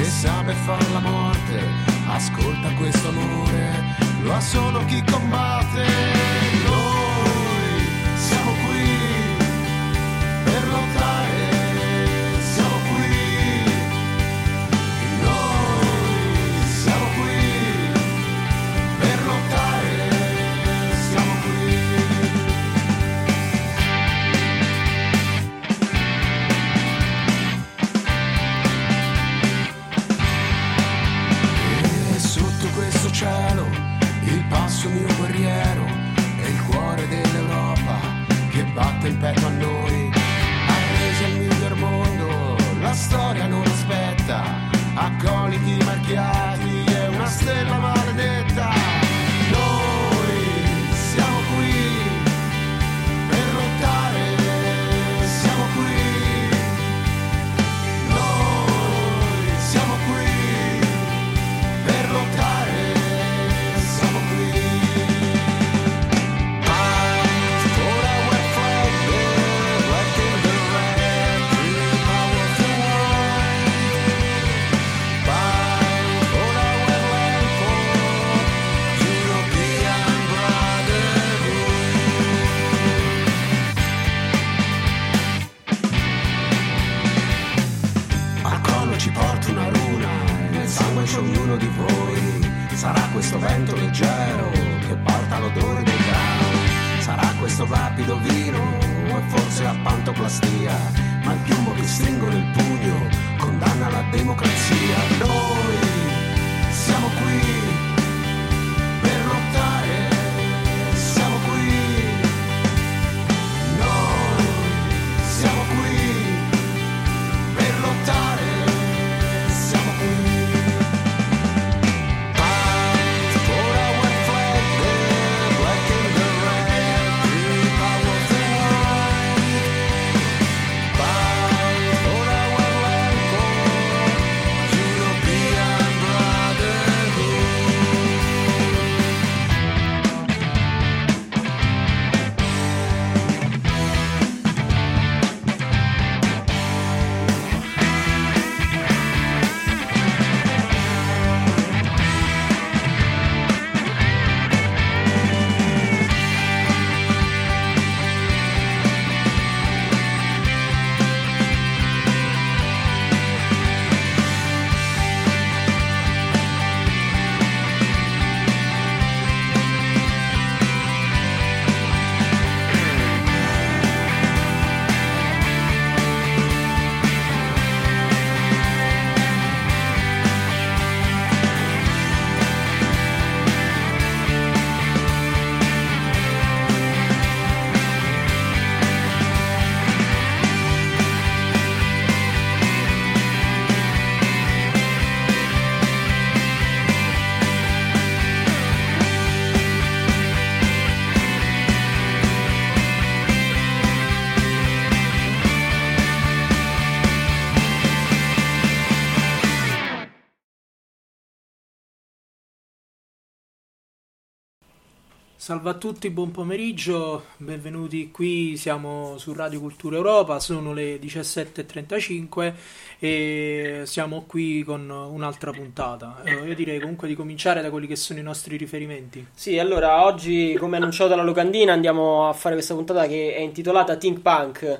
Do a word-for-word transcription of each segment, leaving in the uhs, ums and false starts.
che sa beffar la morte, ascolta questo amore, lo ha solo chi combatte. Noi siamo qui per lottare, siamo qui, noi siamo qui per lottare, siamo qui. E sotto questo cielo il passo mio guerriero è il cuore dell'Europa che batte il petto a noi. Arresi al miglior mondo, la storia non aspetta, accoliti marchiati, è una stella maledetta. Noi siamo qui per lottare, siamo qui, noi siamo qui per lottare. Ci porta una runa, nel sangue c'è ognuno di voi. Sarà questo vento leggero che porta l'odore del grano, sarà questo rapido vino o forse la pantoplastia, ma il piumbo che stringo nel pugno condanna la democrazia. Noi siamo qui per lottare, siamo qui, noi siamo qui per lottare. Salve a tutti, buon pomeriggio, benvenuti qui, siamo su Radio Cultura Europa, sono le diciassette e trentacinque e siamo qui con un'altra puntata. Eh, io direi comunque di cominciare da quelli che sono i nostri riferimenti. Sì, allora oggi, come annunciato dalla locandina, andiamo a fare questa puntata che è intitolata Think Punk.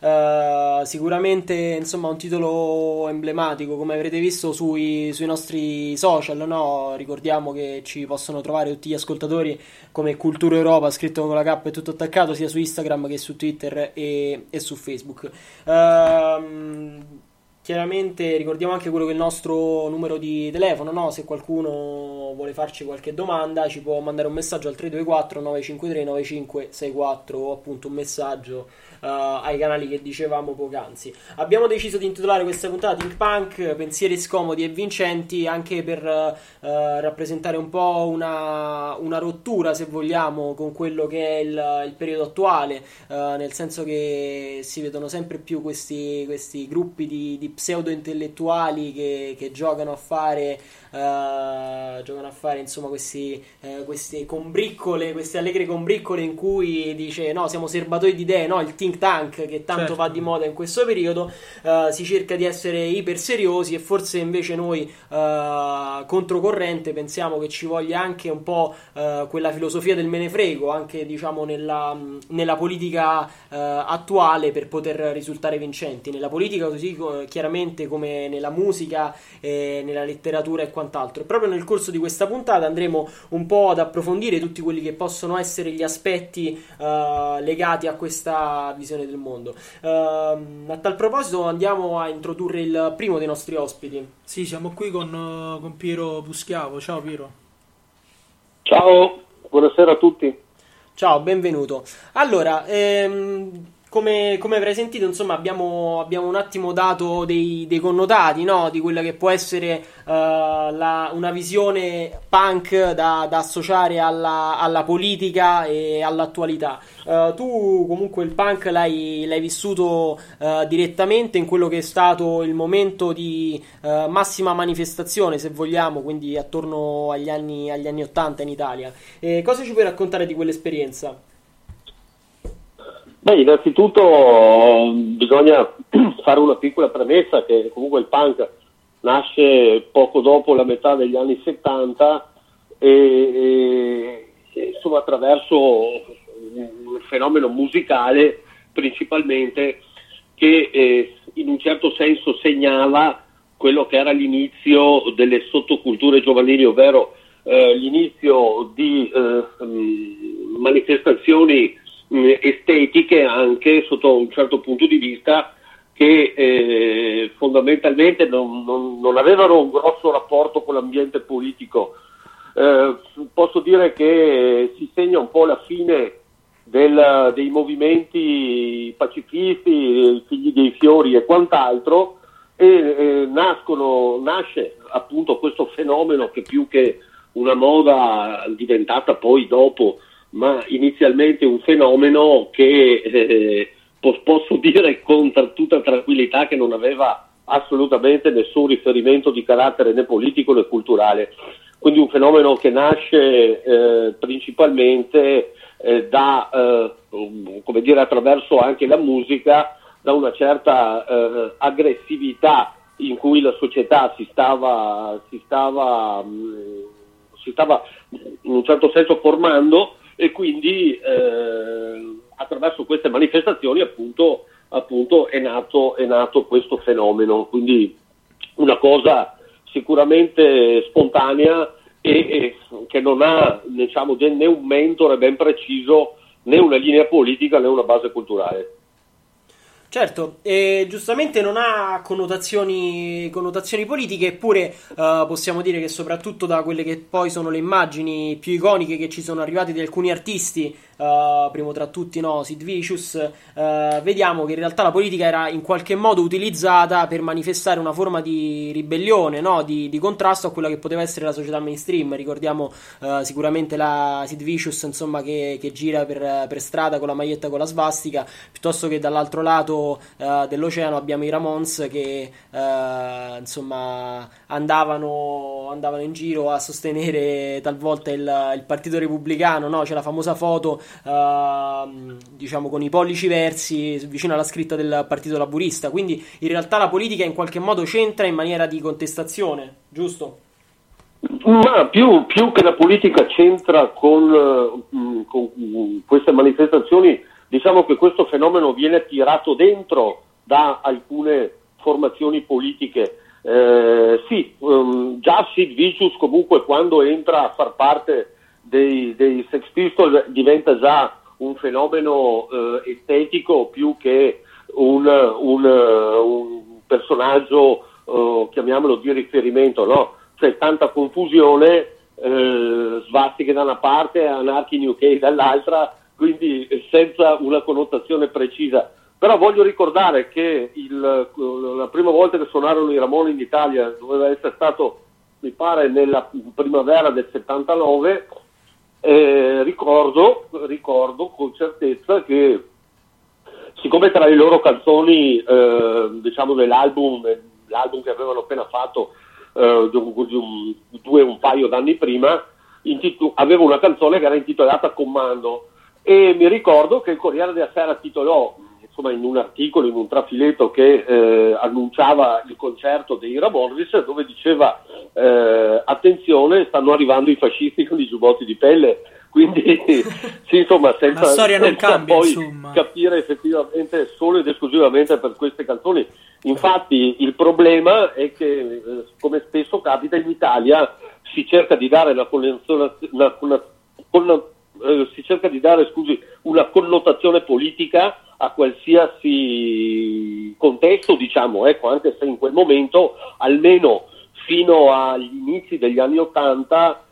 Uh, sicuramente insomma un titolo emblematico, come avrete visto sui, sui nostri social, no? Ricordiamo che ci possono trovare tutti gli ascoltatori come Cultura Europa scritto con la K e tutto attaccato sia su Instagram che su Twitter e, e su Facebook. uh, Chiaramente ricordiamo anche quello che è il nostro numero di telefono, no? Se qualcuno vuole farci qualche domanda ci può mandare un messaggio al tre due quattro nove cinque tre nove cinque sei quattro o appunto un messaggio uh, ai canali che dicevamo poc'anzi. Abbiamo deciso di intitolare questa puntata Think Punk, pensieri scomodi e vincenti, anche per uh, rappresentare un po' una, una rottura, se vogliamo, con quello che è il, il periodo attuale, uh, nel senso che si vedono sempre più questi, questi gruppi di, di pseudo intellettuali che, che giocano a fare uh, giocano vengono a fare insomma questi, eh, queste combriccole, queste allegre combriccole in cui dice no, siamo serbatoi di idee, no, il think tank che tanto certo. va di moda in questo periodo, eh, si cerca di essere iper seriosi e forse invece noi eh, controcorrente pensiamo che ci voglia anche un po' eh, quella filosofia del me ne frego anche diciamo nella, nella politica eh, attuale per poter risultare vincenti, nella politica così eh, chiaramente come nella musica, eh, nella letteratura e quant'altro. E proprio nel corso di questa puntata andremo un po' ad approfondire tutti quelli che possono essere gli aspetti eh, legati a questa visione del mondo. Eh, a tal proposito andiamo a introdurre il primo dei nostri ospiti. Sì, siamo qui con, con Piero Puschiavo. Ciao Piero. Ciao, buonasera a tutti. Ciao, benvenuto. Allora, ehm, come, come avrai sentito, insomma, abbiamo, abbiamo un attimo dato dei, dei connotati, no? Di quella che può essere uh, la, una visione punk da, da associare alla, alla politica e all'attualità. Uh, tu comunque il punk l'hai, l'hai vissuto uh, direttamente in quello che è stato il momento di uh, massima manifestazione, se vogliamo, quindi attorno agli anni, agli anni ottanta in Italia. E cosa ci puoi raccontare di quell'esperienza? Beh, innanzitutto bisogna fare una piccola premessa che comunque il punk nasce poco dopo la metà degli anni settanta e, e insomma attraverso un fenomeno musicale principalmente che eh, in un certo senso segnava quello che era l'inizio delle sottoculture giovanili, ovvero eh, l'inizio di eh, manifestazioni estetiche anche sotto un certo punto di vista che eh, fondamentalmente non, non, non avevano un grosso rapporto con l'ambiente politico. Eh, posso dire che si segna un po' la fine del, dei movimenti pacifisti, figli dei fiori e quant'altro e eh, nascono, nasce appunto questo fenomeno che più che una moda diventata poi dopo ma inizialmente un fenomeno che eh, posso dire con tutta tranquillità che non aveva assolutamente nessun riferimento di carattere né politico né culturale, quindi un fenomeno che nasce eh, principalmente eh, da eh, come dire attraverso anche la musica, da una certa eh, aggressività in cui la società si stava si stava mh, si stava in un certo senso formando e quindi eh, attraverso queste manifestazioni appunto, appunto è nato, è nato questo fenomeno, quindi una cosa sicuramente spontanea e, e che non ha diciamo né un mentore ben preciso né una linea politica né una base culturale. Certo, e giustamente non ha connotazioni, connotazioni politiche, eppure uh, possiamo dire che soprattutto da quelle che poi sono le immagini più iconiche che ci sono arrivate di alcuni artisti, uh, primo tra tutti no, Sid Vicious, uh, vediamo che in realtà la politica era in qualche modo utilizzata per manifestare una forma di ribellione, no? di, di contrasto a quella che poteva essere la società mainstream. Ricordiamo uh, sicuramente la Sid Vicious insomma, che, che gira per, per strada con la maglietta con la svastica, piuttosto che dall'altro lato Uh, dell'oceano abbiamo i Ramones che uh, insomma andavano, andavano in giro a sostenere talvolta il, il partito repubblicano, no? C'è la famosa foto uh, diciamo con i pollici versi vicino alla scritta del partito laburista, quindi in realtà la politica in qualche modo c'entra in maniera di contestazione, giusto? Ma più, più che la politica c'entra con, uh, con queste manifestazioni, diciamo che questo fenomeno viene tirato dentro da alcune formazioni politiche. Eh, sì, um, già Sid Vicious comunque quando entra a far parte dei, dei Sex Pistols diventa già un fenomeno eh, estetico più che un, un, un personaggio, eh, chiamiamolo di riferimento, no? C'è tanta confusione, eh, svastiche da una parte, Anarchy in U K dall'altra, quindi senza una connotazione precisa. Però voglio ricordare che il, la prima volta che suonarono i Ramones in Italia doveva essere stato, mi pare, nella primavera del settantanove. Eh, ricordo, ricordo con certezza che, siccome tra le loro canzoni, eh, diciamo dell'album, l'album che avevano appena fatto, eh, un, due un paio d'anni prima, intitu- aveva una canzone che era intitolata Commando, e mi ricordo che il Corriere della Sera titolò, insomma, in un articolo, in un trafiletto che eh, annunciava il concerto dei Ramones, dove diceva eh, attenzione, stanno arrivando i fascisti con i giubbotti di pelle. Quindi sì, insomma, senza, la storia non senza cambia, poi insomma. capire effettivamente solo ed esclusivamente per queste canzoni. Infatti il problema è che, eh, come spesso capita in Italia, si cerca di dare una connotazione, una, una, una, eh, si cerca di dare, scusi, una connotazione politica a qualsiasi contesto, diciamo, ecco, anche se in quel momento, almeno fino agli inizi degli anni Ottanta,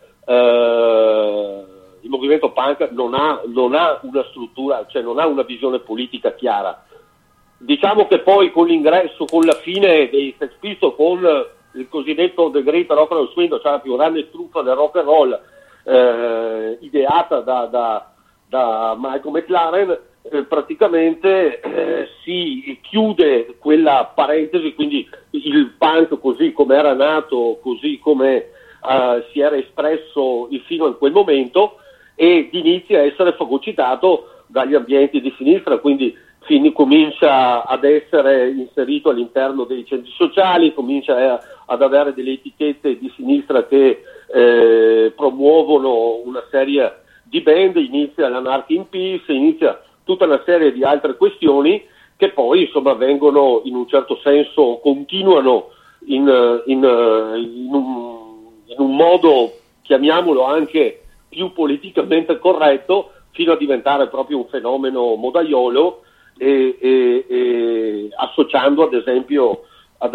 eh, il movimento punk non ha, non ha una struttura, cioè non ha una visione politica chiara. Diciamo che poi con l'ingresso, con la fine dei Sex Pistols, con il cosiddetto The Great Rock and Roll Swing, cioè la più grande truffa del rock and roll, eh, ideata da, da, da Michael McLaren, eh, praticamente eh, si chiude quella parentesi, quindi il punk così come era nato, così come eh, si era espresso fino a quel momento, ed inizia a essere fagocitato dagli ambienti di sinistra, quindi fin, comincia ad essere inserito all'interno dei centri sociali, comincia a, ad avere delle etichette di sinistra che eh, promuovono una serie di band, inizia l'Anarchy in Peace, inizia tutta una serie di altre questioni che poi insomma vengono in un certo senso, continuano in, in, in, un, in un modo, chiamiamolo anche più politicamente corretto, fino a diventare proprio un fenomeno modaiolo, e, e, e associando ad esempio, ad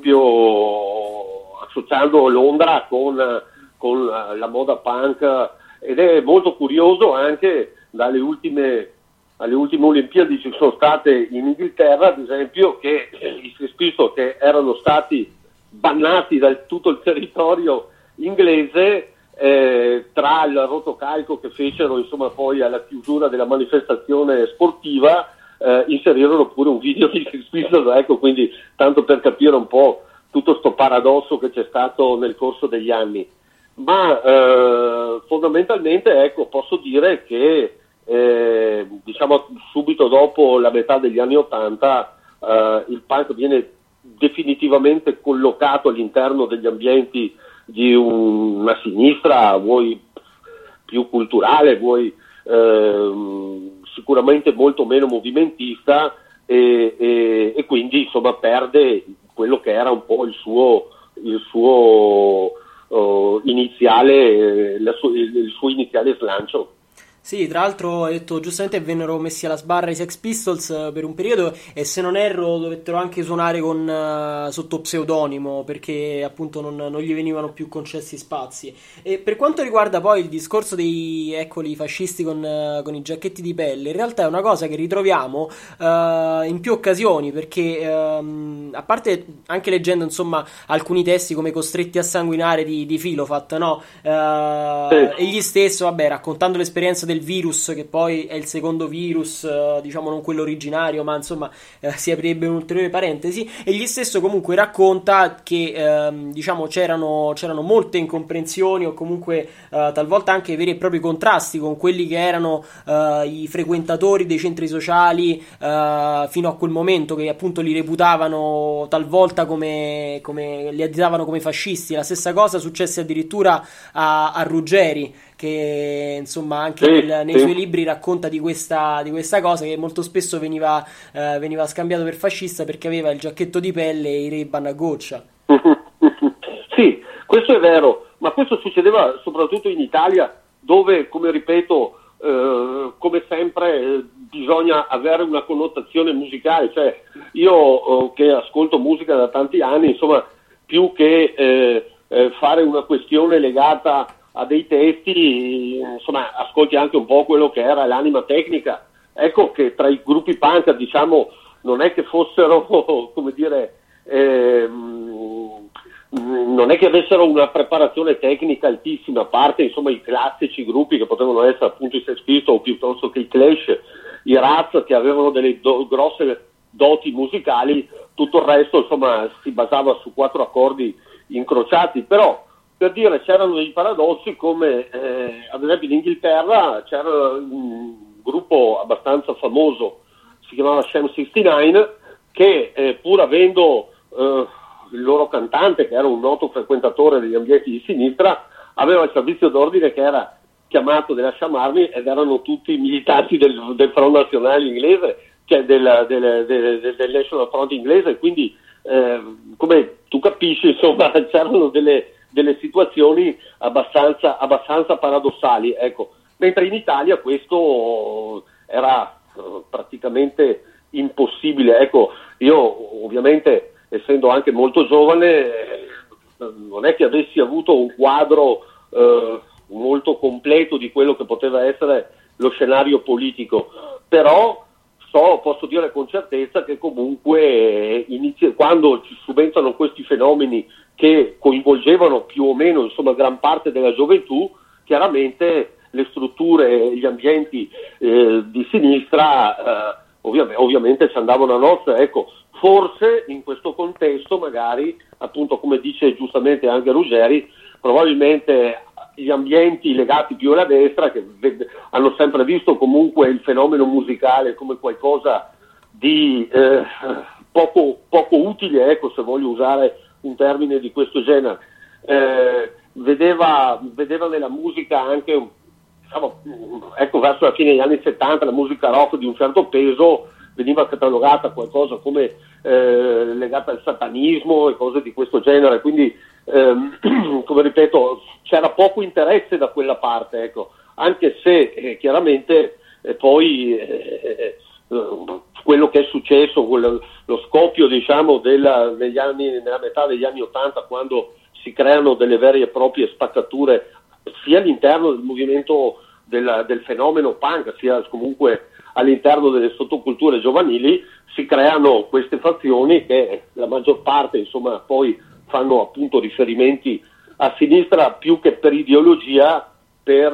esempio associando Londra con, con la moda punk. Ed è molto curioso anche dalle ultime, alle ultime Olimpiadi ci sono state in Inghilterra, ad esempio, che i Sex Pistols, che erano stati bannati da tutto il territorio inglese, Eh, tra il rotocalco che fecero insomma poi alla chiusura della manifestazione sportiva, eh, inserirono pure un video di Sex Pistols, ecco, quindi tanto per capire un po' tutto sto paradosso che c'è stato nel corso degli anni. Ma eh, fondamentalmente, ecco, posso dire che eh, diciamo subito dopo la metà degli anni Ottanta eh, il punk viene definitivamente collocato all'interno degli ambienti di un, una sinistra, vuoi più culturale, vuoi eh, sicuramente molto meno movimentista, e, e, e quindi insomma perde quello che era un po' il suo, il suo uh, iniziale, la su, il, il suo iniziale slancio. Sì, tra l'altro, hai detto giustamente, vennero messi alla sbarra i Sex Pistols uh, per un periodo, e se non erro dovettero anche suonare con, uh, sotto pseudonimo, perché appunto non, non gli venivano più concessi spazi. E per quanto riguarda poi il discorso dei, eccoli, fascisti con, uh, con i giacchetti di pelle, in realtà è una cosa che ritroviamo uh, in più occasioni, perché um, a parte anche leggendo insomma alcuni testi come Costretti a sanguinare di, di Filofat, no? Uh, sì. Egli stesso, vabbè, raccontando l'esperienza del virus, che poi è il secondo virus, eh, diciamo non quello originario, ma insomma eh, si aprirebbe un'ulteriore parentesi. Egli stesso comunque racconta che ehm, diciamo c'erano, c'erano molte incomprensioni, o comunque eh, talvolta anche veri e propri contrasti con quelli che erano eh, i frequentatori dei centri sociali eh, fino a quel momento, che appunto li reputavano talvolta come, come li additavano come fascisti. La stessa cosa successe addirittura a, a Ruggeri, che insomma anche sì, nel, nei sì. suoi libri racconta di questa, di questa cosa, che molto spesso veniva, eh, veniva scambiato per fascista perché aveva il giacchetto di pelle e i Ray-Ban a goccia. Sì, questo è vero, ma questo succedeva soprattutto in Italia, dove, come ripeto, eh, come sempre eh, bisogna avere una connotazione musicale. Cioè io eh, che ascolto musica da tanti anni, insomma, più che eh, eh, fare una questione legata a dei testi, insomma, ascolti anche un po' quello che era l'anima tecnica. Ecco che tra i gruppi punk, diciamo, non è che fossero, come dire, ehm, non è che avessero una preparazione tecnica altissima, a parte insomma i classici gruppi che potevano essere appunto i Sex Pistols, o piuttosto che i Clash, i Raz, che avevano delle do- grosse doti musicali. Tutto il resto insomma si basava su quattro accordi incrociati, però per dire c'erano dei paradossi come eh, ad esempio in Inghilterra c'era un gruppo abbastanza famoso, si chiamava Sham sessantanove, che eh, pur avendo eh, il loro cantante, che era un noto frequentatore degli ambienti di sinistra, aveva il servizio d'ordine che era chiamato della Sham Army ed erano tutti militanti del, del Front Nazionale inglese, cioè del, del, del, del National Front inglese, quindi eh, come tu capisci, insomma, c'erano delle, delle situazioni abbastanza, abbastanza paradossali, ecco. Mentre in Italia questo era eh, praticamente impossibile, ecco. Io ovviamente, essendo anche molto giovane, eh, non è che avessi avuto un quadro eh, molto completo di quello che poteva essere lo scenario politico, però so, posso dire con certezza che comunque eh, inizi- quando ci subentrano questi fenomeni che coinvolgevano più o meno, insomma, gran parte della gioventù, chiaramente le strutture, gli ambienti eh, di sinistra eh, ovvi- ovviamente ci andavano a nozze, ecco. Forse in questo contesto magari, appunto come dice giustamente anche Ruggeri, probabilmente gli ambienti legati più alla destra, che ved- hanno sempre visto comunque il fenomeno musicale come qualcosa di eh, poco, poco utile, ecco, se voglio usare un termine di questo genere, eh, vedeva, vedeva nella musica anche, diciamo, ecco, verso la fine degli anni settanta la musica rock di un certo peso veniva catalogata qualcosa come eh, legata al satanismo e cose di questo genere, quindi ehm, come ripeto c'era poco interesse da quella parte, ecco, anche se eh, chiaramente eh, poi eh, eh, quello che è successo, quello, lo scoppio diciamo della, negli anni, nella metà degli anni ottanta, quando si creano delle vere e proprie spaccature sia all'interno del movimento della, del fenomeno punk, sia comunque all'interno delle sottoculture giovanili, si creano queste fazioni che la maggior parte insomma poi fanno appunto riferimenti a sinistra più che per ideologia, per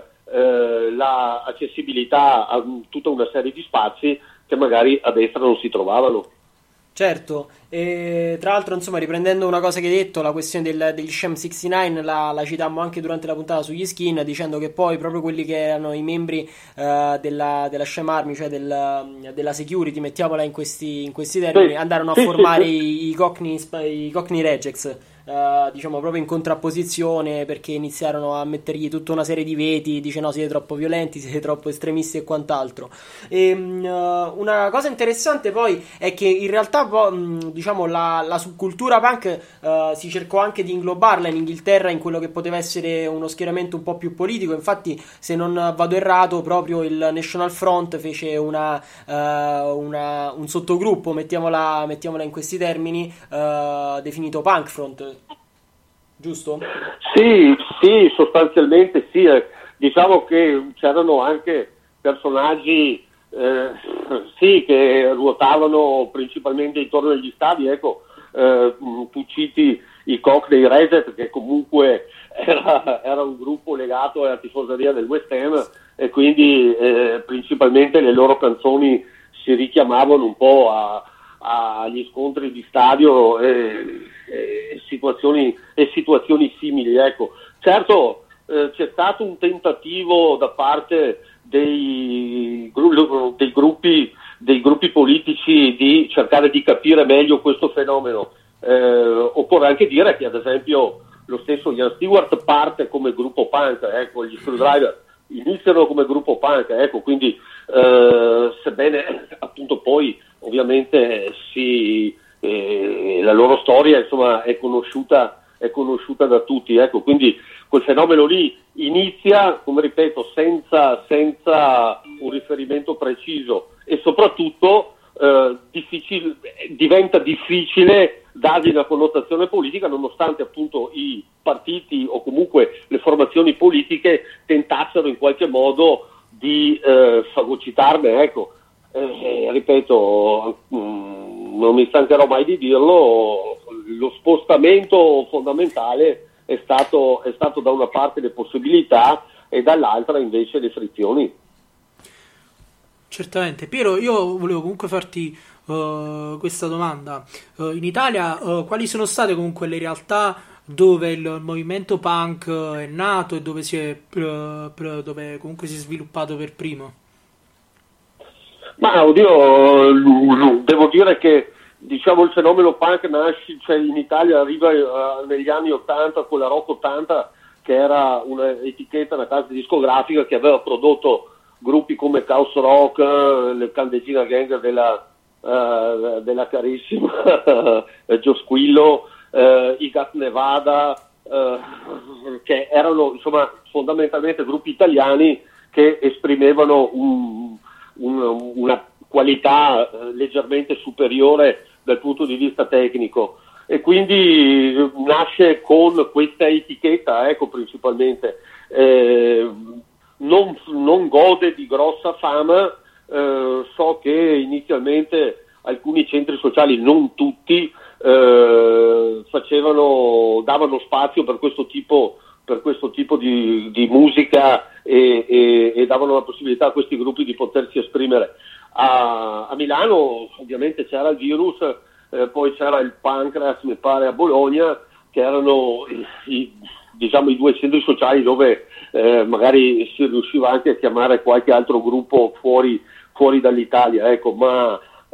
eh, la accessibilità a tutta una serie di spazi che magari a destra non si trovavano. Certo, e tra l'altro insomma riprendendo una cosa che hai detto, la questione del, degli Sham sessantanove la, la citammo anche durante la puntata sugli Skin, dicendo che poi proprio quelli che erano i membri uh, della, della Sham Army, cioè del, della security, mettiamola in questi, in questi termini, sì, andarono a sì, formare sì, sì. I, i Cockney, i Cockney Rejects, uh, diciamo proprio in contrapposizione, perché iniziarono a mettergli tutta una serie di veti, dice no, siete troppo violenti, siete troppo estremisti e quant'altro. E uh, una cosa interessante poi è che in realtà diciamo la, la subcultura punk uh, si cercò anche di inglobarla in Inghilterra in quello che poteva essere uno schieramento un po' più politico. Infatti, se non vado errato, proprio il National Front fece una, uh, una, un sottogruppo, mettiamola, mettiamola in questi termini, uh, definito Punk Front, giusto? Sì, sì, sostanzialmente sì. Diciamo che c'erano anche personaggi Eh, sì, che ruotavano principalmente intorno agli stadi, ecco, eh, tu citi i Cockney Rejects, che comunque era, era un gruppo legato alla tifoseria del West Ham e quindi eh, principalmente le loro canzoni si richiamavano un po' a, agli scontri di stadio e, e, situazioni, e situazioni simili, ecco. Certo eh, c'è stato un tentativo da parte Dei, dei gruppi dei gruppi politici di cercare di capire meglio questo fenomeno. Eh, occorre anche dire che ad esempio lo stesso Ian Stewart parte come gruppo punk, ecco, gli Screwdriver iniziano come gruppo punk, ecco, quindi eh, sebbene appunto poi ovviamente si, eh, la loro storia insomma è conosciuta è conosciuta da tutti, ecco, quindi quel fenomeno lì inizia, come ripeto, senza, senza un riferimento preciso e soprattutto eh, difficile, diventa difficile dargli una connotazione politica, nonostante appunto i partiti o comunque le formazioni politiche tentassero in qualche modo di eh, fagocitarne, ecco. Eh, ripeto, mh, non mi stancherò mai di dirlo, lo spostamento fondamentale è stato, è stato da una parte le possibilità e dall'altra invece le frizioni. Certamente. Piero, io volevo comunque farti uh, uh, questa domanda. Uh, in Italia uh, quali sono state comunque le realtà dove il movimento punk è nato e dove si è uh, dove comunque si è sviluppato per primo? Ma oddio, devo dire che diciamo il fenomeno punk nasce, cioè in Italia arriva uh, negli anni ottanta con la Rock ottanta, che era un'etichetta, una casa discografica che aveva prodotto gruppi come Chaos Rock, le Candesina Gang della, uh, della carissima Gio Squillo, uh, i Gat Nevada, uh, che erano insomma fondamentalmente gruppi italiani che esprimevano un, un, una qualità uh, leggermente superiore dal punto di vista tecnico. E quindi nasce con questa etichetta, ecco, principalmente. Eh, non, non gode di grossa fama, eh, so che inizialmente alcuni centri sociali, non tutti, eh, facevano, davano spazio per questo tipo, per questo tipo di, di musica e, e, e davano la possibilità a questi gruppi di potersi esprimere. A, a Milano ovviamente c'era il Virus, Eh, poi c'era il Pancreas, mi pare, a Bologna, che erano i, diciamo, i due centri sociali dove eh, magari si riusciva anche a chiamare qualche altro gruppo fuori, fuori dall'Italia, ecco, ma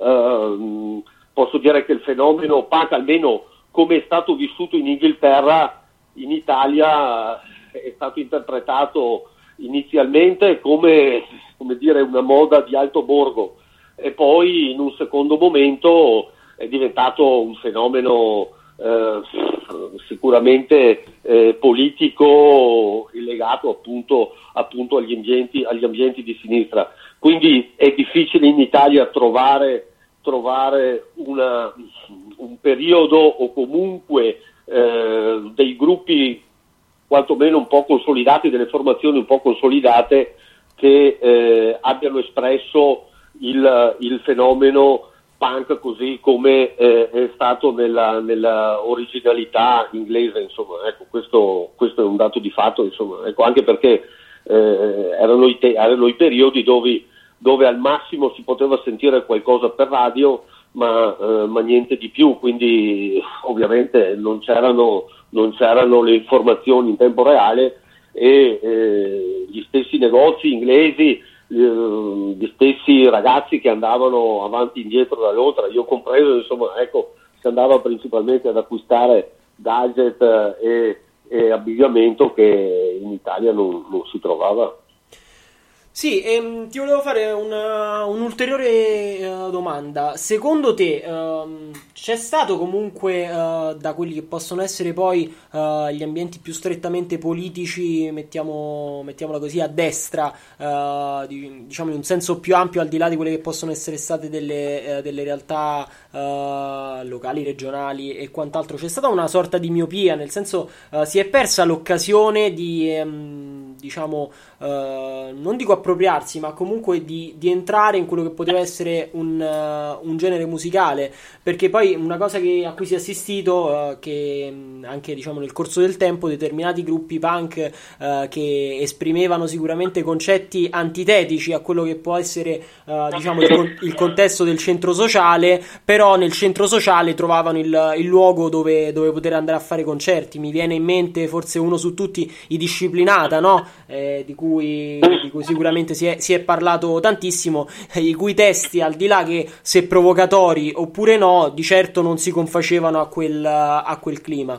eh, posso dire che il fenomeno punk, almeno come è stato vissuto in Inghilterra, in Italia è stato interpretato inizialmente come, come dire, una moda di alto borgo, e poi in un secondo momento è diventato un fenomeno eh, sicuramente eh, politico e legato appunto, appunto agli ambienti, agli ambienti di sinistra. Quindi è difficile in Italia trovare, trovare una, un periodo o comunque eh, dei gruppi quantomeno un po' consolidati, delle formazioni un po' consolidate che eh, abbiano espresso il, il fenomeno punk così come eh, è stato nella, nella originalità inglese, insomma, ecco, questo, questo è un dato di fatto, insomma, ecco, anche perché eh, erano, i te- erano i periodi dove, dove al massimo si poteva sentire qualcosa per radio, ma, eh, ma niente di più, quindi ovviamente non c'erano, non c'erano le informazioni in tempo reale e eh, gli stessi negozi inglesi, gli stessi ragazzi che andavano avanti e indietro da Londra, io compreso, insomma, ecco, si andava principalmente ad acquistare gadget e, e abbigliamento che in Italia non, non si trovava. Sì, ehm, ti volevo fare una, un'ulteriore uh, domanda. Secondo te um, c'è stato comunque uh, da quelli che possono essere poi uh, gli ambienti più strettamente politici, mettiamo, mettiamola così, a destra, uh, di, diciamo in un senso più ampio, al di là di quelle che possono essere state delle, uh, delle realtà uh, locali, regionali e quant'altro, c'è stata una sorta di miopia, nel senso uh, si è persa l'occasione di, um, diciamo, uh, non dico appropriarsi, ma comunque di, di entrare in quello che poteva essere un, uh, un genere musicale, perché poi una cosa che, a cui si è assistito, uh, che anche diciamo nel corso del tempo determinati gruppi punk uh, che esprimevano sicuramente concetti antitetici a quello che può essere uh, diciamo il, il contesto del centro sociale, però nel centro sociale trovavano il, il luogo dove, dove poter andare a fare concerti. Mi viene in mente forse uno su tutti, i Disciplinata, no? Eh, di cui, di cui sicuramente Si è, si è parlato tantissimo, eh, i cui testi, al di là che se provocatori oppure no, di certo non si confacevano a quel, a quel clima.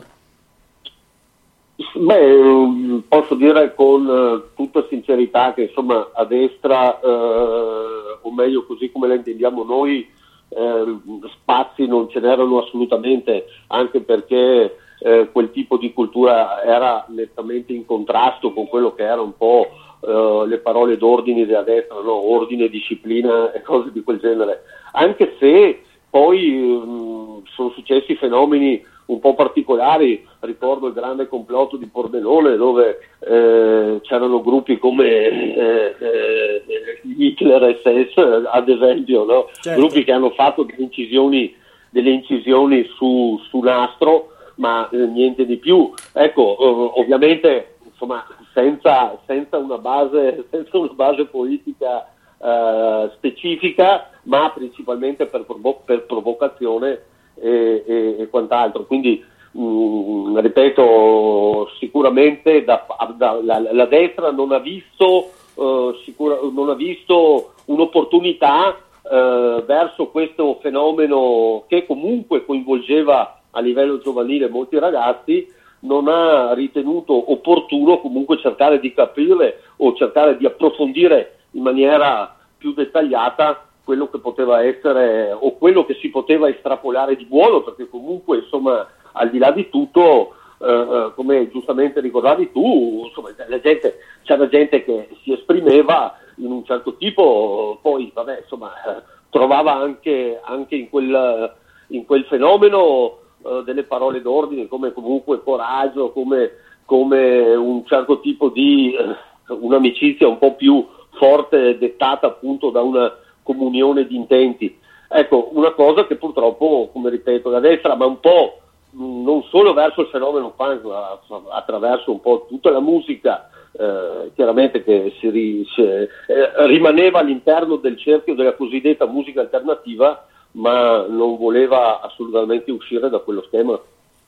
Beh, posso dire con uh, tutta sincerità che insomma a destra, uh, o meglio così come la intendiamo noi, uh, spazi non ce n'erano assolutamente, anche perché uh, quel tipo di cultura era nettamente in contrasto con quello che era un po' Uh, le parole d'ordine della destra, no? Ordine, disciplina e cose di quel genere, anche se poi um, sono successi fenomeni un po' particolari. Ricordo il grande complotto di Pordenone, dove eh, c'erano gruppi come eh, eh, Hitler S S, ad esempio, no? Certo. Gruppi che hanno fatto delle incisioni, delle incisioni su, su nastro, ma eh, niente di più. Ecco, eh, ovviamente, insomma, senza, senza una base, senza una base politica uh, specifica, ma principalmente per, provo- per provocazione e, e, e quant'altro. Quindi mh, ripeto, sicuramente da, da, la, la destra non ha visto, uh, sicura, non ha visto un'opportunità uh, verso questo fenomeno che comunque coinvolgeva a livello giovanile molti ragazzi. Non ha ritenuto opportuno comunque cercare di capire o cercare di approfondire in maniera più dettagliata quello che poteva essere o quello che si poteva estrapolare di buono, perché comunque insomma al di là di tutto eh, come giustamente ricordavi tu, insomma la gente, c'era gente che si esprimeva in un certo tipo, poi vabbè insomma trovava anche, anche in quel, in quel fenomeno Uh, delle parole d'ordine come comunque coraggio, come, come un certo tipo di uh, un'amicizia un po' più forte, dettata appunto da una comunione di intenti. Ecco, una cosa che purtroppo, come ripeto, la destra, ma un po' mh, non solo verso il fenomeno punk, ma attraverso un po' tutta la musica, eh, chiaramente che si, ri, si eh, rimaneva all'interno del cerchio della cosiddetta musica alternativa, ma non voleva assolutamente uscire da quello schema.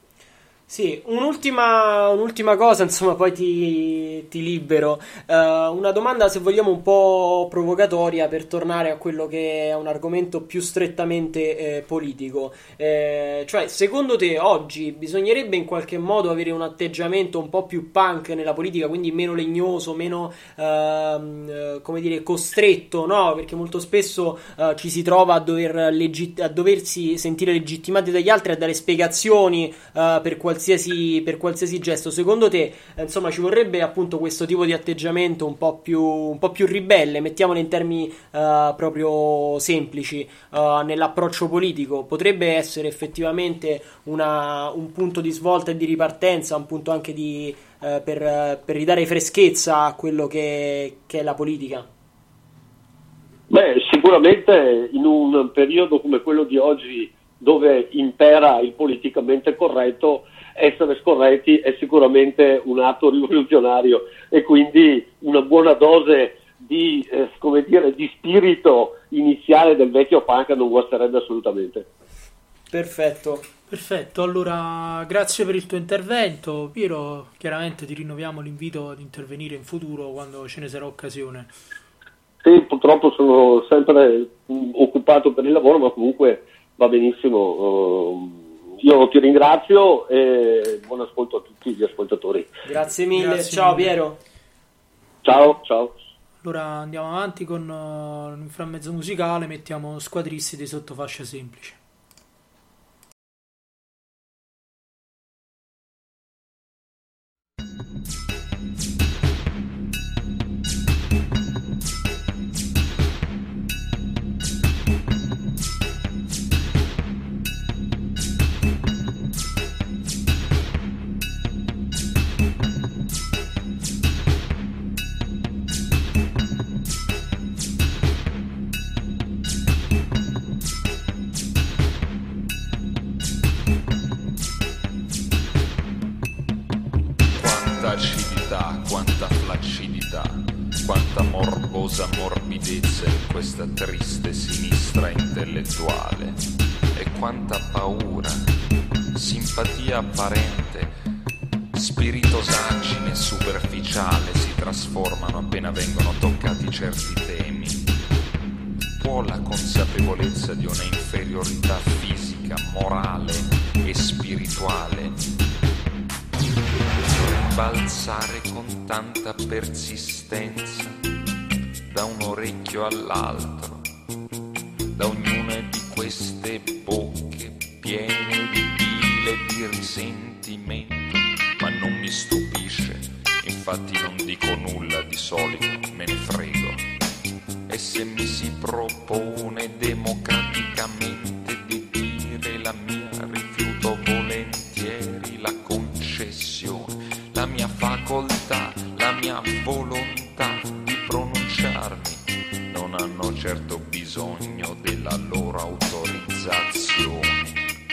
Sì, un'ultima, un'ultima cosa, insomma, poi ti, ti libero. Uh, una domanda, se vogliamo, un po' provocatoria per tornare a quello che è un argomento più strettamente eh, politico. Eh, cioè, secondo te oggi bisognerebbe in qualche modo avere un atteggiamento un po' più punk nella politica, quindi meno legnoso, meno, uh, come dire, costretto, no? Perché molto spesso uh, ci si trova a, dover legit- a doversi sentire legittimati dagli altri, a dare spiegazioni uh, per qualsiasi Qualsiasi, per qualsiasi gesto. Secondo te, eh, insomma, ci vorrebbe appunto questo tipo di atteggiamento un po' più, un po' più ribelle, mettiamolo in termini uh, proprio semplici, uh, nell'approccio politico? Potrebbe essere effettivamente una, un punto di svolta e di ripartenza, un punto anche di, uh, per, per ridare freschezza a quello che, che è la politica? Beh, sicuramente in un periodo come quello di oggi, dove impera il politicamente corretto, essere scorretti è sicuramente un atto rivoluzionario e quindi una buona dose di, eh, come dire, di spirito iniziale del vecchio punk non guasterebbe assolutamente. Perfetto. Perfetto, allora grazie per il tuo intervento. Piero, chiaramente ti rinnoviamo l'invito ad intervenire in futuro quando ce ne sarà occasione. Sì, purtroppo sono sempre mh, occupato per il lavoro, ma comunque va benissimo. Uh, io ti ringrazio e buon ascolto a tutti gli ascoltatori. Grazie mille, Grazie ciao mille. Piero. Ciao, ciao. Allora andiamo avanti con uh, un inframmezzo musicale, mettiamo Squadristi dei Sottofascia Semplice. Quanta flaccidità, quanta morbosa morbidezza in questa triste sinistra intellettuale, e quanta paura, simpatia apparente, spiritosaggine superficiale si trasformano appena vengono toccati certi temi. Può la consapevolezza di una inferiorità fisica, morale e spirituale balzare con tanta persistenza da un orecchio all'altro, da ognuna di queste bocche piene di bile e di risentimento? Ma non mi stupisce, infatti non dico nulla di solito, me ne frego. E se mi si propone democraticamente di dire la mia, rifiuto volentieri la concessione, la mia facoltà, la mia volontà di pronunciarmi. Non hanno certo bisogno della loro autorizzazione.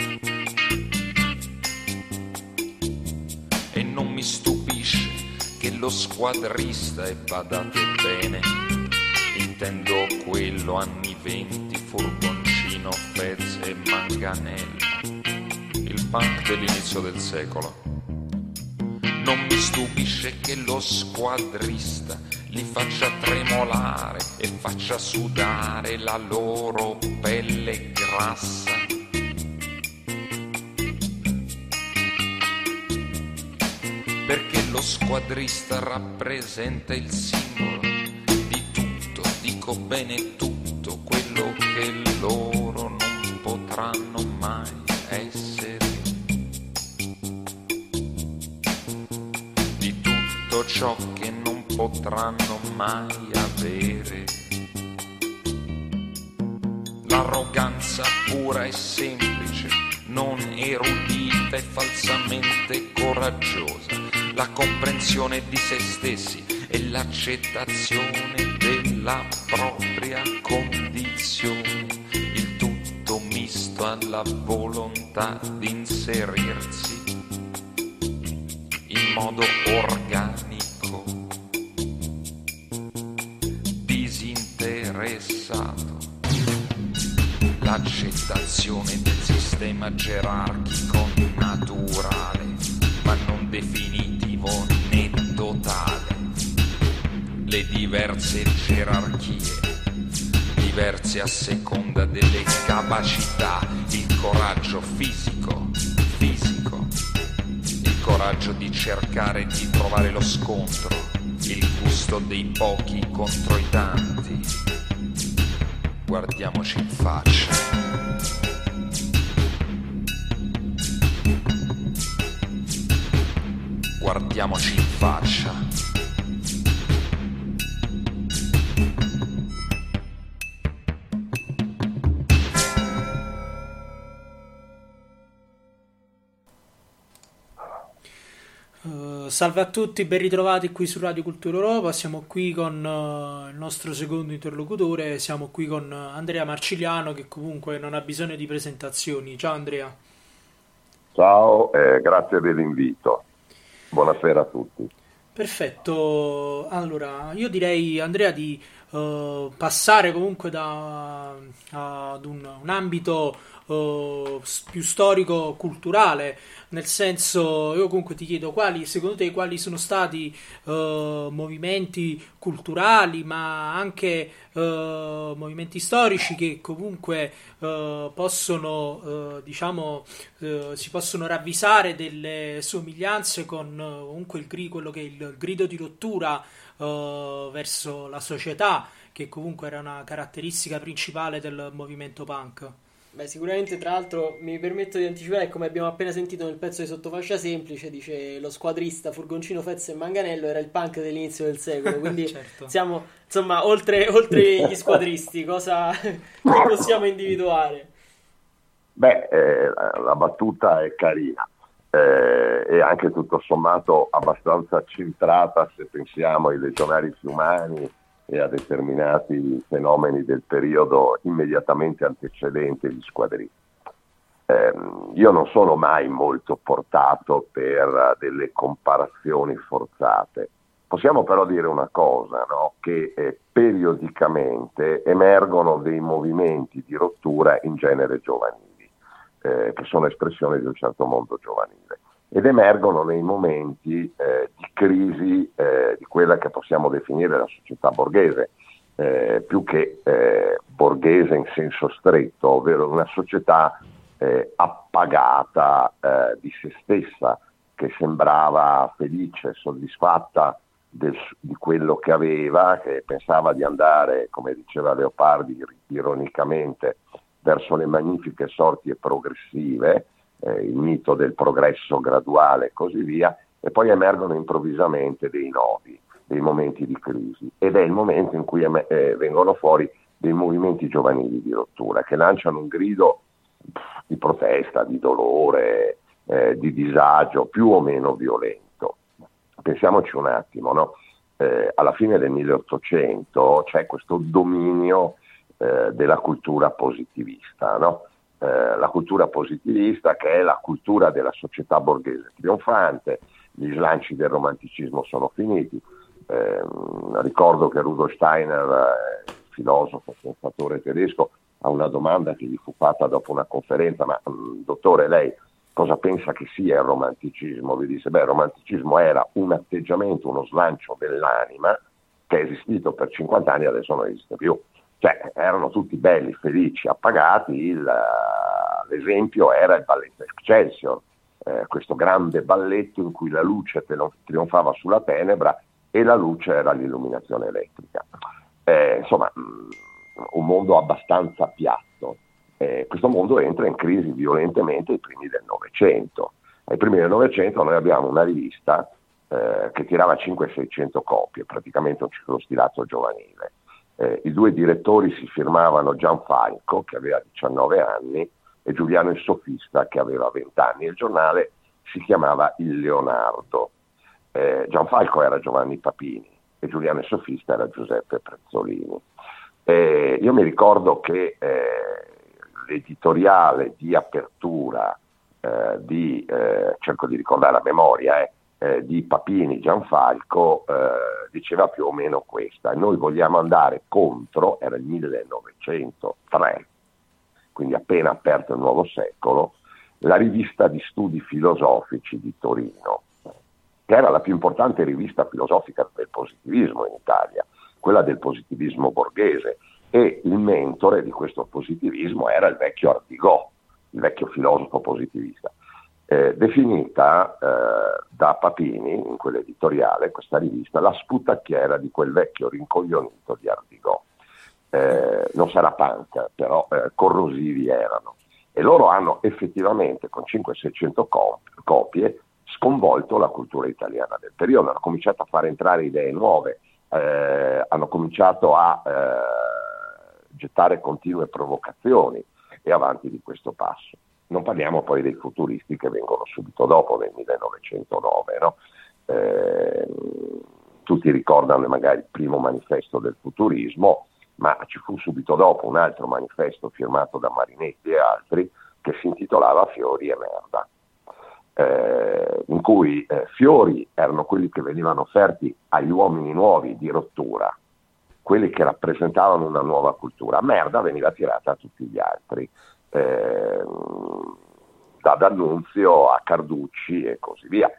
E non mi stupisce che lo squadrista, e badate bene, intendo quello anni venti, furgoncino, Fez e manganello, il punk dell'inizio del secolo. Non mi stupisce che lo squadrista li faccia tremolare e faccia sudare la loro pelle grassa. Perché lo squadrista rappresenta il simbolo di tutto, dico bene tutto, quello che loro non potranno mai essere. Di tutto ciò che non potranno mai avere. L'arroganza pura e semplice, non erudita e falsamente coraggiosa, la comprensione di se stessi e l'accettazione della propria condizione, il tutto misto alla volontà di inserirsi in modo organico, disinteressato, l'accettazione del sistema gerarchico naturale, ma non definitivo né totale, le diverse gerarchie, diverse a seconda delle capacità, il coraggio fisico, fisico, il coraggio di cercare di trovare lo scontro, il gusto dei pochi contro i tanti. Guardiamoci in faccia. Guardiamoci in faccia. Uh, salve a tutti, ben ritrovati qui su Radio Cultura Europa. Siamo qui con uh, il nostro secondo interlocutore, siamo qui con uh, Andrea Marcigliano, che comunque non ha bisogno di presentazioni. Ciao Andrea. Ciao, eh, grazie dell'invito. Buonasera a tutti. Perfetto, allora io direi, Andrea, di uh, passare comunque da, ad un, un ambito uh, più storico-culturale, nel senso, io comunque ti chiedo quali, secondo te, quali sono stati uh, movimenti culturali, ma anche uh, movimenti storici che comunque uh, possono, uh, diciamo, uh, si possono ravvisare delle somiglianze con uh, comunque il grido, quello che è il grido di rottura uh, verso la società, che comunque era una caratteristica principale del movimento punk. Beh, sicuramente, tra l'altro, mi permetto di anticipare, come abbiamo appena sentito nel pezzo di Sottofascia Semplice, dice lo squadrista, furgoncino, Fez e manganello era il punk dell'inizio del secolo, quindi certo. Siamo, insomma, oltre, oltre gli squadristi, cosa che possiamo individuare? Beh, eh, la battuta è carina eh, e anche tutto sommato abbastanza centrata, se pensiamo ai legionari fiumani e a determinati fenomeni del periodo immediatamente antecedente gli squadristi. Eh, io non sono mai molto portato per delle comparazioni forzate. Possiamo però dire una cosa, no? Che eh, periodicamente emergono dei movimenti di rottura in genere giovanili, eh, che sono espressione di un certo mondo giovanile, ed emergono nei momenti eh, di crisi eh, di quella che possiamo definire la società borghese, eh, più che eh, borghese in senso stretto, ovvero una società eh, appagata eh, di se stessa, che sembrava felice, soddisfatta del, di quello che aveva, che pensava di andare, come diceva Leopardi ironicamente, verso le magnifiche sorti e progressive, Eh, il mito del progresso graduale e così via, e poi emergono improvvisamente dei nodi, dei momenti di crisi, ed è il momento in cui em- eh, vengono fuori dei movimenti giovanili di rottura che lanciano un grido pff, di protesta, di dolore, eh, di disagio più o meno violento. Pensiamoci un attimo, no? Eh, alla fine del milleottocento c'è questo dominio eh, della cultura positivista, no? Eh, la cultura positivista, che è la cultura della società borghese trionfante. Gli slanci del romanticismo sono finiti. Eh, ricordo che Rudolf Steiner, eh, filosofo, pensatore tedesco, a una domanda che gli fu fatta dopo una conferenza: ma mh, dottore, lei cosa pensa che sia il romanticismo? Vi disse: beh, il romanticismo era un atteggiamento, uno slancio dell'anima che è esistito per cinquanta anni, adesso non esiste più. Cioè, erano tutti belli, felici, appagati. Il, l'esempio era il balletto Excelsior, eh, questo grande balletto in cui la luce trionfava sulla tenebra e la luce era l'illuminazione elettrica. Eh, insomma, mh, un mondo abbastanza piatto. Eh, questo mondo entra in crisi violentemente ai primi del Novecento. Ai primi del Novecento noi abbiamo una rivista eh, che tirava cinquecento seicento copie, praticamente un ciclo stilato giovanile. Eh, I due direttori si firmavano Gianfalco, che aveva diciannove anni, e Giuliano il Sofista, che aveva venti anni. Il giornale si chiamava Il Leonardo. Eh, Gianfalco era Giovanni Papini e Giuliano il Sofista era Giuseppe Prezzolini. Eh, io mi ricordo che eh, l'editoriale di apertura eh, di, eh, cerco di ricordare a memoria, eh, eh, di Papini Gianfalco eh, diceva più o meno questa: noi vogliamo andare contro, era il millenovecentotre, quindi appena aperto il nuovo secolo, la rivista di studi filosofici di Torino, che era la più importante rivista filosofica del positivismo in Italia, quella del positivismo borghese, e il mentore di questo positivismo era il vecchio Ardigò, il vecchio filosofo positivista. Eh, definita eh, da Papini in quell'editoriale, questa rivista, la sputacchiera di quel vecchio rincoglionito di Ardigò. Eh, non sarà punk, però eh, corrosivi erano, e loro hanno effettivamente con cinquecento seicento cop- copie sconvolto la cultura italiana del periodo. Hanno cominciato a far entrare idee nuove, eh, hanno cominciato a eh, gettare continue provocazioni, e avanti di questo passo. Non parliamo poi dei futuristi che vengono subito dopo, nel millenovecentonove, no? Eh, tutti ricordano magari il primo manifesto del futurismo, ma ci fu subito dopo un altro manifesto firmato da Marinetti e altri che si intitolava Fiori e merda, eh, in cui eh, fiori erano quelli che venivano offerti agli uomini nuovi di rottura, quelli che rappresentavano una nuova cultura. Merda veniva tirata a tutti gli altri, eh, da D'Annunzio a Carducci e così via.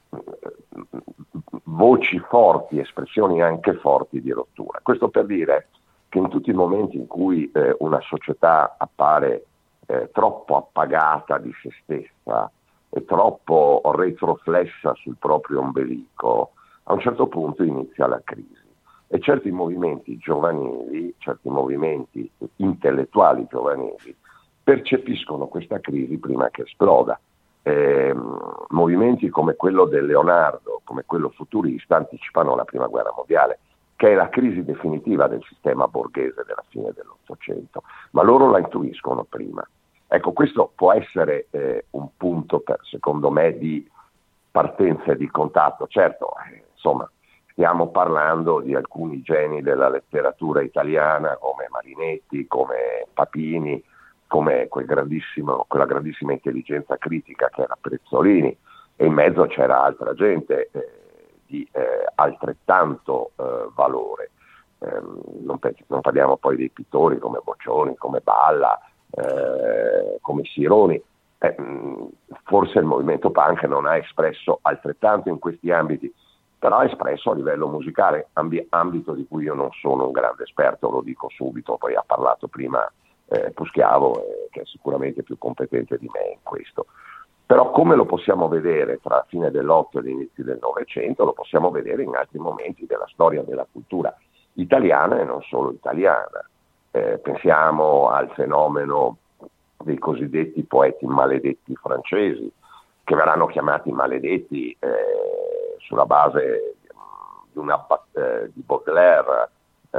Voci forti, espressioni anche forti di rottura. Questo per dire che in tutti i momenti in cui eh, una società appare eh, troppo appagata di se stessa e troppo retroflessa sul proprio ombelico, a un certo punto inizia la crisi, e certi movimenti giovanili, certi movimenti intellettuali giovanili percepiscono questa crisi prima che esploda. Eh, movimenti come quello del Leonardo, come quello futurista, anticipano la prima guerra mondiale, che è la crisi definitiva del sistema borghese della fine dell'Ottocento, ma loro la intuiscono prima. Ecco, questo può essere eh, un punto, per, secondo me, di partenza e di contatto. Certo, eh, insomma, stiamo parlando di alcuni geni della letteratura italiana come Marinetti, come Papini, come quel grandissimo, quella grandissima intelligenza critica che era Prezzolini, e in mezzo c'era altra gente eh, di eh, altrettanto eh, valore. Eh, non, pe- non parliamo poi dei pittori come Boccioni, come Balla, eh, come Sironi. Eh, mh, forse il movimento punk non ha espresso altrettanto in questi ambiti, però ha espresso a livello musicale, ambi- ambito di cui io non sono un grande esperto, lo dico subito. Poi ha parlato prima eh, Puschiavo, eh, che è sicuramente più competente di me in questo. Però come lo possiamo vedere tra la fine dell'Otto e l'inizio del Novecento, lo possiamo vedere in altri momenti della storia della cultura italiana e non solo italiana. Eh, pensiamo al fenomeno dei cosiddetti poeti maledetti francesi, che verranno chiamati maledetti eh, sulla base di, una, eh, di Baudelaire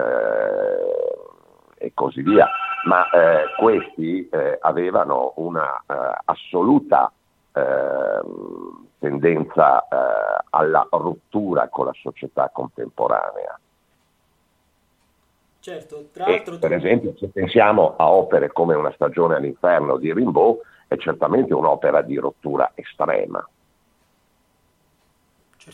eh, e così via, ma eh, questi eh, avevano una eh, assoluta eh, tendenza eh, alla rottura con la società contemporanea. Certo, tra l'altro e, per esempio, se pensiamo a opere come Una stagione all'inferno di Rimbaud, è certamente un'opera di rottura estrema.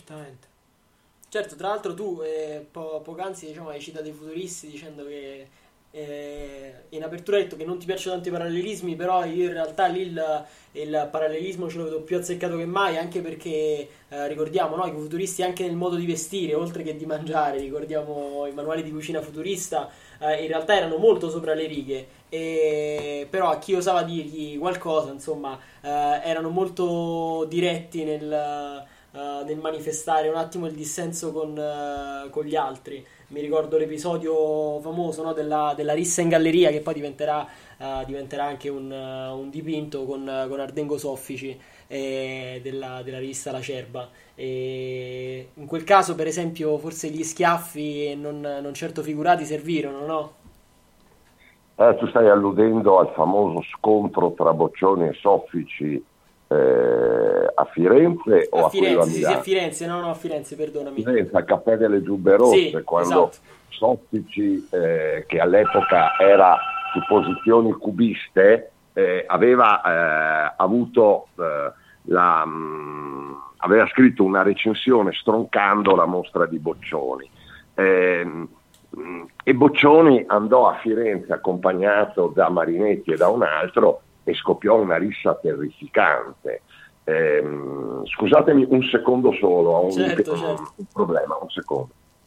Certamente. Certo, tra l'altro tu eh, po- poc'anzi diciamo, hai citato i futuristi dicendo che Eh, in apertura hai detto che non ti piacciono tanto i parallelismi, però io in realtà lì il, il parallelismo ce lo vedo più azzeccato che mai, anche perché eh, ricordiamo, no, i futuristi anche nel modo di vestire, oltre che di mangiare, ricordiamo i manuali di cucina futurista, eh, in realtà erano molto sopra le righe, e, però a chi osava dirgli qualcosa, insomma, eh, erano molto diretti nel, uh, nel manifestare un attimo il dissenso con, uh, con gli altri. Mi ricordo l'episodio famoso, no, della, della rissa in galleria, che poi diventerà, uh, diventerà anche un, uh, un dipinto con, uh, con Ardengo Soffici, eh, della, della rivista La Cerba. E in quel caso, per esempio, forse gli schiaffi non, non certo figurati servirono, no? Eh, tu stai alludendo al famoso scontro tra Boccioni e Soffici eh, a Firenze o a a quello a Firenze, sì, sì, Milano? a Firenze, no, no, a Firenze, perdonami. Firenze, al Caffè delle Giubbe Rosse, Sì, quando esatto. Soffici, eh, che all'epoca era su posizioni cubiste, eh, aveva eh, avuto eh, la, mh, aveva scritto una recensione stroncando la mostra di Boccioni. Eh, mh, e Boccioni andò a Firenze accompagnato da Marinetti e da un altro e scoppiò una rissa terrificante. Eh, scusatemi un secondo solo, ho un, Certo, un, certo. un problema, un secondo.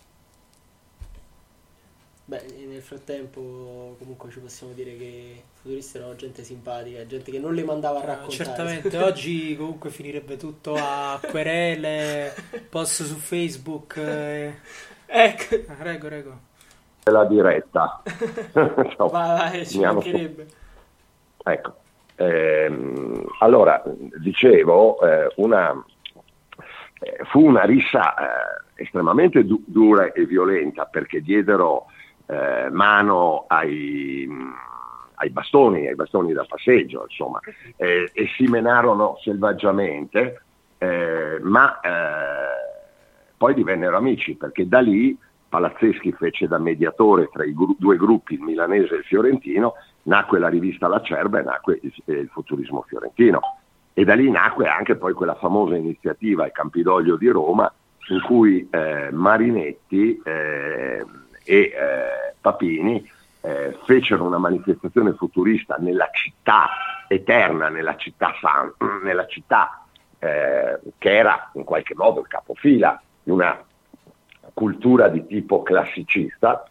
Beh, nel frattempo comunque ci possiamo dire che i futuristi erano gente simpatica, gente che non le mandava a Eh, raccontare. certamente oggi comunque finirebbe tutto a querele, post su Facebook. eh. Ecco, Ah, Prego, prego. La diretta. No, vai, vai, ci mi hanno- mancherebbe. Ecco, ehm, allora dicevo, eh, una, eh, fu una rissa eh, estremamente du- dura e violenta, perché diedero eh, mano ai, ai bastoni, ai bastoni da passeggio, insomma, eh, e si menarono selvaggiamente, eh, ma eh, poi divennero amici, perché da lì Palazzeschi fece da mediatore tra i gru- due gruppi, il milanese e il fiorentino, nacque la rivista La Cerba e nacque il, il futurismo fiorentino. E da lì nacque anche poi quella famosa iniziativa al Campidoglio di Roma, in cui eh, Marinetti eh, e eh, Papini eh, fecero una manifestazione futurista nella città eterna, nella città, san- nella città eh, che era in qualche modo il capofila di una cultura di tipo classicista.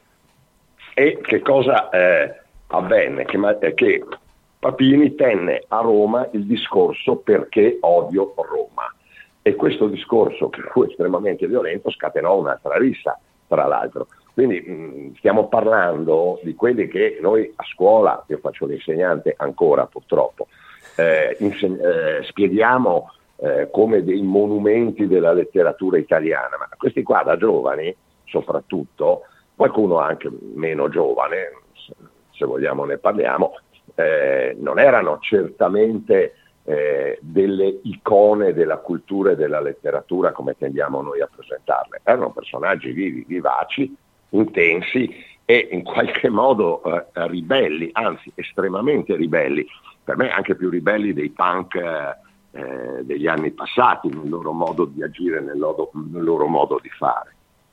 E che cosa eh, avvenne? Che, ma- eh, che Papini tenne a Roma il discorso "perché odio Roma", e questo discorso, che fu estremamente violento, scatenò un'altra rissa, tra l'altro. Quindi mh, stiamo parlando di quelli che noi a scuola, io faccio l'insegnante ancora purtroppo, eh, inseg- eh, spieghiamo eh, come dei monumenti della letteratura italiana, ma questi qua da giovani soprattutto, qualcuno anche meno giovane, se vogliamo ne parliamo, eh, non erano certamente eh, delle icone della cultura e della letteratura come tendiamo noi a presentarle, erano personaggi vivi, vivaci, intensi e in qualche modo eh, ribelli, anzi estremamente ribelli, per me anche più ribelli dei punk eh, eh, degli anni passati, nel loro modo di agire, nel loro, nel loro modo di fare.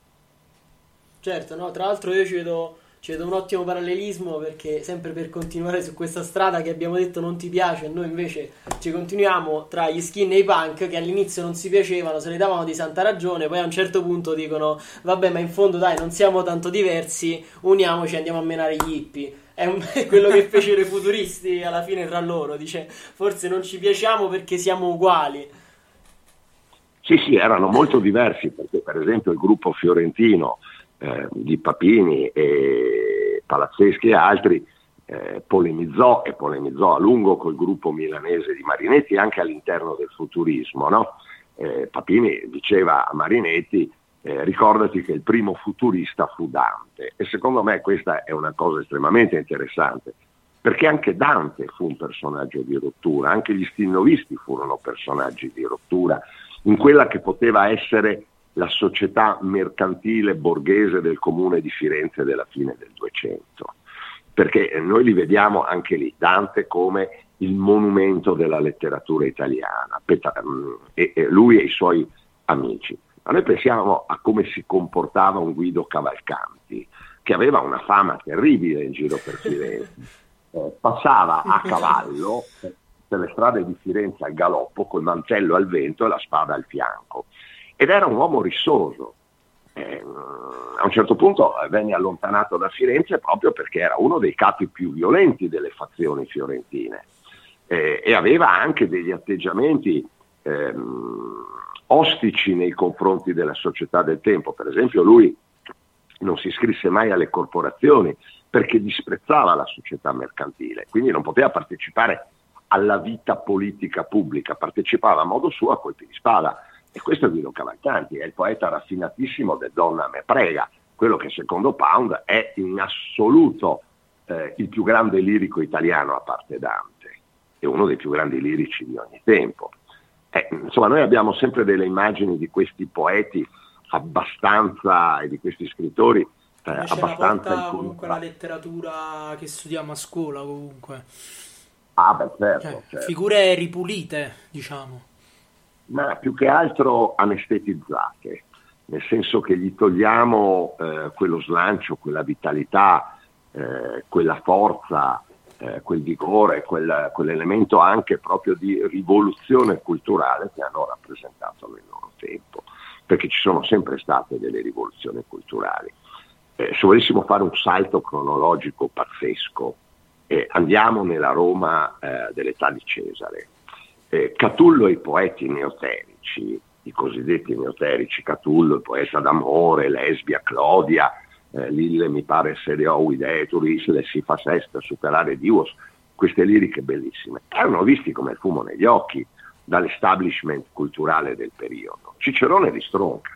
Certo, no, tra l'altro io ci vedo, ci vedo un ottimo parallelismo, perché sempre per continuare su questa strada che abbiamo detto non ti piace, e noi invece ci continuiamo, tra gli skin e i punk che all'inizio non si piacevano, se ne davano di santa ragione, poi a un certo punto dicono vabbè, ma in fondo dai, non siamo tanto diversi, uniamoci e andiamo a menare gli hippie. È, un, è quello che fecero i futuristi alla fine tra loro, dice forse non ci piacciamo perché siamo uguali. Sì, sì, erano molto diversi, perché per esempio il gruppo fiorentino eh, di Papini e Palazzeschi e altri eh, polemizzò e polemizzò a lungo col gruppo milanese di Marinetti anche all'interno del futurismo, no? Eh, Papini diceva a Marinetti eh, ricordati che il primo futurista fu Dante, e secondo me questa è una cosa estremamente interessante, perché anche Dante fu un personaggio di rottura, anche gli stinnovisti furono personaggi di rottura in quella che poteva essere la società mercantile borghese del comune di Firenze della fine del Duecento, perché noi li vediamo anche lì, Dante come il monumento della letteratura italiana, e lui e i suoi amici. Ma noi pensiamo a come si comportava un Guido Cavalcanti, che aveva una fama terribile in giro per Firenze. Eh, passava a cavallo per le strade di Firenze al galoppo, col mantello al vento e la spada al fianco. Ed era un uomo rissoso. Eh, a un certo punto venne allontanato da Firenze proprio perché era uno dei capi più violenti delle fazioni fiorentine eh, e aveva anche degli atteggiamenti ehm, ostici nei confronti della società del tempo. Per esempio, lui non si iscrisse mai alle corporazioni perché disprezzava la società mercantile, quindi non poteva partecipare alla vita politica pubblica, partecipava a modo suo a colpi di spada. E questo è Guido Cavalcanti, è il poeta raffinatissimo del Donna me prega, quello che secondo Pound è in assoluto eh, il più grande lirico italiano a parte Dante, è uno dei più grandi lirici di ogni tempo. Eh, insomma, noi abbiamo sempre delle immagini di questi poeti abbastanza, e di questi scrittori eh, abbastanza... C'è comunque la letteratura che studiamo a scuola comunque. Ah beh, certo, cioè, certo. Figure ripulite, diciamo. Ma più che altro anestetizzate, nel senso che gli togliamo eh, quello slancio, quella vitalità, eh, quella forza, eh, quel vigore, quel, quell'elemento anche proprio di rivoluzione culturale che hanno rappresentato nel loro tempo, perché ci sono sempre state delle rivoluzioni culturali. Eh, se volessimo fare un salto cronologico pazzesco, eh, andiamo nella Roma eh, dell'età di Cesare. Eh, Catullo e i poeti neoterici, i cosiddetti neoterici, Catullo, il poeta d'amore, Lesbia, Clodia, eh, Lille mi pare serio videturis, le si fa sesta superare Dios, queste liriche bellissime, erano visti come il fumo negli occhi dall'establishment culturale del periodo. Cicerone li stronca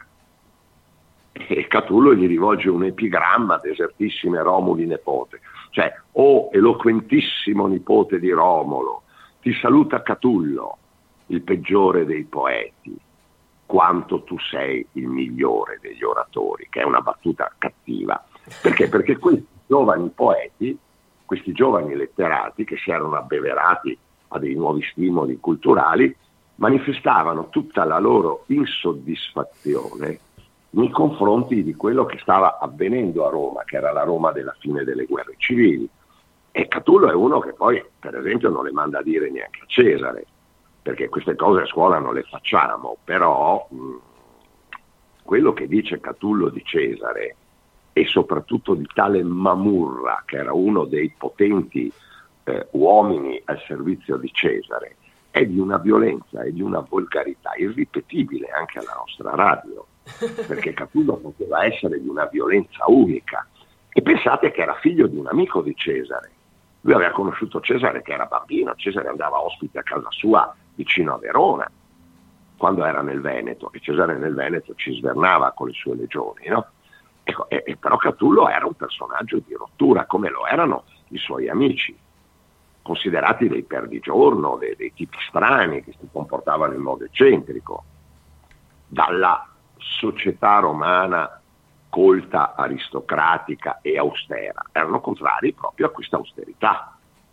e Catullo gli rivolge un epigramma, desertissime Romuli nepote, cioè o eloquentissimo nipote di Romolo, ti saluta Catullo, il peggiore dei poeti, quanto tu sei il migliore degli oratori, che è una battuta cattiva. Perché? Perché questi giovani poeti, questi giovani letterati che si erano abbeverati a dei nuovi stimoli culturali, manifestavano tutta la loro insoddisfazione nei confronti di quello che stava avvenendo a Roma, che era la Roma della fine delle guerre civili. E Catullo è uno che poi, per esempio, non le manda a dire neanche a Cesare, perché queste cose a scuola non le facciamo, però mh, quello che dice Catullo di Cesare, e soprattutto di tale Mamurra, che era uno dei potenti eh, uomini al servizio di Cesare, è di una violenza e di una volgarità irripetibile anche alla nostra radio, perché Catullo poteva essere di una violenza unica. E pensate che era figlio di un amico di Cesare. Lui aveva conosciuto Cesare che era bambino, Cesare andava ospite a casa sua vicino a Verona, quando era nel Veneto, e Cesare nel Veneto ci svernava con le sue legioni, no? Ecco, e, e però Catullo era un personaggio di rottura, come lo erano i suoi amici, considerati dei perdigiorno, dei, dei tipi strani che si comportavano in modo eccentrico, dalla società romana colta, aristocratica e austera. Erano contrari proprio a questa austerità.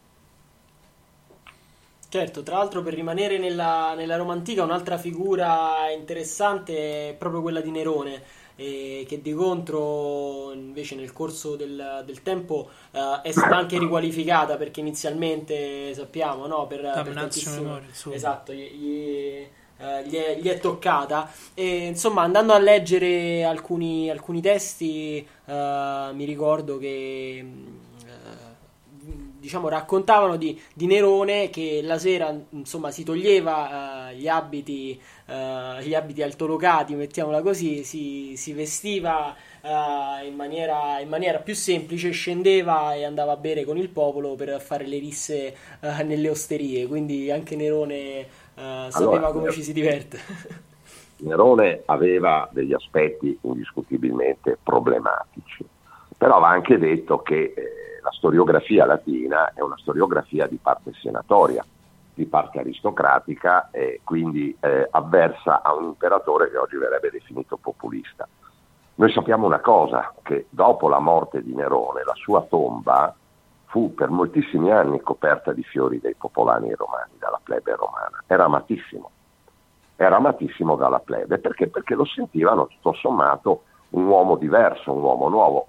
Certo, tra l'altro, per rimanere nella, nella Roma antica, un'altra figura interessante è proprio quella di Nerone, eh, che di contro invece nel corso del, del tempo eh, è stata anche riqualificata, perché inizialmente sappiamo, no, per, per tantissimo, esatto, gli, gli, Uh, gli, è, gli è toccata, e insomma, andando a leggere alcuni, alcuni testi, uh, mi ricordo che uh, diciamo raccontavano di, di Nerone che la sera, insomma, si toglieva uh, gli abiti uh, gli abiti altolocati, mettiamola così, si, si vestiva uh, in maniera, in maniera più semplice, scendeva e andava a bere con il popolo per fare le risse uh, nelle osterie, quindi anche Nerone Uh, sapeva allora, come ci si diverte. Nerone aveva degli aspetti indiscutibilmente problematici, però va anche detto che eh, la storiografia latina è una storiografia di parte senatoria, di parte aristocratica, e quindi eh, avversa a un imperatore che oggi verrebbe definito populista. Noi sappiamo una cosa, che dopo la morte di Nerone la sua tomba fu per moltissimi anni coperta di fiori dei popolani romani, dalla plebe romana. Era amatissimo, era amatissimo dalla plebe, perché? Perché lo sentivano tutto sommato un uomo diverso, un uomo nuovo. Ora,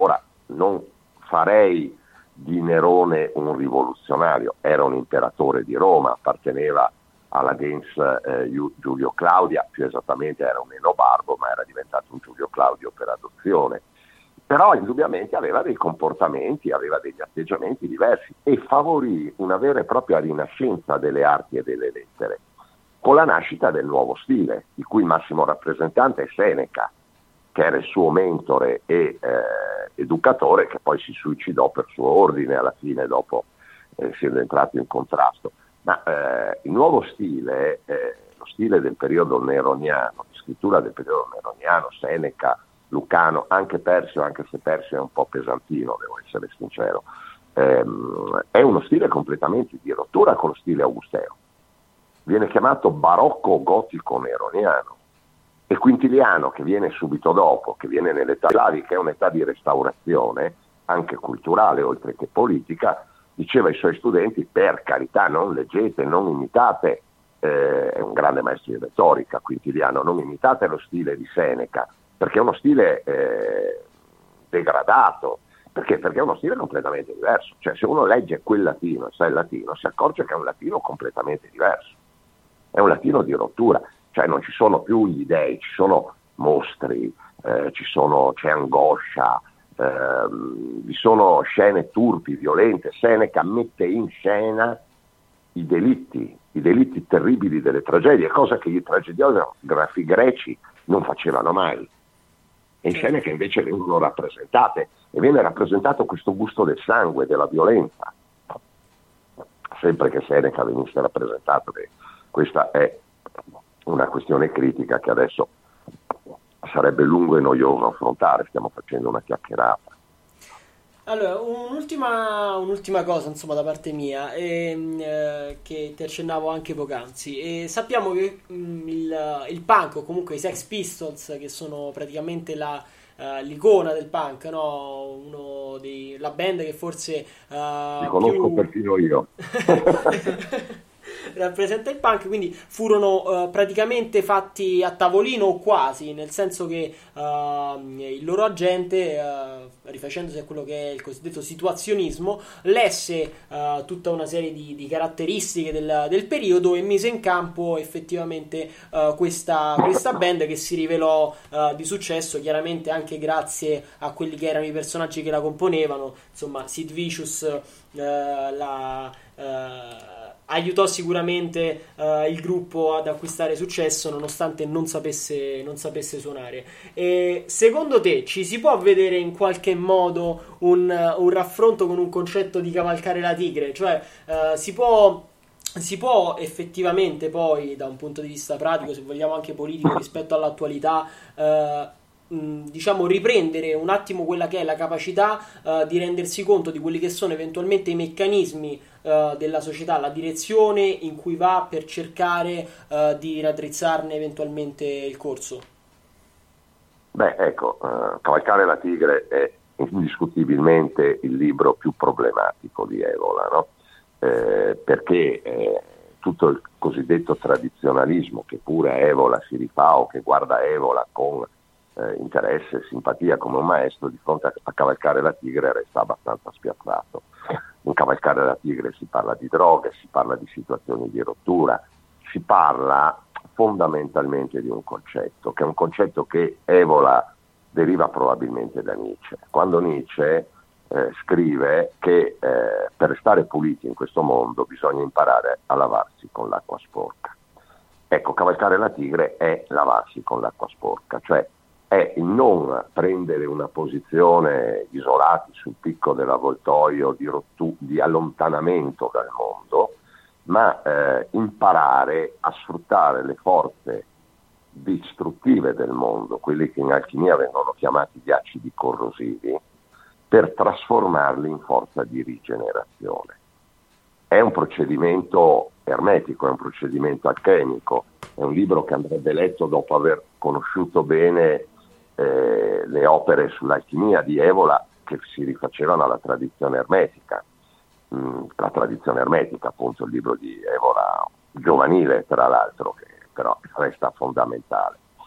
non farei di Nerone un rivoluzionario, era un imperatore di Roma, apparteneva alla gens eh, Giulio Claudia, più esattamente era un enobarbo, ma era diventato un Giulio Claudio per adozione. Però indubbiamente aveva dei comportamenti, aveva degli atteggiamenti diversi e favorì una vera e propria rinascenza delle arti e delle lettere, con la nascita del nuovo stile, di cui il massimo rappresentante è Seneca, che era il suo mentore e eh, educatore, che poi si suicidò per suo ordine alla fine, dopo eh, essendo entrato in contrasto. Ma eh, il nuovo stile, eh, lo stile del periodo neroniano, di scrittura del periodo neroniano, Seneca, Lucano, anche Persio, anche se Persio è un po' pesantino, devo essere sincero, ehm, è uno stile completamente di rottura con lo stile augusteo. Viene chiamato barocco gotico neroniano. E Quintiliano, che viene subito dopo, che viene nell'età Flavi, che è un'età di restaurazione, anche culturale oltre che politica, diceva ai suoi studenti: per carità, non leggete, non imitate, eh, è un grande maestro di retorica Quintiliano, non imitate lo stile di Seneca, perché è uno stile eh, degradato. Perché? Perché è uno stile completamente diverso. Cioè, se uno legge quel latino e sa il latino, si accorge che è un latino completamente diverso. È un latino di rottura. Cioè non ci sono più gli dei, ci sono mostri, eh, ci sono, c'è angoscia, ehm, vi sono scene turpi, violente. Seneca mette in scena i delitti, i delitti terribili delle tragedie, cosa che i tragediografi greci non facevano mai. E in scene che invece vengono rappresentate, e viene rappresentato questo gusto del sangue, della violenza. Sempre che Seneca venisse rappresentato, che questa è una questione critica che adesso sarebbe lungo e noioso affrontare, stiamo facendo una chiacchierata. Allora, un'ultima, un'ultima cosa, insomma, da parte mia, ehm, eh, che ti accennavo anche poc'anzi. E sappiamo che mh, il, il punk, o comunque i Sex Pistols, che sono praticamente la, uh, l'icona del punk, no? Uno dei, la band che forse uh, Li conosco più... perfino io. rappresenta il punk, quindi furono uh, praticamente fatti a tavolino o quasi, nel senso che uh, il loro agente, uh, rifacendosi a quello che è il cosiddetto situazionismo, lesse uh, tutta una serie di, di caratteristiche del, del periodo e mise in campo effettivamente uh, questa, questa band, che si rivelò uh, di successo, chiaramente anche grazie a quelli che erano i personaggi che la componevano. Insomma, Sid Vicious uh, la uh, aiutò sicuramente uh, il gruppo ad acquistare successo, nonostante non sapesse, non sapesse suonare. E secondo te ci si può vedere in qualche modo un, un raffronto con un concetto di cavalcare la tigre? Cioè uh, si può si può effettivamente poi, da un punto di vista pratico, se vogliamo anche politico, rispetto all'attualità, uh, diciamo riprendere un attimo quella che è la capacità uh, di rendersi conto di quelli che sono eventualmente i meccanismi uh, della società, la direzione in cui va, per cercare uh, di raddrizzarne eventualmente il corso? Beh, ecco, uh, Cavalcare la tigre è indiscutibilmente il libro più problematico di Evola, no? Eh, perché eh, tutto il cosiddetto tradizionalismo, che pure a Evola si rifà o che guarda Evola con Eh, interesse e simpatia come un maestro, di fronte a, a Cavalcare la tigre resta abbastanza spiazzato. In Cavalcare la tigre si parla di droghe, si parla di situazioni di rottura, si parla fondamentalmente di un concetto, che è un concetto che Evola deriva probabilmente da Nietzsche. Quando Nietzsche eh, scrive che eh, per restare puliti in questo mondo bisogna imparare a lavarsi con l'acqua sporca. Ecco, Cavalcare la tigre è lavarsi con l'acqua sporca, cioè è il non prendere una posizione isolati sul picco dell'avvoltoio di, rottu- di allontanamento dal mondo, ma eh, imparare a sfruttare le forze distruttive del mondo, quelli che in alchimia vengono chiamati gli acidi corrosivi, per trasformarli in forza di rigenerazione. È un procedimento ermetico, è un procedimento alchemico, è un libro che andrebbe letto dopo aver conosciuto bene Eh, le opere sull'alchimia di Evola, che si rifacevano alla tradizione ermetica. Mm, la tradizione ermetica, appunto, il libro di Evola giovanile, tra l'altro, che però resta fondamentale.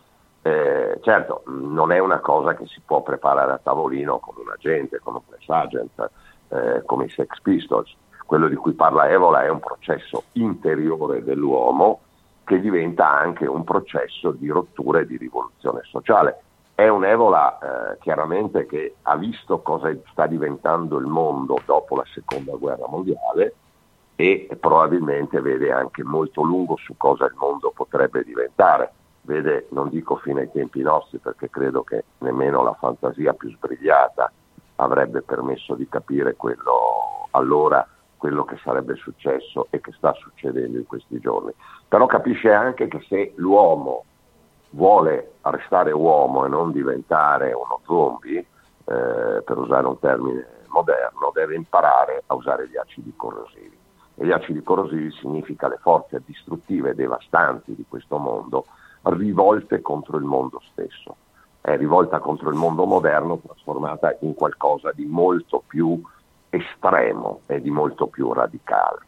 Eh, certo, non è una cosa che si può preparare a tavolino con un agente, con un press agent, eh, come i Sex Pistols. Quello di cui parla Evola è un processo interiore dell'uomo che diventa anche un processo di rottura e di rivoluzione sociale. È un Evola eh, chiaramente che ha visto cosa sta diventando il mondo dopo la seconda guerra mondiale e probabilmente vede anche molto lungo su cosa il mondo potrebbe diventare. Vede, non dico fino ai tempi nostri, perché credo che nemmeno la fantasia più sbrigliata avrebbe permesso di capire quello allora, quello che sarebbe successo e che sta succedendo in questi giorni. Però capisce anche che se l'uomo vuole restare uomo e non diventare uno zombie, eh, per usare un termine moderno, deve imparare a usare gli acidi corrosivi. E gli acidi corrosivi significa le forze distruttive e devastanti di questo mondo rivolte contro il mondo stesso. È rivolta contro il mondo moderno trasformata in qualcosa di molto più estremo e di molto più radicale.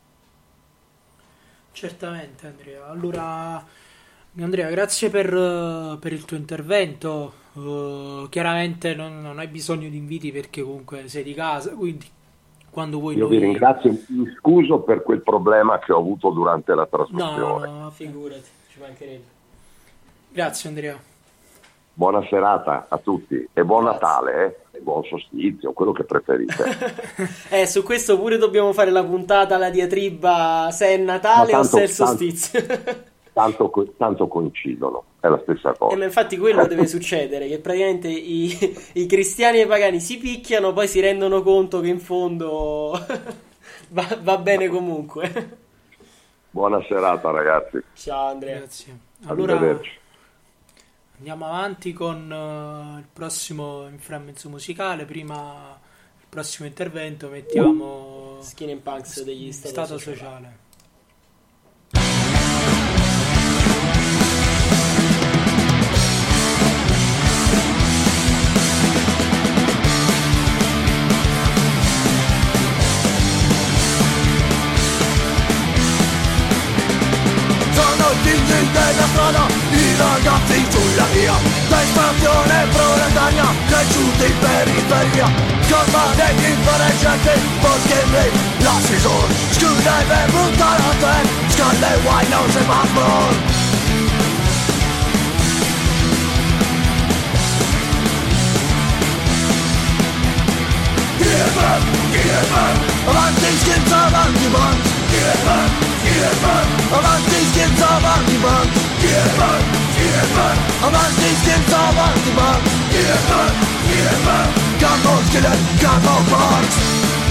Certamente, Andrea. Allora, Andrea, grazie per, per il tuo intervento. Uh, chiaramente non, non hai bisogno di inviti perché comunque sei di casa, quindi quando vuoi. Io noi... vi ringrazio e mi scuso per quel problema che ho avuto durante la trasmissione. No, no, figurati, ci mancherebbe. Grazie, Andrea. Buona serata a tutti e buon Grazie. Natale, eh? E buon solstizio, quello che preferite. eh, su questo pure dobbiamo fare la puntata, la diatriba, se è Natale tanto, o se è il tanto, solstizio. tanto, tanto coincidono, è la stessa cosa. E ma infatti quello deve succedere, che praticamente i, i cristiani e i pagani si picchiano, poi si rendono conto che in fondo va, va bene comunque. Buona serata ragazzi. Ciao Andrea. Grazie. Allora Arrivederci. andiamo avanti con uh, il prossimo inframmezzo musicale. Prima il prossimo intervento mettiamo Skin and Punks degli Stato, Stato Sociale. Sociale. Della strada, i ragazzi sulla via, l'espansione proletaria, cresciuti in periferia, colpa degli indifferenti, Boschi la season, scusa per buttare a te, scalle guai non si fa small. G F M, G F M, avanti scherza, avanti band, G F M. Avanti scherzo, avanti band, G F M, G F M. Avanti scherzo, avanti band, G F M, G F M. Campo skillet, campo box.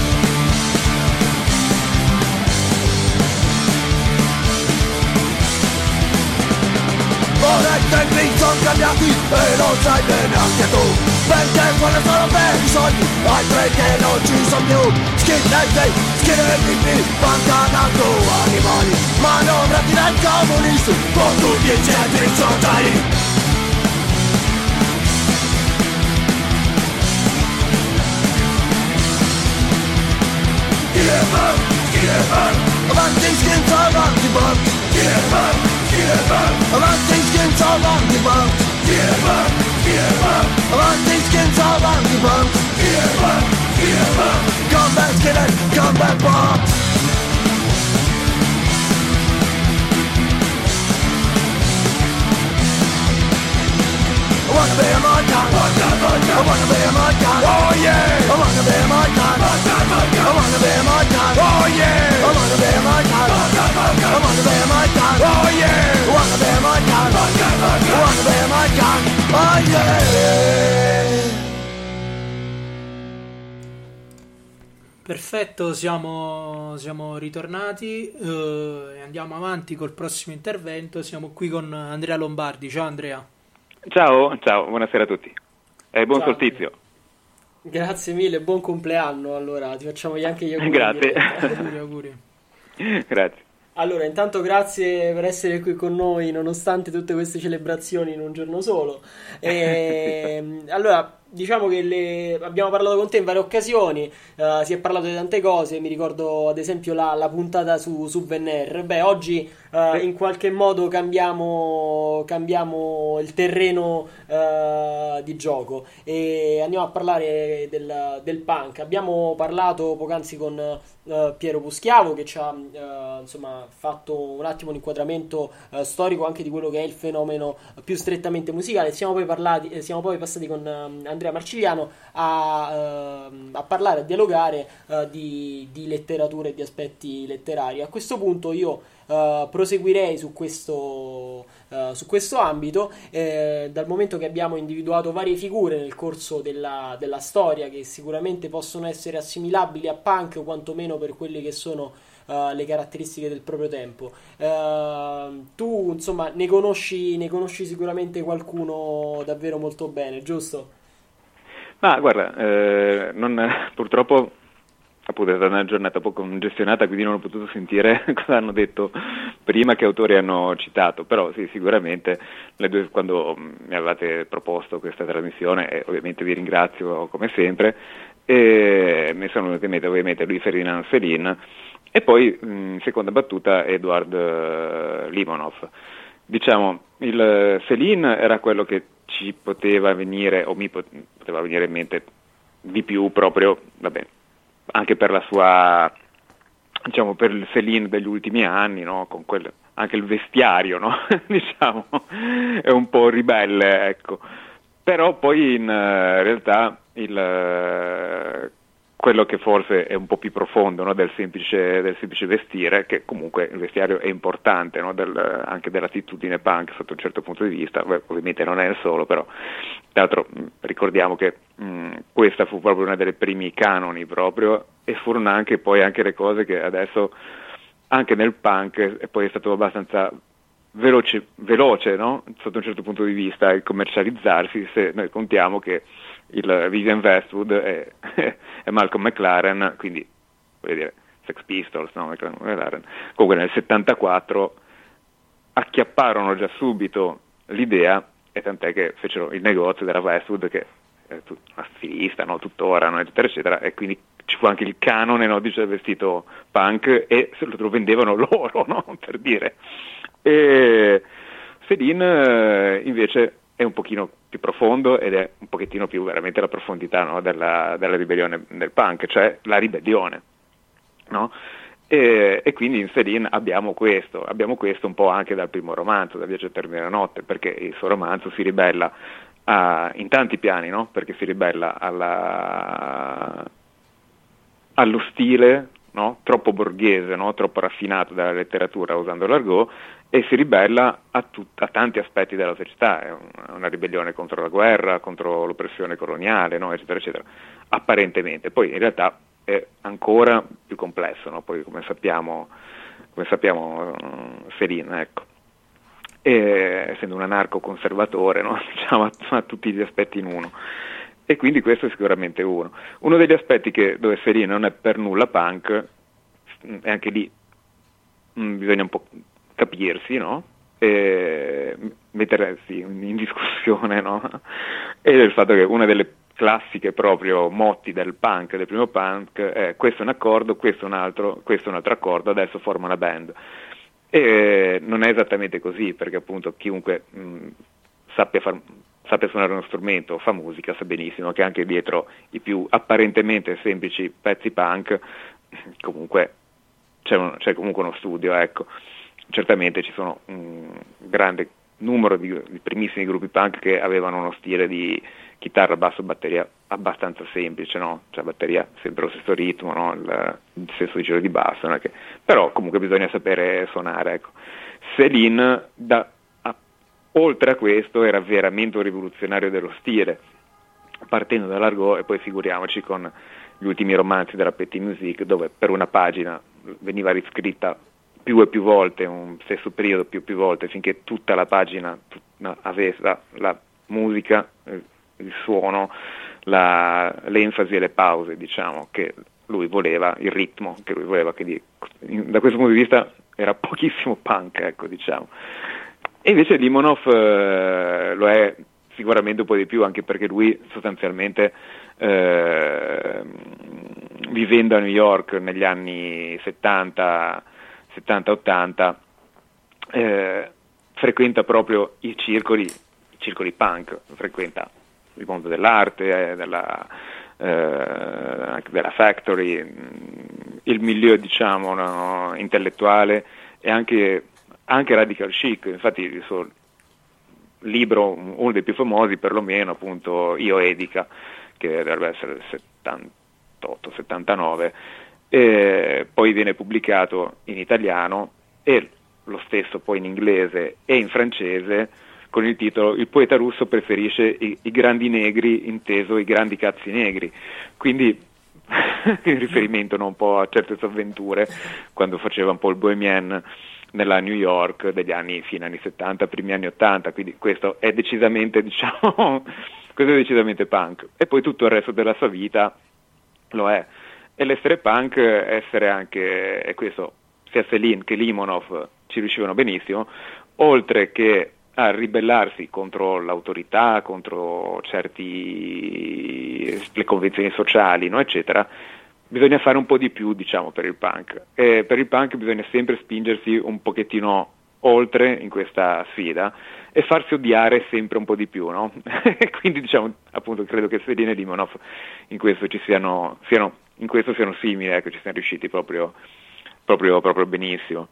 Ora i tempi sono cambiati e lo sai bene anche tu, perché quando sono per i soldi altri che non ci sono più. Skinhead, skinhead, pantanando animali, manovrati dai comunisti con tutti i centri sociali. G F M, G F M. Avanti scherzo, avanti band, G F M. Avanti scherzo, avanti band, G F M, G F M. Avanti scherzo, avanti band, G F M, G F M. Combat skillet, combat box. I wanna be a Martin, I wanna be a Martin, oh yeah. I wanna be a Martin, I wanna be a Martin, oh yeah. I wanna be a Martin, I wanna be a Martin, oh yeah. I wanna be a Martin, I wanna be a Martin, oh yeah. Perfetto, siamo, siamo ritornati uh, e andiamo avanti col prossimo intervento. Siamo qui con Andrea Lombardi. Ciao Andrea. Ciao, ciao, buonasera a tutti e buon Ciao. solstizio. Grazie mille, buon compleanno. Allora, ti facciamo anche gli auguri. Grazie. Auguri, auguri. Grazie. Allora, intanto grazie per essere qui con noi nonostante tutte queste celebrazioni in un giorno solo. E, allora, diciamo che le... abbiamo parlato con te in varie occasioni, uh, si è parlato di tante cose, mi ricordo ad esempio la, la puntata su, su Venner. Beh, oggi uh, in qualche modo cambiamo, cambiamo il terreno uh, di gioco e andiamo a parlare del, del punk. Abbiamo parlato poc'anzi con uh, Piero Puschiavo, che ci ha uh, insomma fatto un attimo un inquadramento uh, storico anche di quello che è il fenomeno più strettamente musicale. Siamo poi, parlati, eh, siamo poi passati con uh, Andrea Marcigliano a, uh, a parlare, a dialogare uh, di, di letteratura e di aspetti letterari. A questo punto io uh, proseguirei su questo, uh, su questo ambito, eh, dal momento che abbiamo individuato varie figure nel corso della, della storia che sicuramente possono essere assimilabili a punk, o quantomeno per quelle che sono Uh, le caratteristiche del proprio tempo. Uh, tu insomma ne conosci, ne conosci sicuramente qualcuno davvero molto bene, giusto? Ma guarda, eh, non, purtroppo appunto è stata una giornata poco congestionata, quindi non ho potuto sentire cosa hanno detto prima, che autori hanno citato, però sì, sicuramente le due, quando mi avevate proposto questa trasmissione, e ovviamente vi ringrazio come sempre, e mi sono venuti in mente ovviamente Louis Ferdinand Céline, e poi in seconda battuta Eduard uh, Limonov. Diciamo, il Céline era quello che ci poteva venire, o mi poteva venire in mente di più proprio, vabbè, anche per la sua, diciamo, per il Céline degli ultimi anni, no? Con quel, anche il vestiario, no? Diciamo, è un po' ribelle, ecco. Però poi in uh, realtà il... Uh, quello che forse è un po' più profondo, no, del semplice, del semplice vestire, che comunque il vestiario è importante, no, del, anche dell'attitudine punk sotto un certo punto di vista. Beh, ovviamente non è il solo, però tra l'altro ricordiamo che mh, questa fu proprio una delle primi canoni proprio, e furono anche poi anche le cose che adesso anche nel punk è poi è stato abbastanza veloce, veloce, no, sotto un certo punto di vista il commercializzarsi, se noi contiamo che il Vivian Westwood e, e Malcolm McLaren, quindi voglio dire Sex Pistols, no, McLaren, comunque nel settantaquattro acchiapparono già subito l'idea, e tant'è che fecero il negozio della Westwood, che è una stilista, no, tuttora, no, eccetera eccetera, e quindi ci fu anche il canone, no, dice, vestito punk, e se lo vendevano loro, no, per dire. E Céline invece è un pochino più profondo, ed è un pochettino più veramente la profondità, no, della, della ribellione del punk, cioè la ribellione, no? E, e quindi in Céline abbiamo questo, abbiamo questo un po' anche dal primo romanzo, da Viaggio a termine della notte, perché il suo romanzo si ribella a, in tanti piani, no? Perché si ribella alla, allo stile, no? Troppo borghese, no? Troppo raffinato dalla letteratura, usando l'argot, e si ribella a, tut- a tanti aspetti della società. È una, una ribellione contro la guerra, contro l'oppressione coloniale, no? Eccetera eccetera, apparentemente. Poi in realtà è ancora più complesso, no? Poi come sappiamo, come sappiamo uh, Céline, ecco, e, essendo un anarco-conservatore, no? Diciamo, ha, ha tutti gli aspetti in uno. E quindi questo è sicuramente uno. Uno degli aspetti che, dove Céline non è per nulla punk, e anche lì mh, bisogna un po' capirsi, no? E mettersi in discussione, no? E il fatto che una delle classiche proprio motti del punk, del primo punk, è questo è un accordo, questo è un altro, questo è un altro accordo, adesso forma una band. E non è esattamente così, perché appunto chiunque mh, sappia far sappia suonare uno strumento, fa musica, sa benissimo che anche dietro i più apparentemente semplici pezzi punk comunque c'è, un, c'è comunque uno studio, ecco. Certamente ci sono un grande numero di, di primissimi gruppi punk che avevano uno stile di chitarra, basso, batteria abbastanza semplice, no? Cioè batteria sempre lo stesso ritmo, no? il, il stesso giro di basso, non è che... però comunque bisogna sapere suonare, ecco. Céline da oltre a questo era veramente un rivoluzionario dello stile, partendo dall'argot, e poi figuriamoci con gli ultimi romanzi della Petit Musique, dove per una pagina veniva riscritta più e più volte, un stesso periodo più e più volte, finché tutta la pagina tutta, avesse la, la musica, il suono, la, l'enfasi e le pause, diciamo, che lui voleva, il ritmo che lui voleva, che di, da questo punto di vista era pochissimo punk, ecco, diciamo. E invece Limonov eh, lo è sicuramente un po' di più, anche perché lui sostanzialmente eh, vivendo a New York negli anni settanta ottanta eh, frequenta proprio i circoli, i circoli punk, frequenta il mondo dell'arte, eh, della, eh, anche della factory, il milieu diciamo no, intellettuale e anche, anche radical chic. Infatti il suo libro, uno dei più famosi perlomeno, appunto Io Edica, che dovrebbe essere del settantotto settantanove, e poi viene pubblicato in italiano e lo stesso poi in inglese e in francese con il titolo Il poeta russo preferisce i, i grandi negri, inteso i grandi cazzi negri, quindi in riferimento no, un po' a certe sue avventure quando faceva un po' il bohemian nella New York degli anni fine anni settanta, primi anni ottanta, quindi questo è decisamente diciamo questo è decisamente punk, e poi tutto il resto della sua vita lo è. E l'essere punk, essere anche, e questo sia Céline che Limonov ci riuscivano benissimo, oltre che a ribellarsi contro l'autorità, contro certi le convenzioni sociali, no, eccetera, bisogna fare un po' di più, diciamo, per il punk. E per il punk bisogna sempre spingersi un pochettino oltre in questa sfida e farsi odiare sempre un po' di più, no? Quindi diciamo, appunto, credo che Céline e Limonov in questo ci siano, siano in questo siano simili, ecco, ci siano riusciti proprio, proprio, proprio benissimo.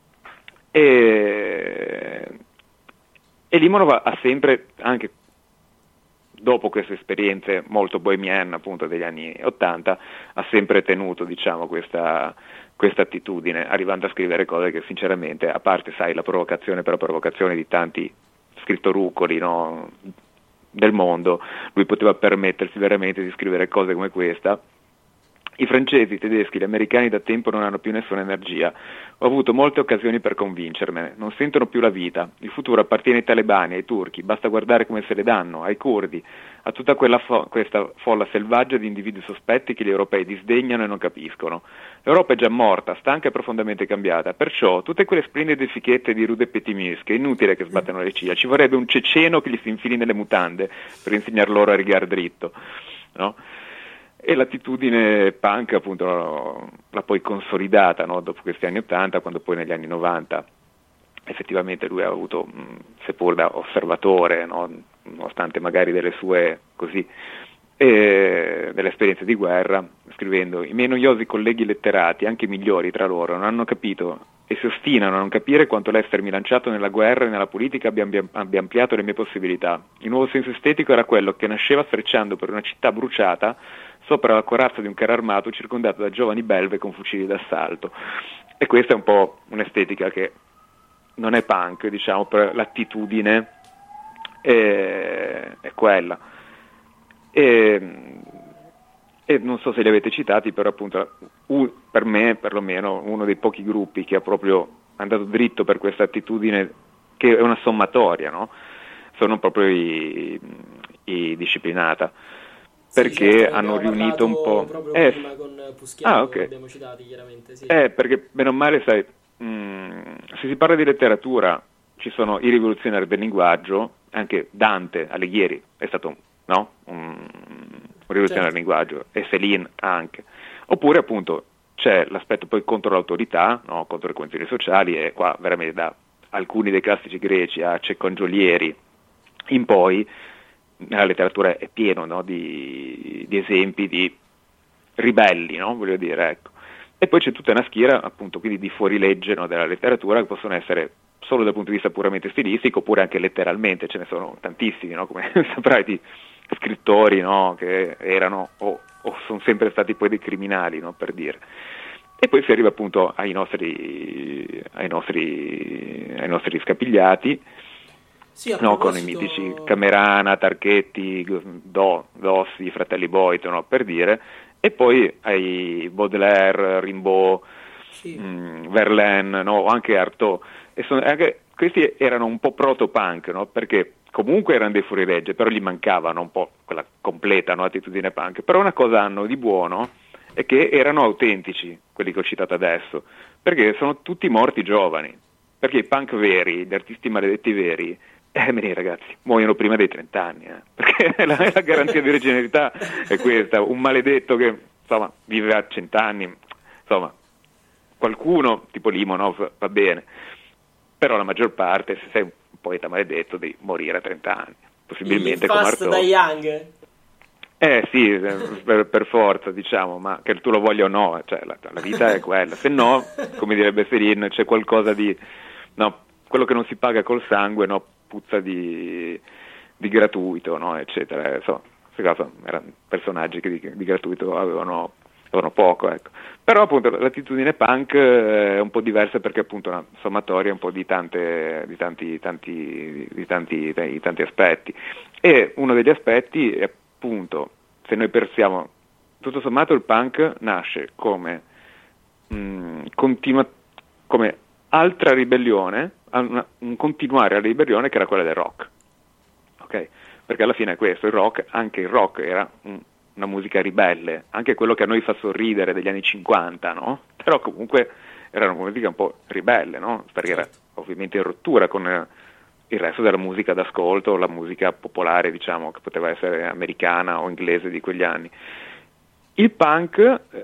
E, e Limonov ha sempre, anche dopo queste esperienze molto bohemian appunto degli anni ottanta, ha sempre tenuto, diciamo, questa questa attitudine, arrivando a scrivere cose che sinceramente, a parte, sai, la provocazione per la provocazione di tanti scrittorucoli, no, del mondo, lui poteva permettersi veramente di scrivere cose come questa. I francesi, i tedeschi, gli americani da tempo non hanno più nessuna energia. Ho avuto molte occasioni per convincermene. Non sentono più la vita. Il futuro appartiene ai talebani, ai turchi. Basta guardare come se le danno, ai curdi, a tutta quella fo- questa folla selvaggia di individui sospetti che gli europei disdegnano e non capiscono. L'Europa è già morta, stanca e profondamente cambiata. Perciò tutte quelle splendide fichette di Rude Petimis, che è inutile che sbattano le ciglia. Ci vorrebbe un ceceno che gli si infili nelle mutande per insegnar loro a rigar dritto, no? E l'attitudine punk appunto l'ha poi consolidata, no? Dopo questi anni ottanta, quando poi negli anni novanta effettivamente lui ha avuto, mh, seppur da osservatore, no? Nonostante magari delle sue così e delle esperienze di guerra, scrivendo: i miei noiosi colleghi letterati, anche migliori tra loro, non hanno capito e si ostinano a non capire quanto l'essermi lanciato nella guerra e nella politica abbia, abbia, abbia ampliato le mie possibilità. Il nuovo senso estetico era quello che nasceva sfrecciando per una città bruciata sopra la corazza di un carro armato circondato da giovani belve con fucili d'assalto. E questa è un po' un'estetica che non è punk, diciamo, per l'attitudine è, è quella. E, e non so se li avete citati, però appunto un, per me perlomeno uno dei pochi gruppi che ha proprio andato dritto per questa attitudine, che è una sommatoria, no? Sono proprio i, i Disciplinata, perché sì, certo, hanno riunito un po'... proprio eh, prima con Puschiano, ah, okay. Abbiamo citati chiaramente, sì. Eh, perché bene o male, sai, mh, se si parla di letteratura ci sono i rivoluzionari del linguaggio, anche Dante Alighieri è stato, no? un, un rivoluzionario del linguaggio, e Céline anche. Oppure appunto c'è l'aspetto poi contro l'autorità, no? Contro le convenzioni sociali, e qua veramente da alcuni dei classici greci a Ceccongiolieri in poi, nella letteratura è pieno, no? di, di esempi di ribelli, no? Voglio dire, ecco. E poi c'è tutta una schiera appunto quindi di fuorilegge, no? della letteratura, che possono essere solo dal punto di vista puramente stilistico oppure anche letteralmente, ce ne sono tantissimi, no? Come saprai, di scrittori, no? che erano o, o sono sempre stati poi dei criminali, no? per dire. E poi si arriva appunto ai nostri ai nostri ai nostri scapigliati, sì, no, proposito... con i mitici Camerana, Tarchetti, Do, Dossi, Fratelli Boito, no, per dire, e poi ai Baudelaire, Rimbaud, sì. mh, Verlaine, no, anche Artaud, e sono, anche, questi erano un po' proto-punk, no, perché comunque erano dei fuorilegge, però gli mancavano un po' quella completa, no, attitudine punk. Però una cosa hanno di buono è che erano autentici, quelli che ho citato adesso, perché sono tutti morti giovani, perché i punk veri, gli artisti maledetti veri, Eh, bene, ragazzi, muoiono prima dei trenta anni, eh, perché la, la garanzia di originalità è questa. Un maledetto che, insomma, vive a cent'anni, insomma, qualcuno, tipo Limonov, va bene, però la maggior parte, se sei un poeta maledetto, devi morire a trenta anni, possibilmente il come fast Artaud. da Young. Eh sì, per, per forza, diciamo, ma che tu lo voglia o no, cioè la, la vita è quella, se no, come direbbe Serin, c'è qualcosa di, no, quello che non si paga col sangue, no, puzza di, di gratuito, no, eccetera, insomma, erano personaggi che di, di gratuito avevano, avevano poco, ecco. Però appunto l'attitudine punk è un po' diversa perché appunto è una sommatoria un po' di tante, di tanti, tanti, di tanti, di tanti aspetti, e uno degli aspetti è appunto, se noi pensiamo, tutto sommato il punk nasce come mh, continua, come altra ribellione, una, un continuare alla ribellione che era quella del rock, ok? Perché alla fine è questo, il rock, anche il rock era un, una musica ribelle, anche quello che a noi fa sorridere degli anni cinquanta, no? Però comunque era una musica un po' ribelle, no? Perché era ovviamente in rottura con eh, il resto della musica d'ascolto, la musica popolare, diciamo, che poteva essere americana o inglese di quegli anni. Il punk eh,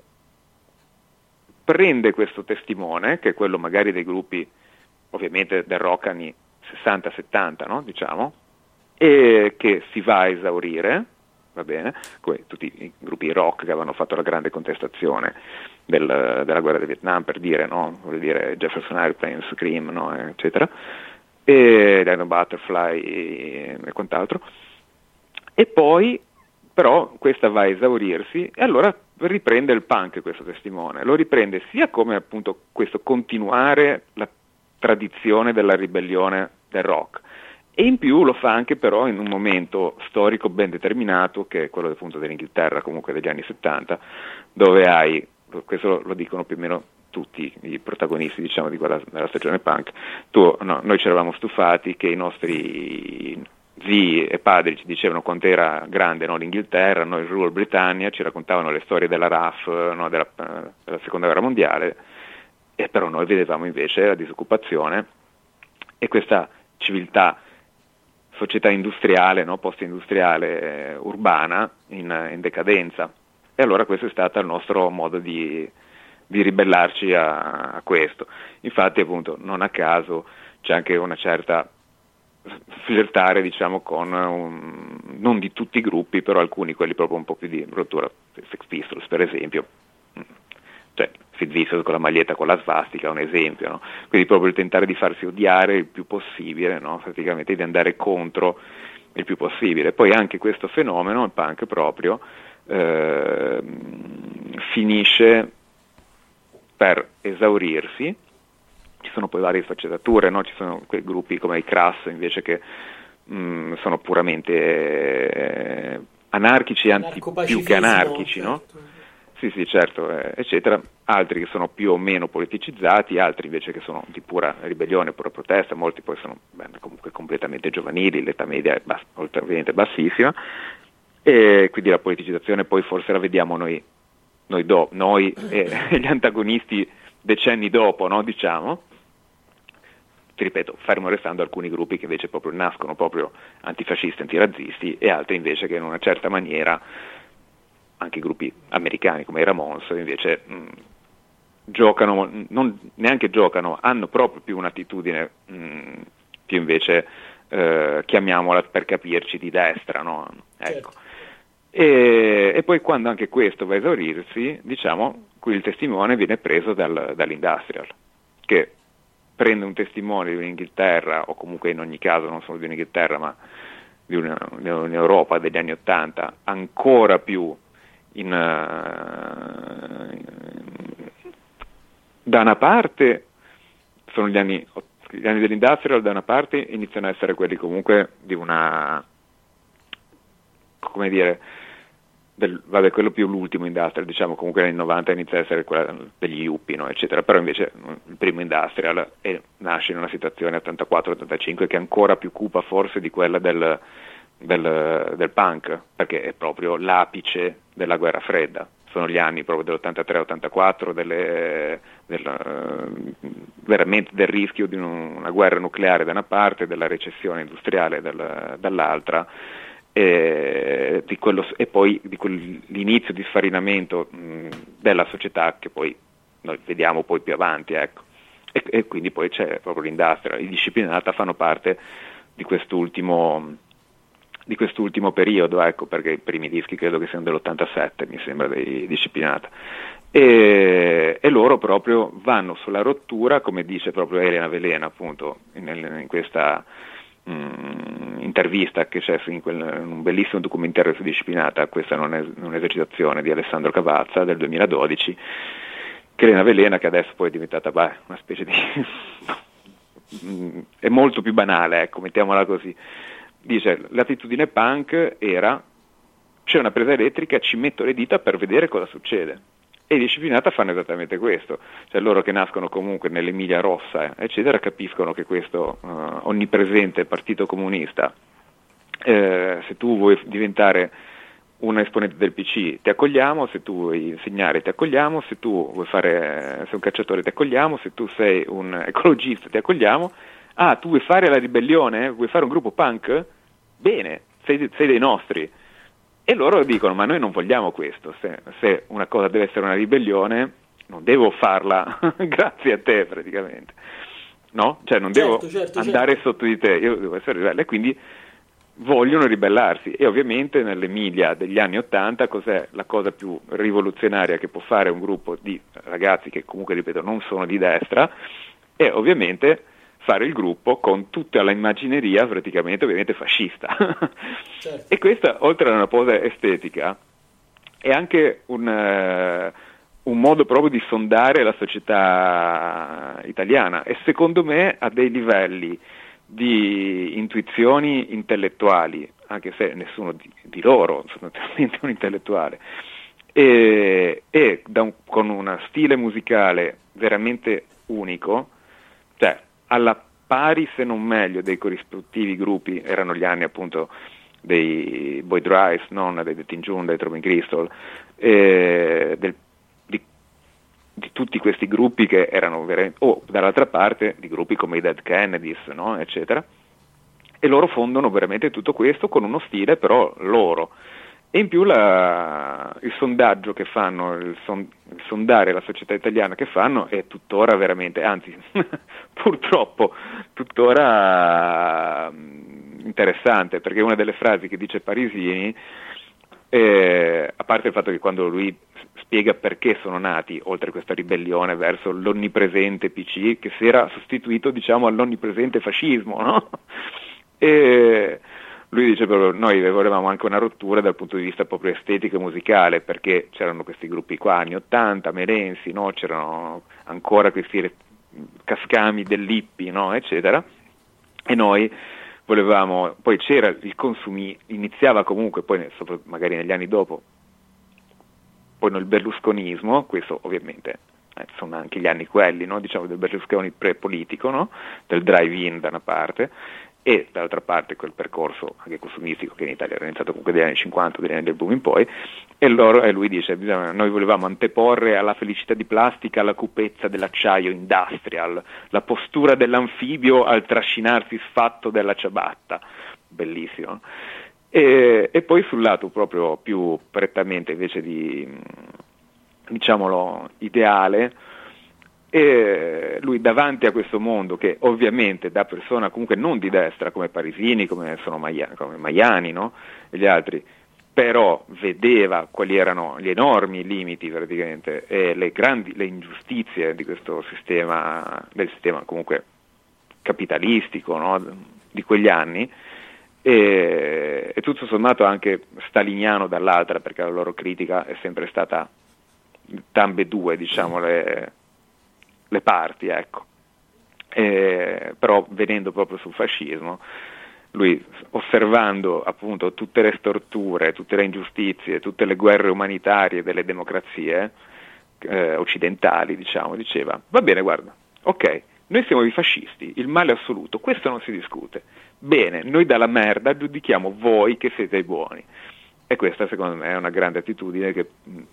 prende questo testimone, che è quello magari dei gruppi, ovviamente del rock anni sessanta settanta, no? Diciamo, e che si va a esaurire, va bene, come tutti i gruppi rock che avevano fatto la grande contestazione del, della guerra del Vietnam, per dire, no? Vuol dire Jefferson Airplane, Scream, no? Eccetera, e Dino Butterfly e, e quant'altro, e poi però questa va a esaurirsi e allora riprende il punk questo testimone, lo riprende sia come appunto questo continuare la tradizione della ribellione del rock, e in più lo fa anche però in un momento storico ben determinato, che è quello appunto dell'Inghilterra, comunque degli anni settanta, dove hai, questo lo, lo dicono più o meno tutti i protagonisti, diciamo, di quella della stagione punk, tu, no, noi ci eravamo stufati che i nostri zii e padri ci dicevano quanto era grande, no, l'Inghilterra, no, il Rule Britannia, ci raccontavano le storie della R A F, no, della, della seconda guerra mondiale, e però noi vedevamo invece la disoccupazione e questa civiltà, società industriale, no, post-industriale, eh, urbana, in, in decadenza. E allora questo è stato il nostro modo di, di ribellarci a, a questo. Infatti appunto non a caso c'è anche una certa flirtare, diciamo, con un, non di tutti i gruppi, però alcuni, quelli proprio un po' più di rottura, Sex Pistols per esempio, cioè Sid Vicious con la maglietta con la svastica è un esempio, no? Quindi proprio il tentare di farsi odiare il più possibile, no? Praticamente di andare contro il più possibile. Poi anche questo fenomeno, il punk proprio, eh, finisce per esaurirsi. Ci sono poi varie sfaccettature, no? Ci sono quei gruppi come i Crass invece che mh, sono puramente eh, anarchici, anzi più che anarchici, certo. No? Sì, sì, certo, eh, eccetera. Altri che sono più o meno politicizzati, altri invece che sono di pura ribellione, pura protesta, molti poi sono beh, comunque completamente giovanili, l'età media è bass- ovviamente bassissima, e quindi la politicizzazione poi forse la vediamo noi, noi, do- noi e gli antagonisti decenni dopo, no, diciamo. Ti ripeto, fermo restando alcuni gruppi che invece proprio nascono proprio antifascisti, antirazzisti, e altri invece che in una certa maniera, anche gruppi americani come i Ramones, invece mh, giocano, non neanche giocano, hanno proprio più un'attitudine mh, più invece, eh, chiamiamola per capirci, di destra, no? Ecco. Certo. E, e poi quando anche questo va a esaurirsi, diciamo, qui il testimone viene preso dal, dall'industrial, che prende un testimone di un'Inghilterra, o comunque in ogni caso non solo di un'Inghilterra, ma di una, un'Europa degli anni Ottanta, ancora più in, uh, da una parte sono gli anni, gli anni dell'industrial, da una parte iniziano a essere quelli comunque di una, come dire, del, vabbè, quello più l'ultimo industrial, diciamo, comunque negli anni novanta inizia a essere quella degli yuppie, no, eccetera, però invece il primo industrial è, nasce in una situazione ottantaquattro ottantacinque che è ancora più cupa forse di quella del, del, del punk, perché è proprio l'apice della guerra fredda, sono gli anni proprio dell'ottantatré ottantaquattro, delle del, veramente del rischio di una guerra nucleare da una parte, della recessione industriale dal, dall'altra, e, di quello, e poi di quell'inizio di sfarinamento mh, della società che poi noi vediamo poi più avanti, ecco. E, e quindi poi c'è proprio l'Industrial, i Disciplinata fanno parte di quest'ultimo di quest'ultimo periodo, ecco, perché i primi dischi credo che siano dell'ottantasette, mi sembra, dei Disciplinata, e, e loro proprio vanno sulla rottura, come dice proprio Elena Velena appunto in, in questa mh, intervista che c'è in, quel, in un bellissimo documentario su Disciplinata, questa non è un'esercitazione di Alessandro Cavazza del duemiladodici, che Elena Velena, che adesso poi è diventata beh, una specie di è molto più banale, ecco, mettiamola così. Dice, l'attitudine punk era, c'è una presa elettrica, ci metto le dita per vedere cosa succede. E i Disciplinata fanno esattamente questo, cioè loro che nascono comunque nell'Emilia Rossa, eh, eccetera, capiscono che questo uh, onnipresente partito comunista, eh, se tu vuoi diventare un esponente del P C ti accogliamo, se tu vuoi insegnare ti accogliamo, se tu vuoi fare, sei un cacciatore ti accogliamo, se tu sei un ecologista ti accogliamo. Ah, tu vuoi fare la ribellione? Vuoi fare un gruppo punk? Bene, sei, sei dei nostri. E loro dicono, ma noi non vogliamo questo, se, se una cosa deve essere una ribellione, non devo farla grazie a te praticamente, no? Cioè non certo, devo certo, andare certo. sotto di te, io devo essere ribelle, quindi vogliono ribellarsi. E ovviamente nell'Emilia degli anni Ottanta cos'è la cosa più rivoluzionaria che può fare un gruppo di ragazzi che comunque, ripeto, non sono di destra? È ovviamente fare il gruppo con tutta la immagineria praticamente ovviamente fascista. Certo. E questa, oltre a una posa estetica, è anche un, uh, un modo proprio di sondare la società italiana, e secondo me a dei livelli di intuizioni intellettuali, anche se nessuno di, di loro sostanzialmente un intellettuale, e, e da un, con uno stile musicale veramente unico, cioè alla pari se non meglio dei corrispettivi gruppi, erano gli anni appunto dei Boyd Rice, non dei Dead in June, dei Throbbing Gristle, eh, del, di, di tutti questi gruppi che erano veramente, o dall'altra parte di gruppi come i Dead Kennedys, no? Eccetera, e loro fondono veramente tutto questo con uno stile però loro. E in più la, il sondaggio che fanno, il, son, il sondare la società italiana che fanno è tuttora veramente, anzi purtroppo tuttora mh, interessante, perché una delle frasi che dice Parisini, eh, a parte il fatto che quando lui spiega perché sono nati, oltre a questa ribellione verso l'onnipresente P C, che si era sostituito diciamo all'onnipresente fascismo, no? E lui dice proprio, noi volevamo anche una rottura dal punto di vista proprio estetico e musicale, perché c'erano questi gruppi qua, anni ottanta, Melensi, no? C'erano ancora questi cascami dell'hippie, no? Eccetera, e noi volevamo, poi c'era il consumi, iniziava comunque, poi magari negli anni dopo, poi no, il berlusconismo, questo ovviamente eh, sono anche gli anni quelli, no? Diciamo del Berlusconi pre-politico, no? Del drive-in da una parte, e dall'altra parte quel percorso anche consumistico che in Italia era iniziato comunque dagli anni cinquanta, dagli anni del boom in poi, e, loro, e lui dice, bisogna, noi volevamo anteporre alla felicità di plastica la cupezza dell'acciaio industrial, la postura dell'anfibio al trascinarsi sfatto della ciabatta, bellissimo. E, e poi sul lato proprio più prettamente invece di, diciamolo, ideale, e lui davanti a questo mondo che ovviamente da persona comunque non di destra come Parisini, come sono Maiani, come Maiani, no? E gli altri, però vedeva quali erano gli enormi limiti praticamente e le grandi le ingiustizie di questo sistema, del sistema comunque capitalistico, no? Di quegli anni, e, e tutto sommato anche staliniano dall'altra, perché la loro critica è sempre stata ambedue, diciamo, le le parti, ecco. Eh, però venendo proprio sul fascismo, lui osservando appunto tutte le storture, tutte le ingiustizie, tutte le guerre umanitarie delle democrazie eh, occidentali, diciamo, diceva, va bene, guarda, ok, noi siamo i fascisti, il male assoluto, questo non si discute, bene, noi dalla merda giudichiamo voi che siete i buoni. E questa secondo me è una grande attitudine che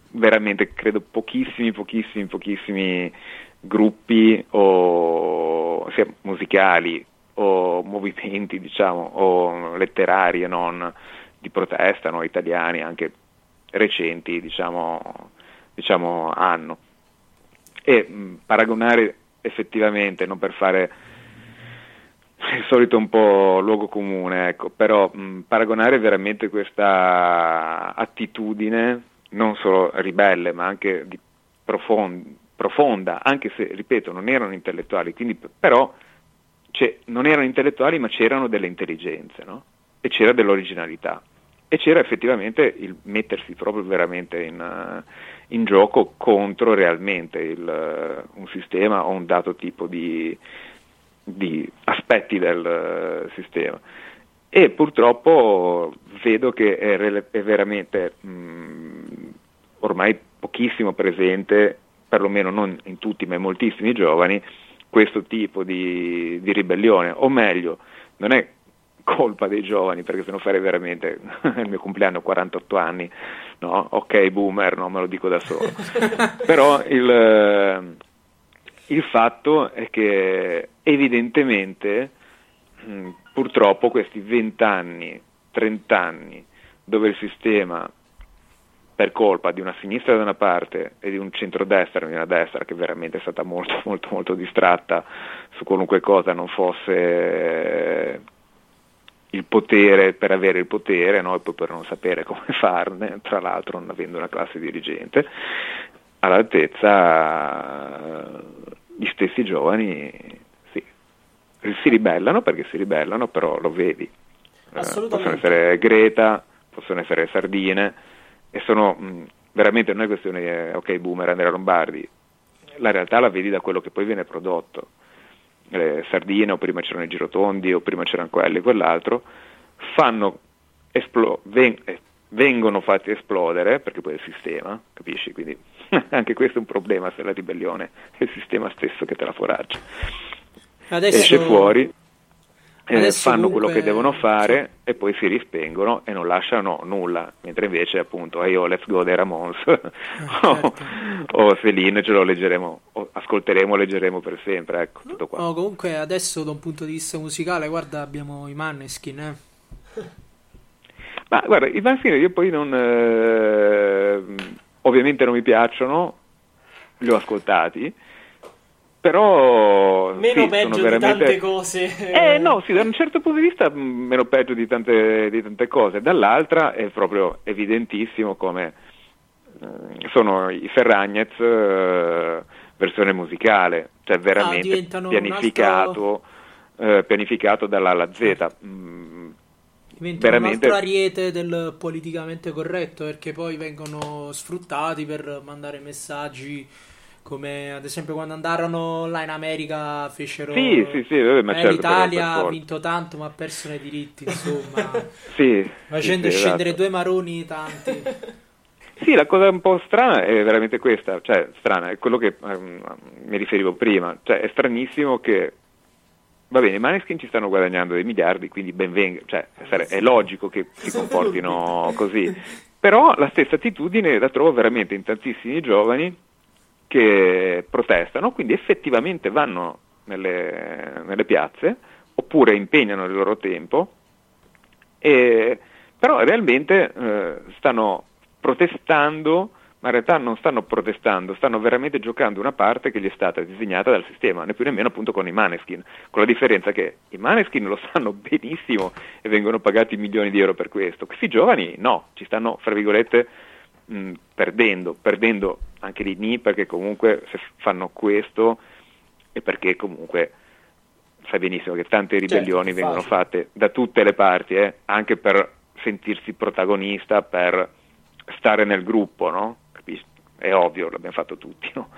veramente credo pochissimi, pochissimi, pochissimi gruppi o sia musicali o movimenti, diciamo, o letterari e non di protesta, no, italiani anche recenti, diciamo, diciamo hanno. E mh, paragonare effettivamente, non per fare il solito un po' luogo comune, ecco, però mh, paragonare veramente questa attitudine non solo ribelle ma anche di profond- profonda, anche se, ripeto, non erano intellettuali, quindi però cioè, non erano intellettuali ma c'erano delle intelligenze, no? E c'era dell'originalità e c'era effettivamente il mettersi proprio veramente in, uh, in gioco contro realmente il, uh, un sistema o un dato tipo di, di aspetti del uh, sistema. E purtroppo vedo che è, re- è veramente mh, ormai pochissimo presente, perlomeno non in tutti ma in moltissimi giovani, questo tipo di, di ribellione, o meglio, non è colpa dei giovani, perché se no farei veramente il mio compleanno ho quarantotto anni, no? Ok boomer, no, me lo dico da solo. Però il, il fatto è che evidentemente mh, purtroppo questi vent'anni, trent'anni dove il sistema, per colpa di una sinistra da una parte e di un centrodestra di una destra che veramente è stata molto molto molto distratta su qualunque cosa non fosse il potere per avere il potere, no? E poi per non sapere come farne, tra l'altro non avendo una classe dirigente all'altezza, gli stessi giovani sì, si ribellano perché si ribellano, però lo vedi, eh, possono essere Greta, possono essere sardine e sono mh, veramente non è questione di eh, ok boomer Andrea Lombardi, la realtà la vedi da quello che poi viene prodotto. Le sardine, o prima c'erano i girotondi, o prima c'erano quelli e quell'altro, fanno esplo- ven- eh, vengono fatti esplodere, perché poi è il sistema, capisci? Quindi anche questo è un problema, se la ribellione è il sistema stesso che te la foraggia. Adesso... esce fuori, eh, fanno comunque... quello che devono fare e poi si rispengono e non lasciano nulla, mentre invece appunto io Let's Go dei Ramones ah, certo. o, o Céline ce lo leggeremo, o ascolteremo, leggeremo per sempre, ecco, tutto qua. No, comunque adesso da un punto di vista musicale, guarda, abbiamo i Maneskin, eh. Ma guarda, i Maneskin io poi non eh, ovviamente non mi piacciono, li ho ascoltati, però meno sì, peggio sono veramente... di tante cose. Eh no, sì, da un certo punto di vista meno peggio di tante, di tante cose, dall'altra è proprio evidentissimo come eh, sono i Ferragnez eh, versione musicale, cioè veramente ah, pianificato, altro... eh, pianificato dall'A alla Z. Mm, diventano veramente... un altro ariete del politicamente corretto, perché poi vengono sfruttati per mandare messaggi come ad esempio quando andarono là in America fecero sì, sì, sì, vabbè, ma eh, certo, l'Italia ha vinto tanto ma ha perso nei diritti, insomma sì, facendo sì, sì, scendere esatto. due maroni tanti. Sì, la cosa un po' strana è veramente questa, cioè strana, è quello che um, mi riferivo prima, cioè è stranissimo che va bene, i Maneskin ci stanno guadagnando dei miliardi, quindi ben venga, cioè è logico che si comportino così, però la stessa attitudine la trovo veramente in tantissimi giovani che protestano, quindi effettivamente vanno nelle, nelle piazze oppure impegnano il loro tempo, e, però realmente eh, stanno protestando, ma in realtà non stanno protestando, stanno veramente giocando una parte che gli è stata disegnata dal sistema, né più nemmeno appunto con i Maneskin, con la differenza che i Maneskin lo sanno benissimo e vengono pagati milioni di euro per questo, questi giovani no, ci stanno fra virgolette mh, perdendo, perdendo anche lì ni perché comunque se fanno questo e perché comunque sai benissimo che tante ribellioni certo, vengono fatte da tutte le parti, eh, anche per sentirsi protagonista, per stare nel gruppo, no? Capisci? È ovvio, l'abbiamo fatto tutti, no?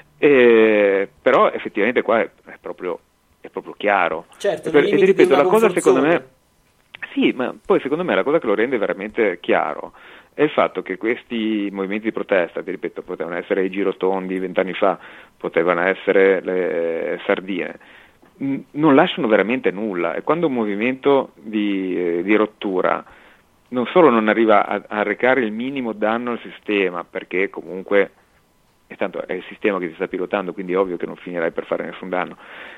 E, però effettivamente qua è, è, proprio, è proprio chiaro. Certo, e, per, e ti ripeto, la cosa secondo me sì, ma poi secondo me la cosa che lo rende veramente chiaro è il fatto che questi movimenti di protesta, ti ripeto, potevano essere i girotondi vent'anni fa, potevano essere le sardine, n- non lasciano veramente nulla, e quando un movimento di, eh, di rottura non solo non arriva a, a recare il minimo danno al sistema, perché comunque e tanto è il sistema che si sta pilotando, quindi è ovvio che non finirai per fare nessun danno,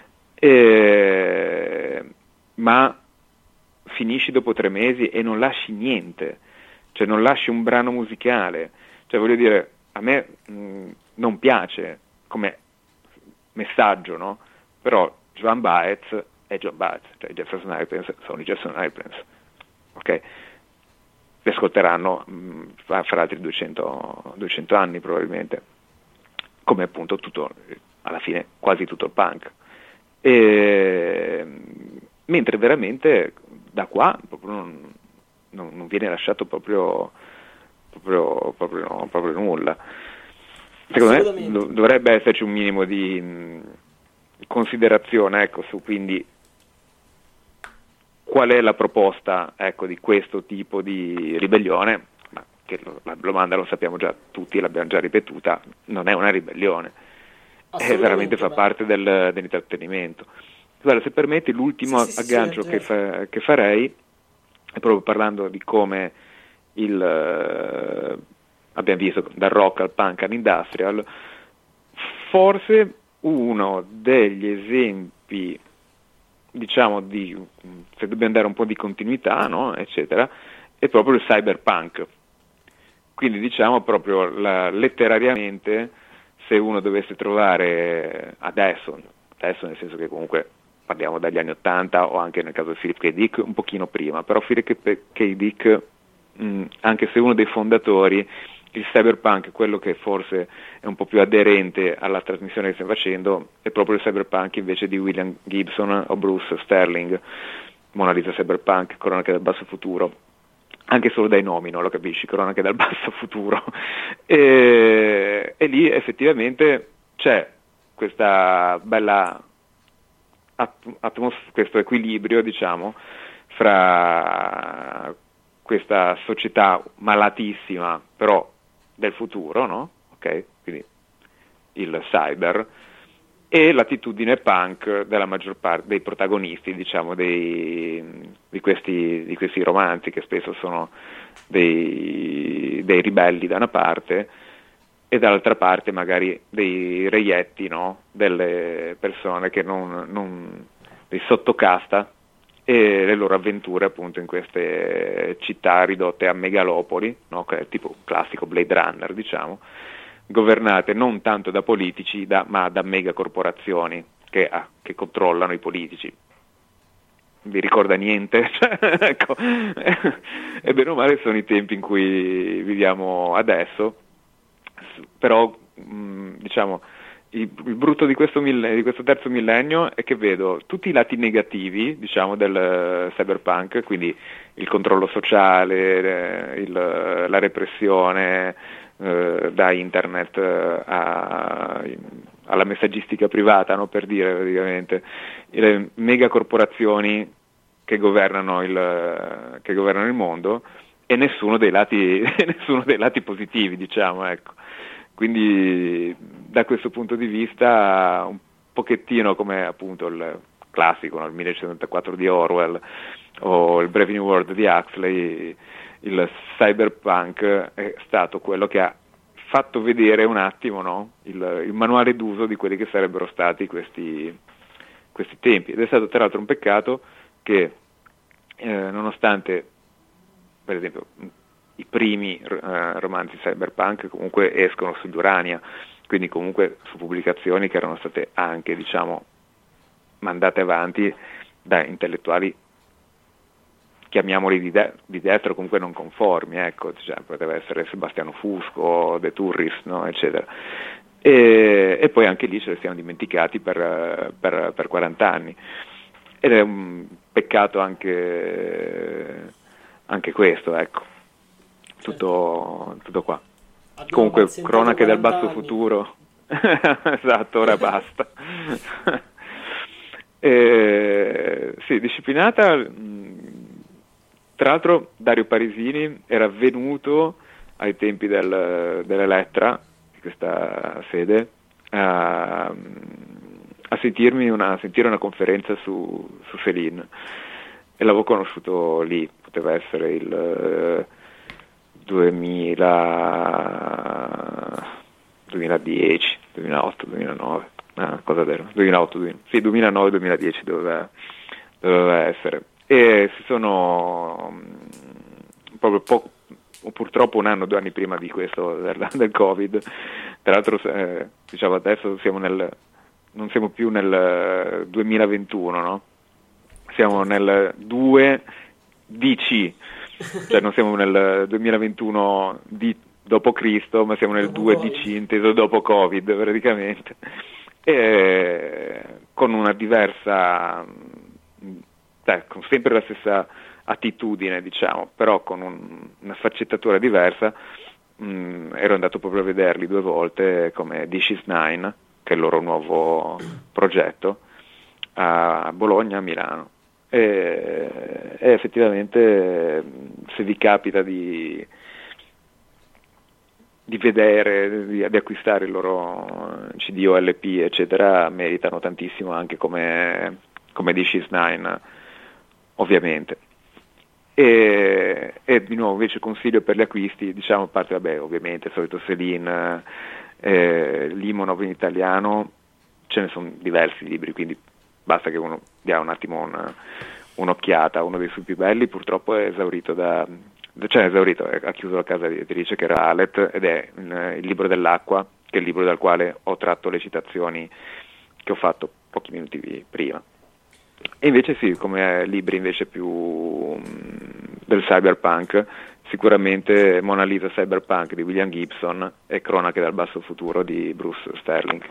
e, ma finisci dopo tre mesi e non lasci niente, cioè non lasci un brano musicale, cioè voglio dire, a me mh, non piace come messaggio, no? Però Joan Baez è Joan Baez, cioè i Jefferson Airplanes sono i Jefferson Airplanes, ok? Li ascolteranno mh, fra altri duecento, duecento anni probabilmente, come appunto tutto, alla fine quasi tutto il punk. E, mentre veramente da qua proprio non, non, non viene lasciato proprio, proprio, proprio, no, proprio nulla. Secondo me do, dovrebbe esserci un minimo di mh, considerazione, ecco, su quindi qual è la proposta, ecco, di questo tipo di ribellione, ma che lo, la domanda lo sappiamo già tutti, l'abbiamo già ripetuta, non è una ribellione, è veramente fa parte del, dell'intrattenimento. Guarda, se permetti, l'ultimo sì, sì, aggancio sì, che, fa, che farei è proprio parlando di come il uh, abbiamo visto dal rock al punk all'industrial, forse uno degli esempi, diciamo, di, se dobbiamo dare un po' di continuità, no, eccetera, è proprio il cyberpunk. Quindi diciamo proprio la, letterariamente, se uno dovesse trovare adesso, adesso nel senso che comunque parliamo dagli anni ottanta, o anche nel caso di Philip K. Dick un pochino prima, però Philip K. Dick, mh, anche se uno dei fondatori, il cyberpunk, quello che forse è un po' più aderente alla trasmissione che stiamo facendo, è proprio il cyberpunk invece di William Gibson o Bruce Sterling, Mona Lisa Cyberpunk, Cronache del basso futuro, anche solo dai nomi, no? Lo capisci, Cronache del basso futuro, e, e lì effettivamente c'è questa bella atmos- questo equilibrio, diciamo, fra questa società malatissima, però del futuro, no? Ok? Quindi il cyber, e l'attitudine punk della maggior parte dei protagonisti, diciamo, dei, di, questi, di questi romanzi, che spesso sono dei, dei ribelli da una parte, e dall'altra parte magari dei reietti, no? Delle persone che non, non dei sottocasta, e le loro avventure appunto in queste città ridotte a megalopoli, no? Che è tipo classico Blade Runner, diciamo, governate non tanto da politici da, ma da megacorporazioni che, ah, che controllano i politici. Vi ricorda niente? Ecco. E bene o male sono i tempi in cui viviamo adesso, però mh, diciamo il, il brutto di questo, mille, di questo terzo millennio è che vedo tutti i lati negativi, diciamo, del uh, cyberpunk, quindi il controllo sociale, il, la repressione uh, da internet uh, a, alla messaggistica privata, no, per dire praticamente, le megacorporazioni che governano il, che governano il mondo, e nessuno dei lati, nessuno dei lati positivi, diciamo, ecco. Quindi da questo punto di vista un pochettino come appunto il classico, no? Il millecentosettantaquattro di Orwell o il Brave New World di Huxley, il cyberpunk è stato quello che ha fatto vedere un attimo, no? il, il manuale d'uso di quelli che sarebbero stati questi, questi tempi, ed è stato tra l'altro un peccato che eh, nonostante per esempio i primi uh, romanzi cyberpunk comunque escono su Urania, quindi comunque su pubblicazioni che erano state anche, diciamo, mandate avanti da intellettuali, chiamiamoli di, de- di destra o comunque non conformi, ecco, cioè, poteva essere Sebastiano Fusco, De Turris, no, eccetera. E, e poi anche lì ce li siamo dimenticati per, per, per quaranta anni, ed è un peccato anche, anche questo, ecco. Tutto, tutto qua. Abbiamo comunque cronache del basso anni. Futuro. Esatto, ora basta. E, sì, disciplinata. Tra l'altro Dario Parisini era venuto ai tempi del, dell'Elettra, di questa sede, a, a sentirmi una, a sentire una conferenza su, su Céline. e l'avevo conosciuto lì, poteva essere il eh, duemila, duemiladieci, duemilaotto, duemilanove, ah, cosa vero? duemilaotto, duemila, sì, duemilanove duemiladieci doveva, doveva essere. E si sono mh, proprio poco, purtroppo un anno, due anni prima di questo, del, del Covid, tra l'altro eh, diciamo adesso siamo nel, non siamo più nel duemilaventuno, no? Siamo nel due D C, cioè non siamo nel duemilaventuno di, dopo Cristo, ma siamo nel due D C inteso dopo Covid praticamente, e con una diversa, cioè, con sempre la stessa attitudine, diciamo, però con un, una sfaccettatura diversa. mh, ero andato proprio a vederli due volte come This Is Nine, che è il loro nuovo progetto, a Bologna, a Milano. E, e effettivamente, se vi capita di, di vedere, di, di acquistare il loro C D o L P, eccetera, meritano tantissimo anche come, come This Is Nine, ovviamente. E, e di nuovo invece consiglio per gli acquisti, diciamo, a parte vabbè ovviamente il solito Céline, eh, Limonov in italiano, ce ne sono diversi libri, quindi basta che uno dia un attimo una, un'occhiata. Uno dei suoi più belli purtroppo è esaurito da, cioè è esaurito, ha chiuso la casa editrice, che era Alet, ed è il, il libro dell'acqua, che è il libro dal quale ho tratto le citazioni che ho fatto pochi minuti prima. E invece sì, come libri invece più mh, del cyberpunk, sicuramente Mona Lisa Cyberpunk di William Gibson e Cronache dal basso futuro di Bruce Sterling.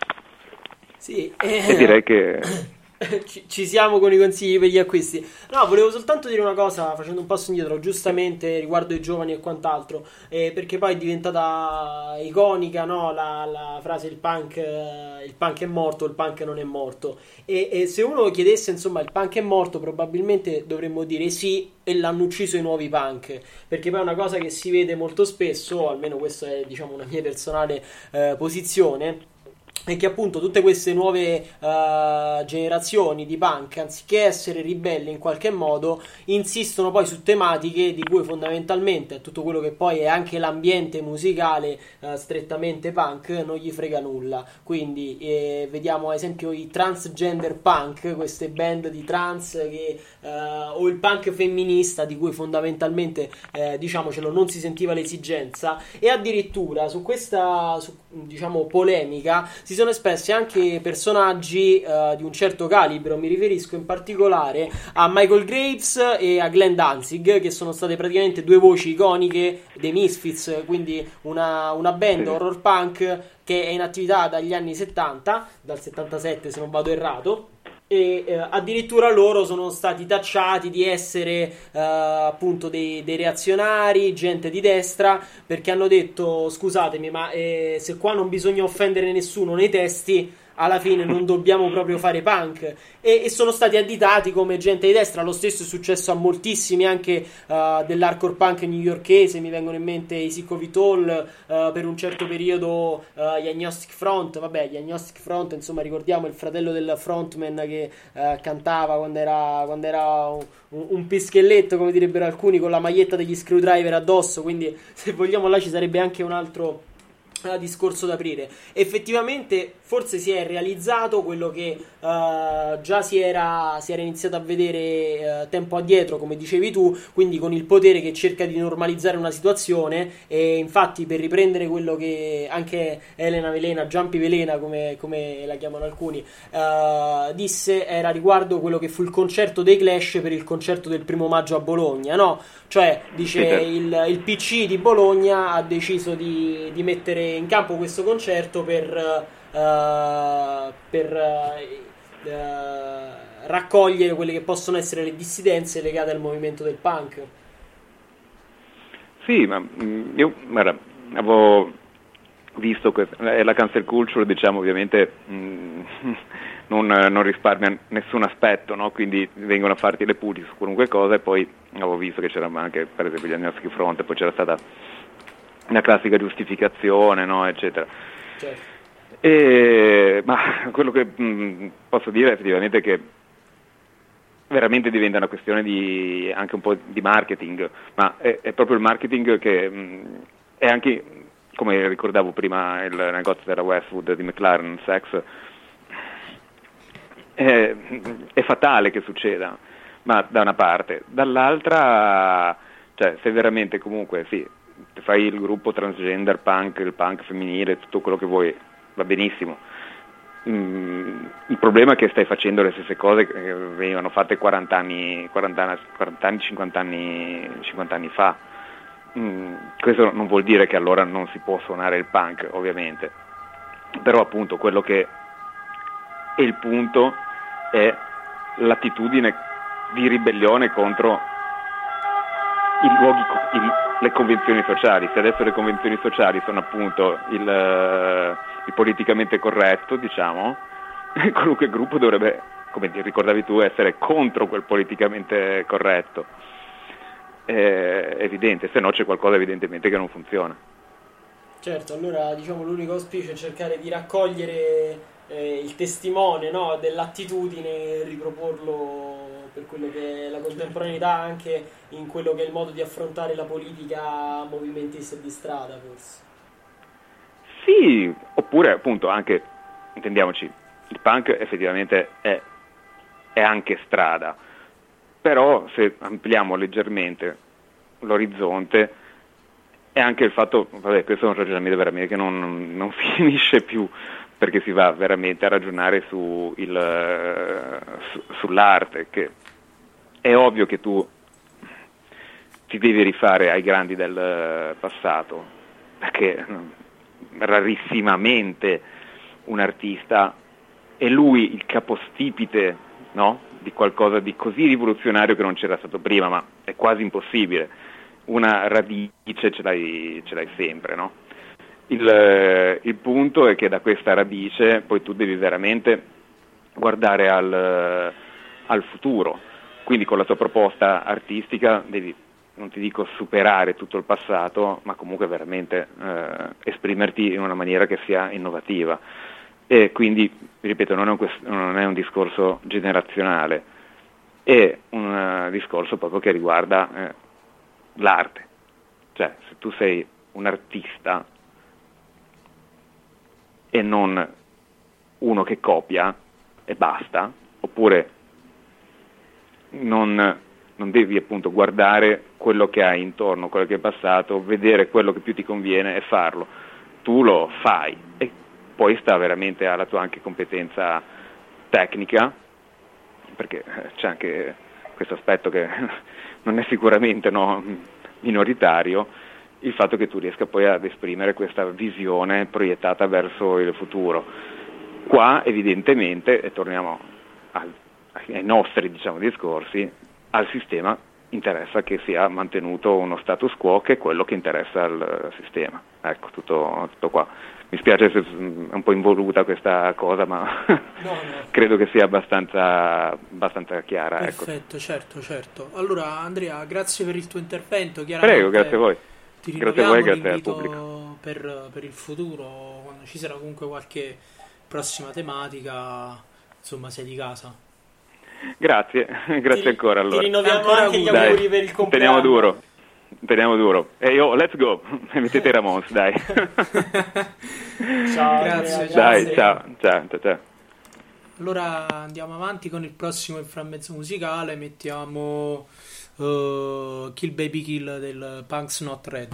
Sì, eh, e direi che ci, ci siamo con i consigli per gli acquisti. No, volevo soltanto dire una cosa, facendo un passo indietro, giustamente riguardo i giovani e quant'altro, eh, perché poi è diventata iconica, no, la, la frase il punk, eh, il punk è morto, il punk non è morto. E, e se uno chiedesse, insomma, il punk è morto, probabilmente dovremmo dire sì, e l'hanno ucciso i nuovi punk, perché poi è una cosa che si vede molto spesso, almeno questa è, diciamo, una mia personale eh, posizione, e che appunto tutte queste nuove uh, generazioni di punk, anziché essere ribelli in qualche modo, insistono poi su tematiche di cui fondamentalmente tutto quello che poi è anche l'ambiente musicale uh, strettamente punk non gli frega nulla. Quindi eh, vediamo ad esempio i transgender punk, queste band di trans che, uh, o il punk femminista di cui fondamentalmente eh, diciamocelo non si sentiva l'esigenza, e addirittura su questa su, diciamo polemica si sono espressi anche personaggi uh, di un certo calibro. Mi riferisco in particolare a Michael Graves e a Glenn Danzig, che sono state praticamente due voci iconiche dei Misfits, quindi una, una band horror punk che è in attività dagli anni settanta, dal settantasette se non vado errato, e eh, addirittura loro sono stati tacciati di essere eh, appunto dei, dei reazionari, gente di destra, perché hanno detto scusatemi ma eh, se qua non bisogna offendere nessuno nei testi, alla fine non dobbiamo proprio fare punk, e, e sono stati additati come gente di destra. Lo stesso è successo a moltissimi anche uh, dell'hardcore punk newyorkese, mi vengono in mente i Sick of It All, uh, per un certo periodo uh, gli Agnostic Front, vabbè gli Agnostic Front insomma ricordiamo il fratello del frontman che uh, cantava quando era, quando era un, un pischelletto come direbbero alcuni, con la maglietta degli Screwdriver addosso, quindi se vogliamo là ci sarebbe anche un altro Uh, discorso da aprire. Effettivamente forse si è realizzato quello che uh, già si era, si era iniziato a vedere uh, tempo addietro, come dicevi tu, quindi con il potere che cerca di normalizzare una situazione. E infatti, per riprendere quello che anche Elena Velena, Giampi Velena come, come la chiamano alcuni, uh, disse, era riguardo quello che fu il concerto dei Clash per il concerto del primo maggio a Bologna, no? Cioè dice il, il P C di Bologna ha deciso di, di mettere in campo questo concerto per, uh, per uh, uh, raccogliere quelle che possono essere le dissidenze legate al movimento del punk. Sì, ma io guarda, avevo visto questa, la cancel culture, diciamo, ovviamente mh, non, non risparmia nessun aspetto, no? Quindi vengono a farti le puti su qualunque cosa, e poi avevo visto che c'era anche per esempio gli Agnostic Front, e poi c'era stata una classica giustificazione, no? Eccetera. Certo. E, ma quello che mh, posso dire effettivamente è che veramente diventa una questione di anche un po' di marketing, ma è, è proprio il marketing che mh, è anche, come ricordavo prima, il negozio della Westwood di McLaren Sachs, è, è fatale che succeda, ma da una parte, dall'altra, cioè se veramente comunque sì, fai il gruppo transgender punk, il punk femminile, tutto quello che vuoi, va benissimo. Mm, il problema è che stai facendo le stesse cose che venivano fatte quaranta anni, quaranta, quaranta anni, cinquanta anni, cinquanta anni fa. Mm, questo non vuol dire che allora non si può suonare il punk, ovviamente, però appunto quello che è il punto è l'attitudine di ribellione contro i luoghi, il, le convenzioni sociali. Se adesso le convenzioni sociali sono appunto il, il politicamente corretto, diciamo, qualunque gruppo dovrebbe, come ricordavi tu, essere contro quel politicamente corretto. È evidente, se no c'è qualcosa evidentemente che non funziona. Certo, allora diciamo l'unico auspicio è cercare di raccogliere eh, il testimone, no, dell'attitudine e riproporlo per quello che è la contemporaneità, anche in quello che è il modo di affrontare la politica movimentista di strada, forse. Sì, oppure appunto anche, intendiamoci, il punk effettivamente è, è anche strada, però se ampliamo leggermente l'orizzonte è anche il fatto, vabbè, questo è un ragionamento veramente che non, non finisce più, perché si va veramente a ragionare su il, su, sull'arte, che è ovvio che tu ti devi rifare ai grandi del passato, perché rarissimamente un artista è lui il capostipite, no? Di qualcosa di così rivoluzionario che non c'era stato prima, ma è quasi impossibile. Una radice ce l'hai, ce l'hai sempre, no? Il, il punto è che da questa radice poi tu devi veramente guardare al, al futuro, quindi con la tua proposta artistica devi, non ti dico superare tutto il passato, ma comunque veramente eh, esprimerti in una maniera che sia innovativa. E quindi, ripeto, non è un, quest- non è un discorso generazionale, è un uh, discorso proprio che riguarda eh, l'arte. Cioè, se tu sei un artista e non uno che copia e basta, oppure non, non devi appunto guardare quello che hai intorno, quello che è passato, vedere quello che più ti conviene e farlo. Tu lo fai e poi sta veramente alla tua anche competenza tecnica, perché c'è anche questo aspetto che non è sicuramente no, minoritario, il fatto che tu riesca poi ad esprimere questa visione proiettata verso il futuro. Qua evidentemente, e torniamo al, ai nostri diciamo, discorsi, al sistema interessa che sia mantenuto uno status quo, che è quello che interessa al sistema. Ecco, tutto, tutto qua. Mi spiace se è un po' involuta questa cosa, ma no, no. Credo che sia abbastanza, abbastanza chiara. Perfetto, ecco. certo, certo. Allora Andrea, grazie per il tuo intervento. Prego, grazie a voi. Ti grazie a voi, grazie al pubblico. Per, per il futuro, quando ci sarà comunque qualche prossima tematica, insomma, sei di casa. Grazie, grazie ti, ancora. Allora. Ti rinnoviamo ancora anche gli auguri per il compleanno. Teniamo duro. Teniamo duro. E io, let's go. Mettete Ramones, dai. Ciao, grazie, dai, grazie. ciao, ciao, ciao, ciao. Allora andiamo avanti con il prossimo inframmezzo musicale. Mettiamo uh, Kill Baby Kill del Punks Not Red.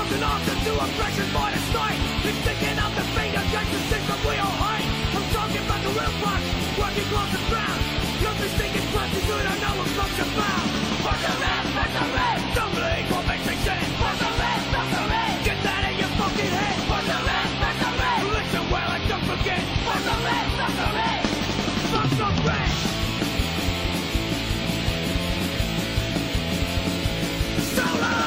Marching off the new oppression by the night. It's sticking out the feet against the system we all hate. I'm talking about the real box, working close and brown. You're mistaken classes who don't know what fuck's about. Fuck the red, fuck the red. Don't believe what makes me say. Fuck the red, fuck the red. Get that in your fucking head. Fuck the red, fuck the red. Listen well and don't forget. Fuck the red, fuck the red. Fuck the red. Solo!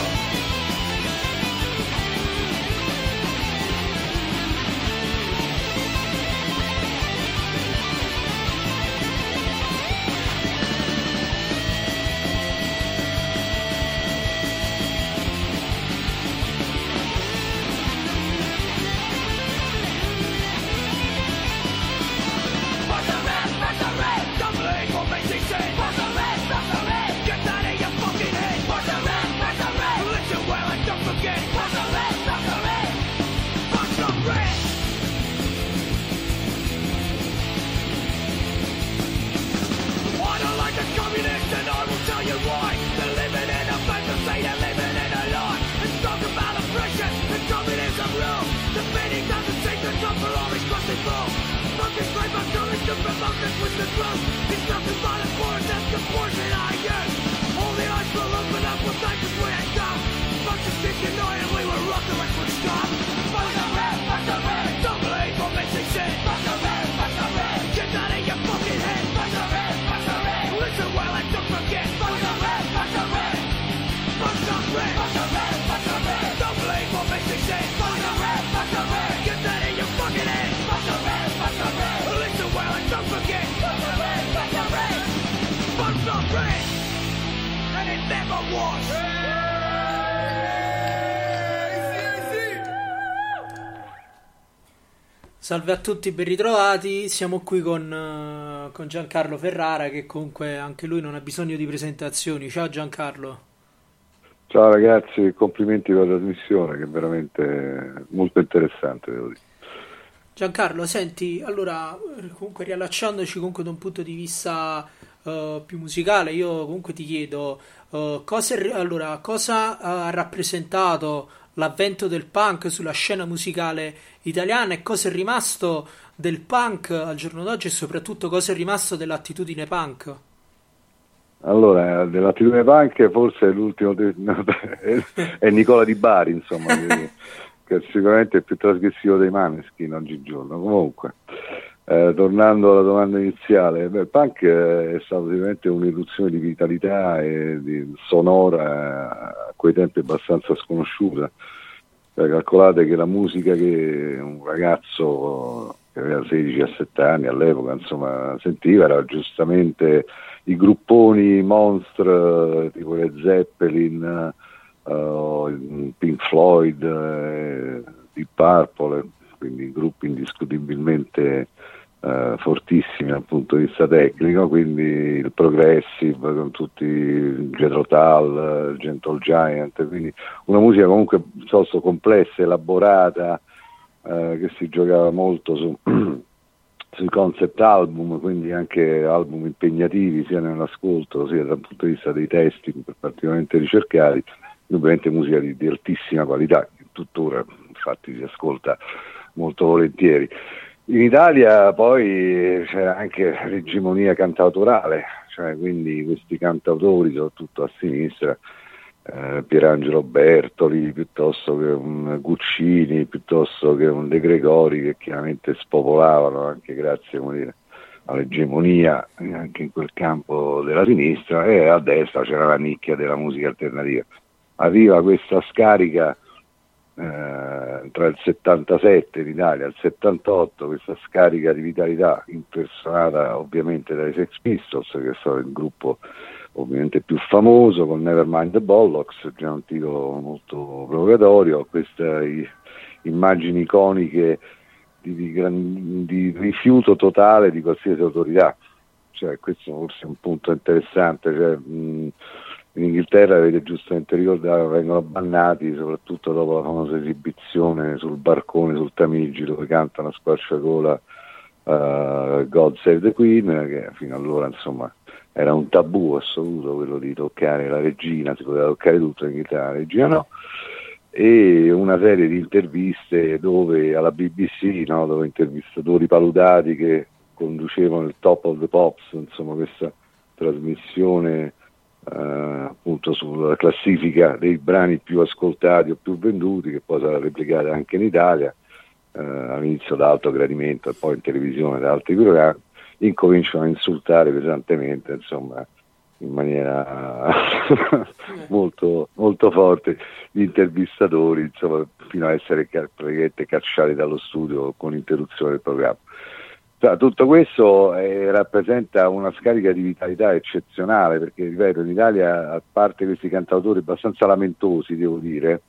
Salve a tutti, ben ritrovati. Siamo qui con, uh, con Giancarlo Ferrara, che comunque anche lui non ha bisogno di presentazioni. Ciao Giancarlo. Ciao ragazzi, complimenti per la trasmissione, che è veramente molto interessante, devo dire. Giancarlo, senti, allora, comunque riallacciandoci comunque da un punto di vista uh, più musicale, io comunque ti chiedo uh, cosa, è, allora, cosa uh, ha rappresentato l'avvento del punk sulla scena musicale italiana e cosa è rimasto del punk al giorno d'oggi e soprattutto cosa è rimasto dell'attitudine punk? Allora, dell'attitudine punk forse è l'ultimo de... è Nicola Di Bari, insomma, che, che sicuramente è più trasgressivo dei Maneskin oggigiorno. Comunque, eh, tornando alla domanda iniziale, beh, il punk è stato sicuramente un'irruzione di vitalità e di sonora a quei tempi abbastanza sconosciuta. Cioè, calcolate che la musica che un ragazzo che aveva sedici diciassette anni all'epoca insomma sentiva era giustamente i grupponi monster tipo le Zeppelin, uh, Pink Floyd, eh, Deep Purple, quindi gruppi indiscutibilmente uh, fortissimi dal punto di vista tecnico, quindi il progressive con tutti il Jethro Tull, il Gentle Giant, quindi una musica comunque piuttosto complessa, elaborata, uh, che si giocava molto su sui concept album, quindi anche album impegnativi sia nell'ascolto sia dal punto di vista dei testi particolarmente ricercati, ovviamente musica di, di altissima qualità, che tuttora infatti si ascolta molto volentieri. In Italia poi c'era anche l'egemonia cantautorale, cioè quindi questi cantautori soprattutto a sinistra, eh, Pierangelo Bertoli piuttosto che un Guccini, piuttosto che un De Gregori, che chiaramente spopolavano anche grazie, come dire, all'egemonia anche in quel campo della sinistra, e a destra c'era la nicchia della musica alternativa. Arriva questa scarica eh, tra il settantasette in Italia e il settantotto, questa scarica di vitalità impersonata ovviamente dai Sex Pistols, che è stato il gruppo ovviamente più famoso, con Nevermind the Bollocks, già un titolo molto provocatorio, queste immagini iconiche di, di, gran, di rifiuto totale di qualsiasi autorità. Cioè, questo forse è un punto interessante. Cioè, mh, in Inghilterra, avete giustamente ricordato, vengono bannati soprattutto dopo la famosa esibizione sul barcone sul Tamigi, dove cantano a squarciagola uh, God Save the Queen, che fino allora insomma era un tabù assoluto quello di toccare la regina, si poteva toccare tutto, in Inghilterra la regina no. e una serie di interviste dove alla B B C, no, dove intervistatori paludati che conducevano il Top of the Pops, insomma questa trasmissione eh, appunto sulla classifica dei brani più ascoltati o più venduti, che poi sarà replicata anche in Italia, eh, all'inizio da Alto Gradimento e poi in televisione da altri programmi, incominciano a insultare pesantemente, insomma, in maniera molto, molto forte gli intervistatori, insomma, fino a essere praticamente cacciati dallo studio con interruzione del programma. Cioè, tutto questo eh, rappresenta una scarica di vitalità eccezionale, perché ripeto, in Italia, a parte questi cantautori abbastanza lamentosi, devo dire,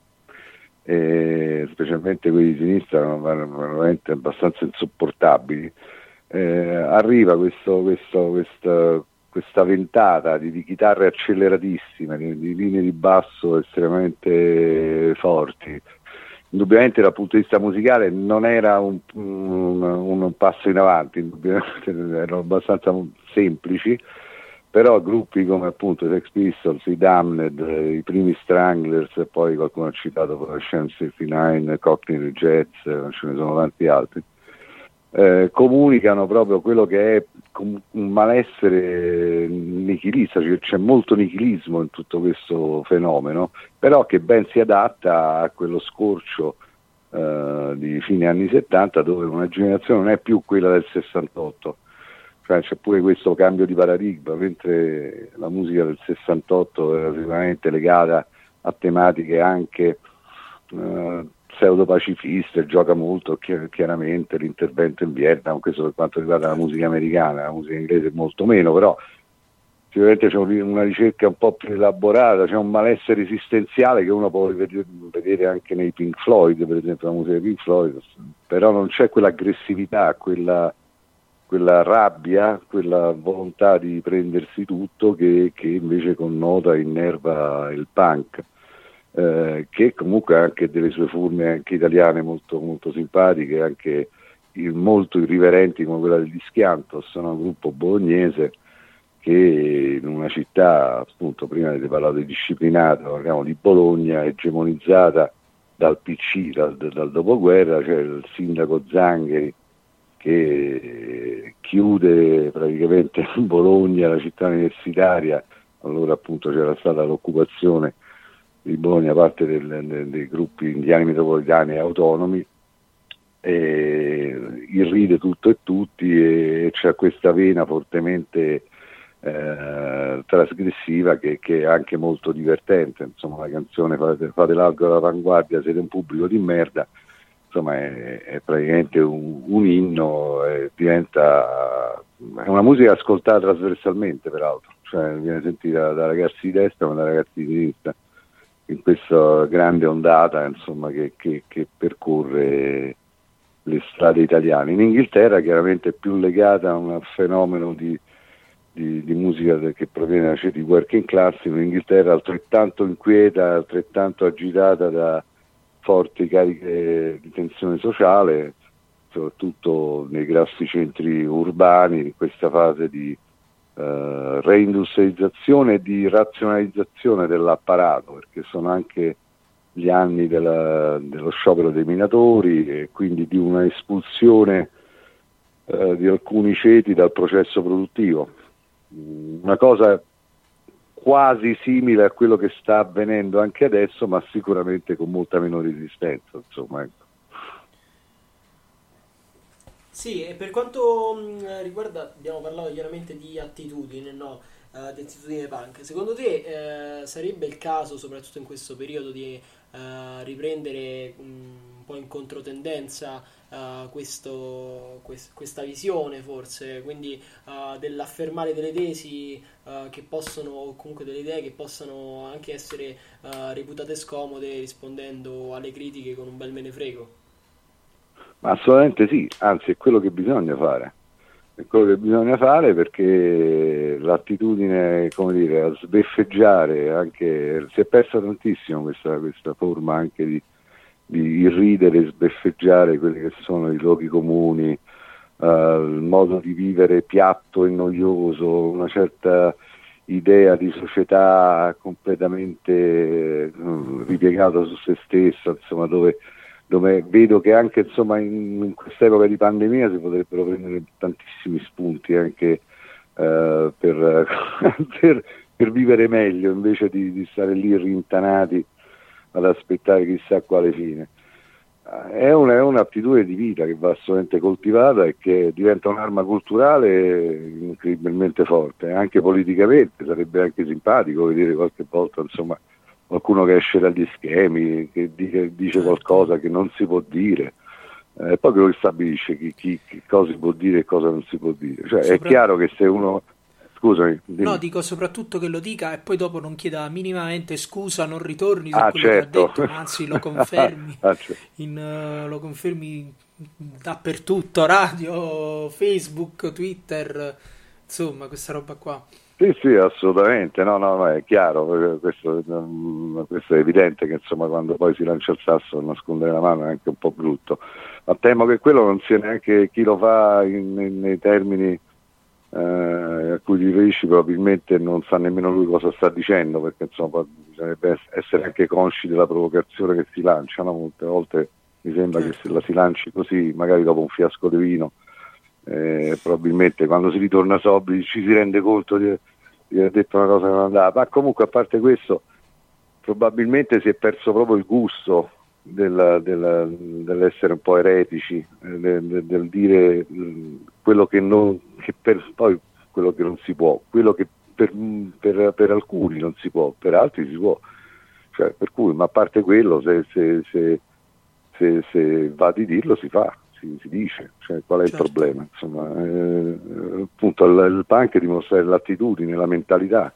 eh, specialmente quelli di sinistra, erano veramente abbastanza insopportabili, eh, arriva questo, questo, questo questa ventata di, di chitarre acceleratissime, di, di linee di basso estremamente forti. Indubbiamente dal punto di vista musicale non era un, un, un passo in avanti, indubbiamente erano abbastanza semplici, però gruppi come appunto i Sex Pistols, i Damned, i primi Stranglers, e poi qualcuno ha citato Sham sessantanove, Cockney Jazz, ce ne sono tanti altri, Eh, comunicano proprio quello che è un malessere nichilista, cioè c'è molto nichilismo in tutto questo fenomeno, però che ben si adatta a quello scorcio eh, di fine anni settanta, dove una generazione non è più quella del sessantotto, cioè c'è pure questo cambio di paradigma, mentre la musica del sessantotto era sicuramente legata a tematiche anche eh, pseudo-pacifiste, gioca molto chi- chiaramente l'intervento in Vietnam, questo per quanto riguarda la musica americana, la musica inglese molto meno, però sicuramente c'è una ricerca un po' più elaborata, c'è un malessere esistenziale che uno può vedere anche nei Pink Floyd, per esempio la musica dei Pink Floyd, però non c'è quell'aggressività, quella, quella rabbia, quella volontà di prendersi tutto che, che invece connota e innerva il punk. Eh, che comunque ha anche delle sue forme anche italiane molto, molto simpatiche, anche il, molto irriverenti, come quella degli Schiantos, sono un gruppo bolognese che in una città, appunto prima avete parlato di Disciplinato, parliamo di Bologna, egemonizzata dal P C, dal, dal dopoguerra, c'è il sindaco Zangheri che chiude praticamente Bologna, la città universitaria, allora appunto c'era stata l'occupazione di Bologna, parte del, del, dei gruppi indiani metropolitani e autonomi, e irride tutto e tutti, e c'è questa vena fortemente eh, trasgressiva che, che è anche molto divertente, insomma la canzone fate, fate largo all'avanguardia, siete un pubblico di merda, insomma è, è praticamente un, un inno, e diventa è una musica ascoltata trasversalmente, peraltro, cioè viene sentita da ragazzi di destra ma da ragazzi di sinistra, in questa grande ondata, insomma, che, che, che percorre le strade italiane. In Inghilterra chiaramente è più legata a un fenomeno di, di, di musica che proviene da ceti working class, in Inghilterra altrettanto inquieta, altrettanto agitata da forti cariche di tensione sociale, soprattutto nei grossi centri urbani, in questa fase di Uh, reindustrializzazione e di razionalizzazione dell'apparato, perché sono anche gli anni della, dello sciopero dei minatori e quindi di una espulsione uh, di alcuni ceti dal processo produttivo, una cosa quasi simile a quello che sta avvenendo anche adesso, ma sicuramente con molta meno resistenza, insomma, ecco. Sì, e per quanto mh, riguarda, abbiamo parlato chiaramente di attitudine, no? Uh, di attitudine punk. Secondo te uh, sarebbe il caso, soprattutto in questo periodo, di uh, riprendere um, un po' in controtendenza uh, questo, quest- questa visione, forse, quindi uh, dell'affermare delle tesi uh, che possono, o comunque delle idee che possono anche essere uh, reputate scomode, rispondendo alle critiche con un bel me ne frego? Ma assolutamente sì, anzi è quello che bisogna fare, è quello che bisogna fare, perché l'attitudine, come dire, a sbeffeggiare, anche si è persa tantissimo questa, questa forma anche di, di irridere e sbeffeggiare quelli che sono i luoghi comuni, uh, il modo di vivere piatto e noioso, una certa idea di società completamente eh, ripiegata su se stessa, insomma, dove, dove vedo che anche insomma in, in quest'epoca di pandemia si potrebbero prendere tantissimi spunti anche eh, per, per, per vivere meglio, invece di, di stare lì rintanati ad aspettare chissà quale fine. È, una, è un'attitudine di vita che va assolutamente coltivata e che diventa un'arma culturale incredibilmente forte, anche politicamente. Sarebbe anche simpatico vedere qualche volta insomma qualcuno che esce dagli schemi, che dice, dice qualcosa che non si può dire, e eh, poi che stabilisce chi, chi, chi cosa si può dire e cosa non si può dire. Cioè, Sopra... è chiaro che se uno... Scusami. Dimmi. No, dico soprattutto che lo dica e poi dopo non chieda minimamente scusa, non ritorni su ah, quello certo. che ha detto, ma anzi lo confermi, ah, certo. in, uh, lo confermi dappertutto, radio, Facebook, Twitter, insomma questa roba qua. Sì, sì, assolutamente, no, no, no, è chiaro, questo, questo è evidente che insomma quando poi si lancia il sasso nascondere la mano è anche un po' brutto, ma temo che quello non sia neanche chi lo fa in, in, nei termini Eh, a cui ti riferisci, probabilmente non sa nemmeno lui cosa sta dicendo, perché insomma bisognerebbe essere anche consci della provocazione che si lancia, no? Molte volte mi sembra certo. che se la si lanci così, magari dopo un fiasco di vino, eh, probabilmente quando si ritorna sobri ci si rende conto di, di aver detto una cosa che non andava, ma comunque a parte questo probabilmente si è perso proprio il gusto Del, del, dell'essere un po' eretici, del, del, del dire quello che non che per poi quello che non si può, quello che per, per, per alcuni non si può, per altri si può, cioè, per cui, ma a parte quello, se, se, se, se, se va di dirlo si fa, si, si dice, cioè, qual è certo. il problema? Insomma, eh, appunto il, il punk dimostra l'attitudine, la mentalità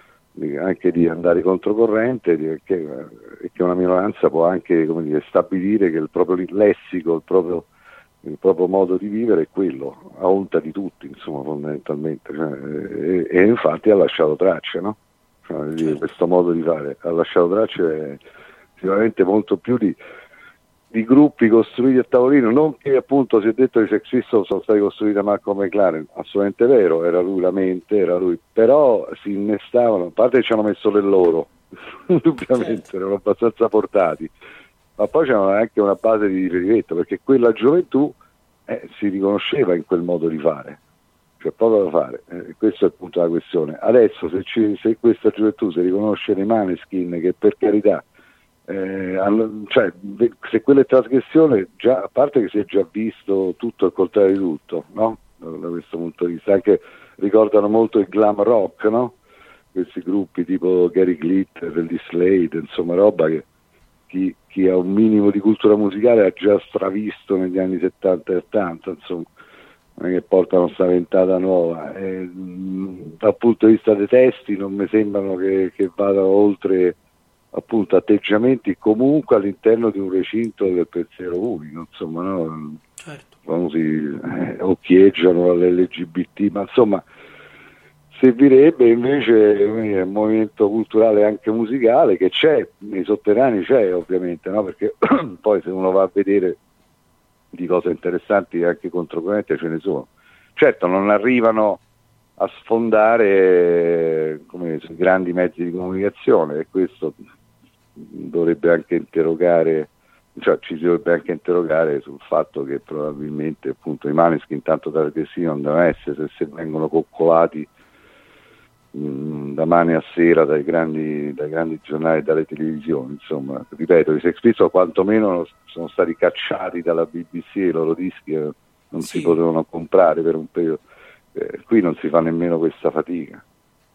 anche di andare controcorrente, di, che, che una minoranza può anche, come dire, stabilire che il proprio lessico, il proprio, il proprio modo di vivere è quello, a onta di tutti, insomma, fondamentalmente, cioè, e, e infatti ha lasciato tracce, no? Cioè, certo. Questo modo di fare ha lasciato tracce sicuramente molto più di di gruppi costruiti a tavolino, non che appunto si è detto che i Sex Pistols sono stati costruiti da Marco McLaren, assolutamente vero, era lui la mente, era lui, però si innestavano, a parte che ci hanno messo del loro, indubbiamente, certo. erano abbastanza portati, ma poi c'erano anche una base di riferimento, perché quella gioventù eh, si riconosceva in quel modo di fare, cioè poco da fare, eh, questo è il punto della questione. Adesso se, ci, se questa gioventù si riconosce nei Maneskin, che per carità, Eh, cioè, se quella è trasgressione, già, a parte che si è già visto tutto il contrario di tutto, no? Da questo punto di vista, anche ricordano molto il glam rock, no? Questi gruppi tipo Gary Glitter, gli Slade, insomma roba che chi, chi ha un minimo di cultura musicale ha già stravisto negli anni settanta e ottanta, insomma, non è che portano sta ventata nuova, e, mh, dal punto di vista dei testi non mi sembrano che, che vadano oltre appunto atteggiamenti comunque all'interno di un recinto del pensiero unico, insomma, no? Certo. Quando si eh, occhieggiano all'L G B T, ma insomma servirebbe invece un movimento culturale anche musicale che c'è, nei sotterranei c'è ovviamente, no? Perché poi se uno va a vedere di cose interessanti anche controcorrente ce ne sono, certo non arrivano a sfondare come sui grandi mezzi di comunicazione, e questo dovrebbe anche interrogare, cioè ci si dovrebbe anche interrogare sul fatto che probabilmente appunto i Maneskin tanto trasgressivi non devono essere, se, se vengono coccolati mh, da mane a sera dai grandi, dai grandi giornali e dalle televisioni, insomma, ripeto, i Sex Pistols quantomeno sono stati cacciati dalla B B C, i loro dischi eh, non sì. si potevano comprare per un periodo, eh, qui non si fa nemmeno questa fatica.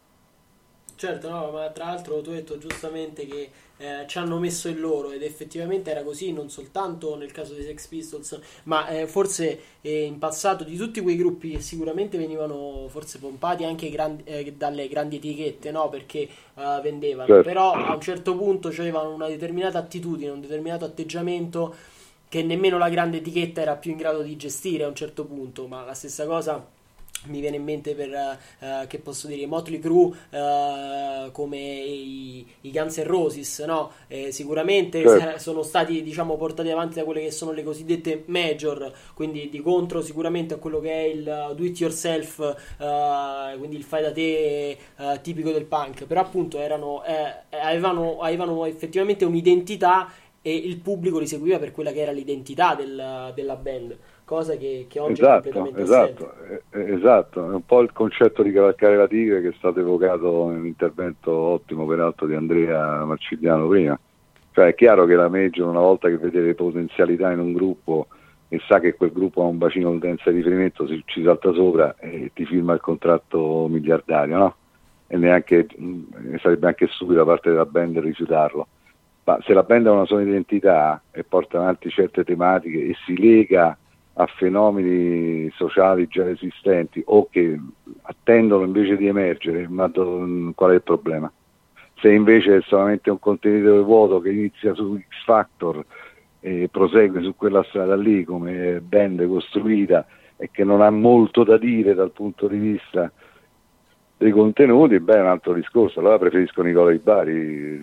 Certo, no, ma tra l'altro tu hai detto giustamente che eh, ci hanno messo il loro, ed effettivamente era così non soltanto nel caso dei Sex Pistols, ma eh, forse eh, in passato di tutti quei gruppi che sicuramente venivano forse pompati anche grandi, eh, dalle grandi etichette, no? Perché eh, vendevano, certo. Però a un certo punto avevano una determinata attitudine, un determinato atteggiamento che nemmeno la grande etichetta era più in grado di gestire a un certo punto, ma la stessa cosa mi viene in mente per uh, che posso dire Motley Crue, uh, come i, i Guns N' Roses, no? Eh, sicuramente certo. sono stati, diciamo, portati avanti da quelle che sono le cosiddette major, quindi di contro sicuramente a quello che è il do it yourself, uh, quindi il fai da te uh, tipico del punk, però appunto erano eh, avevano, avevano effettivamente un'identità e il pubblico li seguiva per quella che era l'identità del, della band, cosa che, che oggi esatto, è completamente esatto, assente. eh, esatto, è un po' il concetto di cavalcare la tigre che è stato evocato nell'intervento ottimo peraltro di Andrea Marcigliano prima. Cioè è chiaro che la major, una volta che vede le potenzialità in un gruppo e sa che quel gruppo ha un bacino d'utenza di riferimento, si, ci salta sopra e ti firma il contratto miliardario, no? E neanche mh, sarebbe anche stupido da parte della band rifiutarlo. Ma se la band ha una sua identità e porta avanti certe tematiche e si lega a fenomeni sociali già esistenti o che attendono invece di emergere, ma do, qual è il problema? Se invece è solamente un contenitore vuoto che inizia su X Factor e prosegue su quella strada lì come band costruita e che non ha molto da dire dal punto di vista dei contenuti, beh, è un altro discorso. Allora preferisco Nicola Di Bari,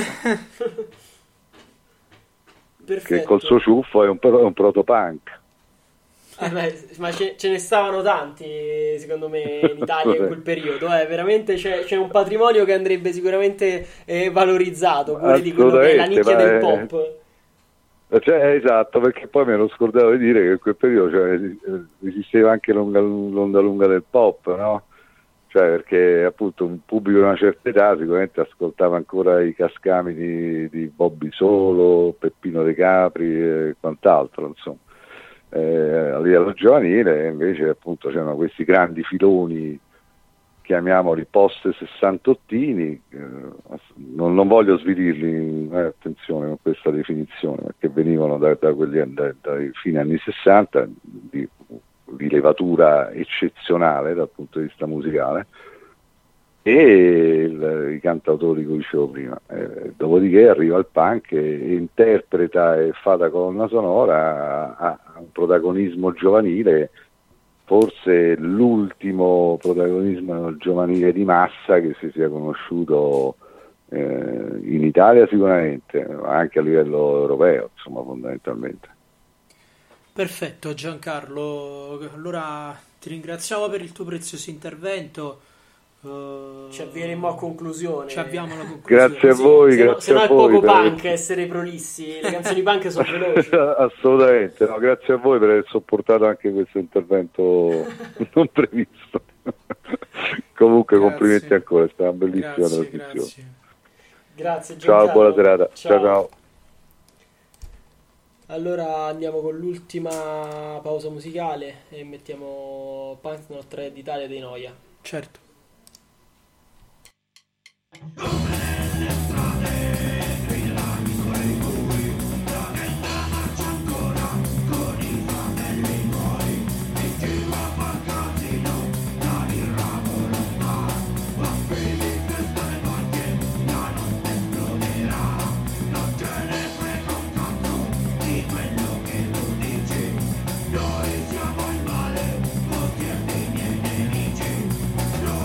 che col suo ciuffo è un, è un proto-punk. Eh beh, ma ce, ce ne stavano tanti secondo me in Italia in quel periodo, eh. Veramente c'è, c'è un patrimonio che andrebbe sicuramente eh, valorizzato pure di quello che è la nicchia del pop. Cioè, esatto, perché poi mi ero scordato di dire che in quel periodo cioè, esisteva anche l'onda, l'onda lunga del pop, no? Cioè perché appunto un pubblico di una certa età sicuramente ascoltava ancora i cascami di, di Bobby Solo, Peppino De Capri e quant'altro, insomma. Eh, a livello giovanile invece appunto c'erano questi grandi filoni, chiamiamoli post sessantottini, eh, non, non voglio svilirli, eh, attenzione con questa definizione, perché venivano da, da quelli da, dai fine anni sessanta di, di levatura eccezionale dal punto di vista musicale, e il, i cantautori che dicevo prima, eh, dopodiché arriva il punk e, e interpreta e fa da colonna sonora a, a un protagonismo giovanile, forse l'ultimo protagonismo giovanile di massa che si sia conosciuto eh, in Italia sicuramente, ma anche a livello europeo, insomma, fondamentalmente. Perfetto Giancarlo, allora ti ringraziamo per il tuo prezioso intervento. Uh, ci avvieremo a conclusione. Ci avviamo alla conclusione. Grazie a voi, se, grazie se no, a se no voi. è poco per... punk essere prolissi, le canzoni punk sono veloci. Assolutamente, no, grazie a voi per aver sopportato anche questo intervento non previsto. Comunque grazie. Complimenti ancora, è stata una bellissima grazie, trasmissione. Grazie. Grazie Giancarlo. Ciao, buona serata. Ciao. ciao ciao. Allora andiamo con l'ultima pausa musicale e mettiamo Punk Not tre d'Italia dei Noia. Certo. Noi siamo il male, potete i miei nemici.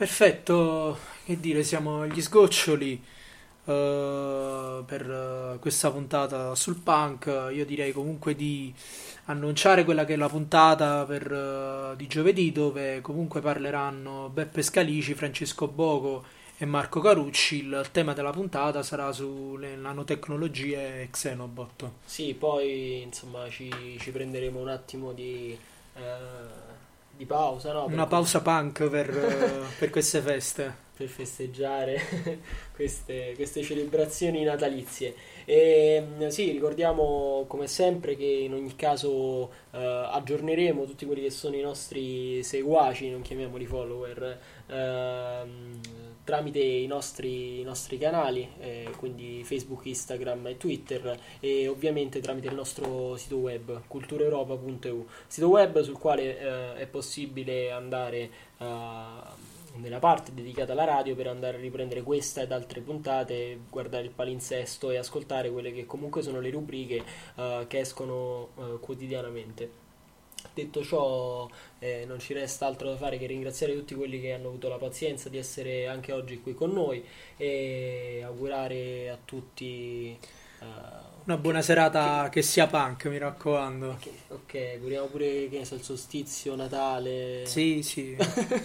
Perfetto, che dire, siamo agli sgoccioli uh, per uh, questa puntata sul punk. Io direi comunque di annunciare quella che è la puntata per, uh, di giovedì, dove comunque parleranno Beppe Scalici, Francesco Boco e Marco Carucci. Il tema della puntata sarà sulle nanotecnologie e Xenobot. Sì, poi insomma ci, ci prenderemo un attimo di... Uh... di pausa, no? Una pausa punk per, per queste feste, per festeggiare queste, queste celebrazioni natalizie. E sì, ricordiamo come sempre che in ogni caso eh, aggiorneremo tutti quelli che sono i nostri seguaci, non chiamiamoli follower, ehm, tramite i nostri, i nostri canali, eh, quindi Facebook, Instagram e Twitter, e ovviamente tramite il nostro sito web cultureuropa punto e u, sito web sul quale eh, è possibile andare a nella parte dedicata alla radio per andare a riprendere questa ed altre puntate, guardare il palinsesto e ascoltare quelle che comunque sono le rubriche uh, che escono uh, quotidianamente. Detto ciò, eh, non ci resta altro da fare che ringraziare tutti quelli che hanno avuto la pazienza di essere anche oggi qui con noi e augurare a tutti uh, una buona serata, che, che sia punk, mi raccomando. Che, ok, auguriamo pure che ne so, il solstizio, Natale. Sì, sì.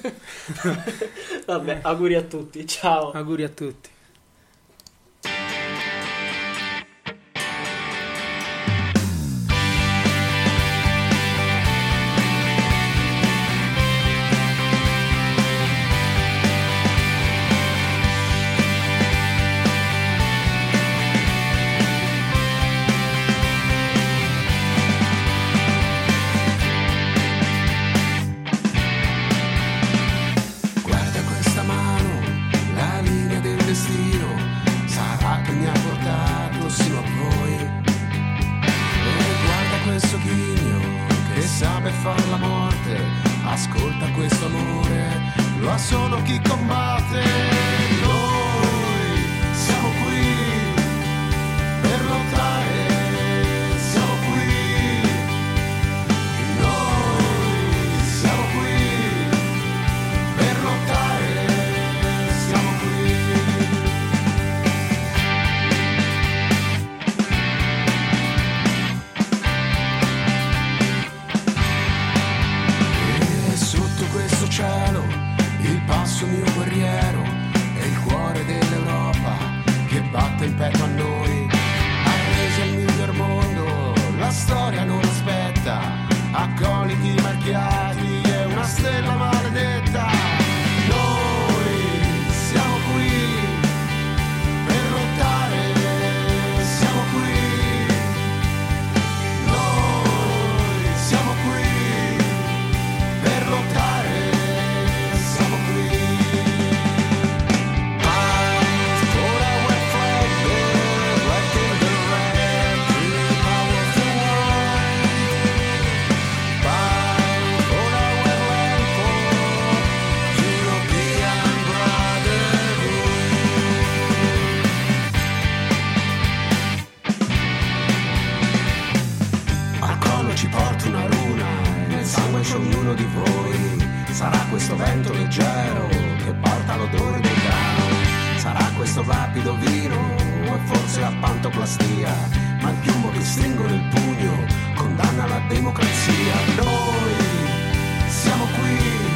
Vabbè, auguri a tutti, ciao. Auguri a tutti. Ma il piombo che stringo nel pugno condanna la democrazia. Noi siamo qui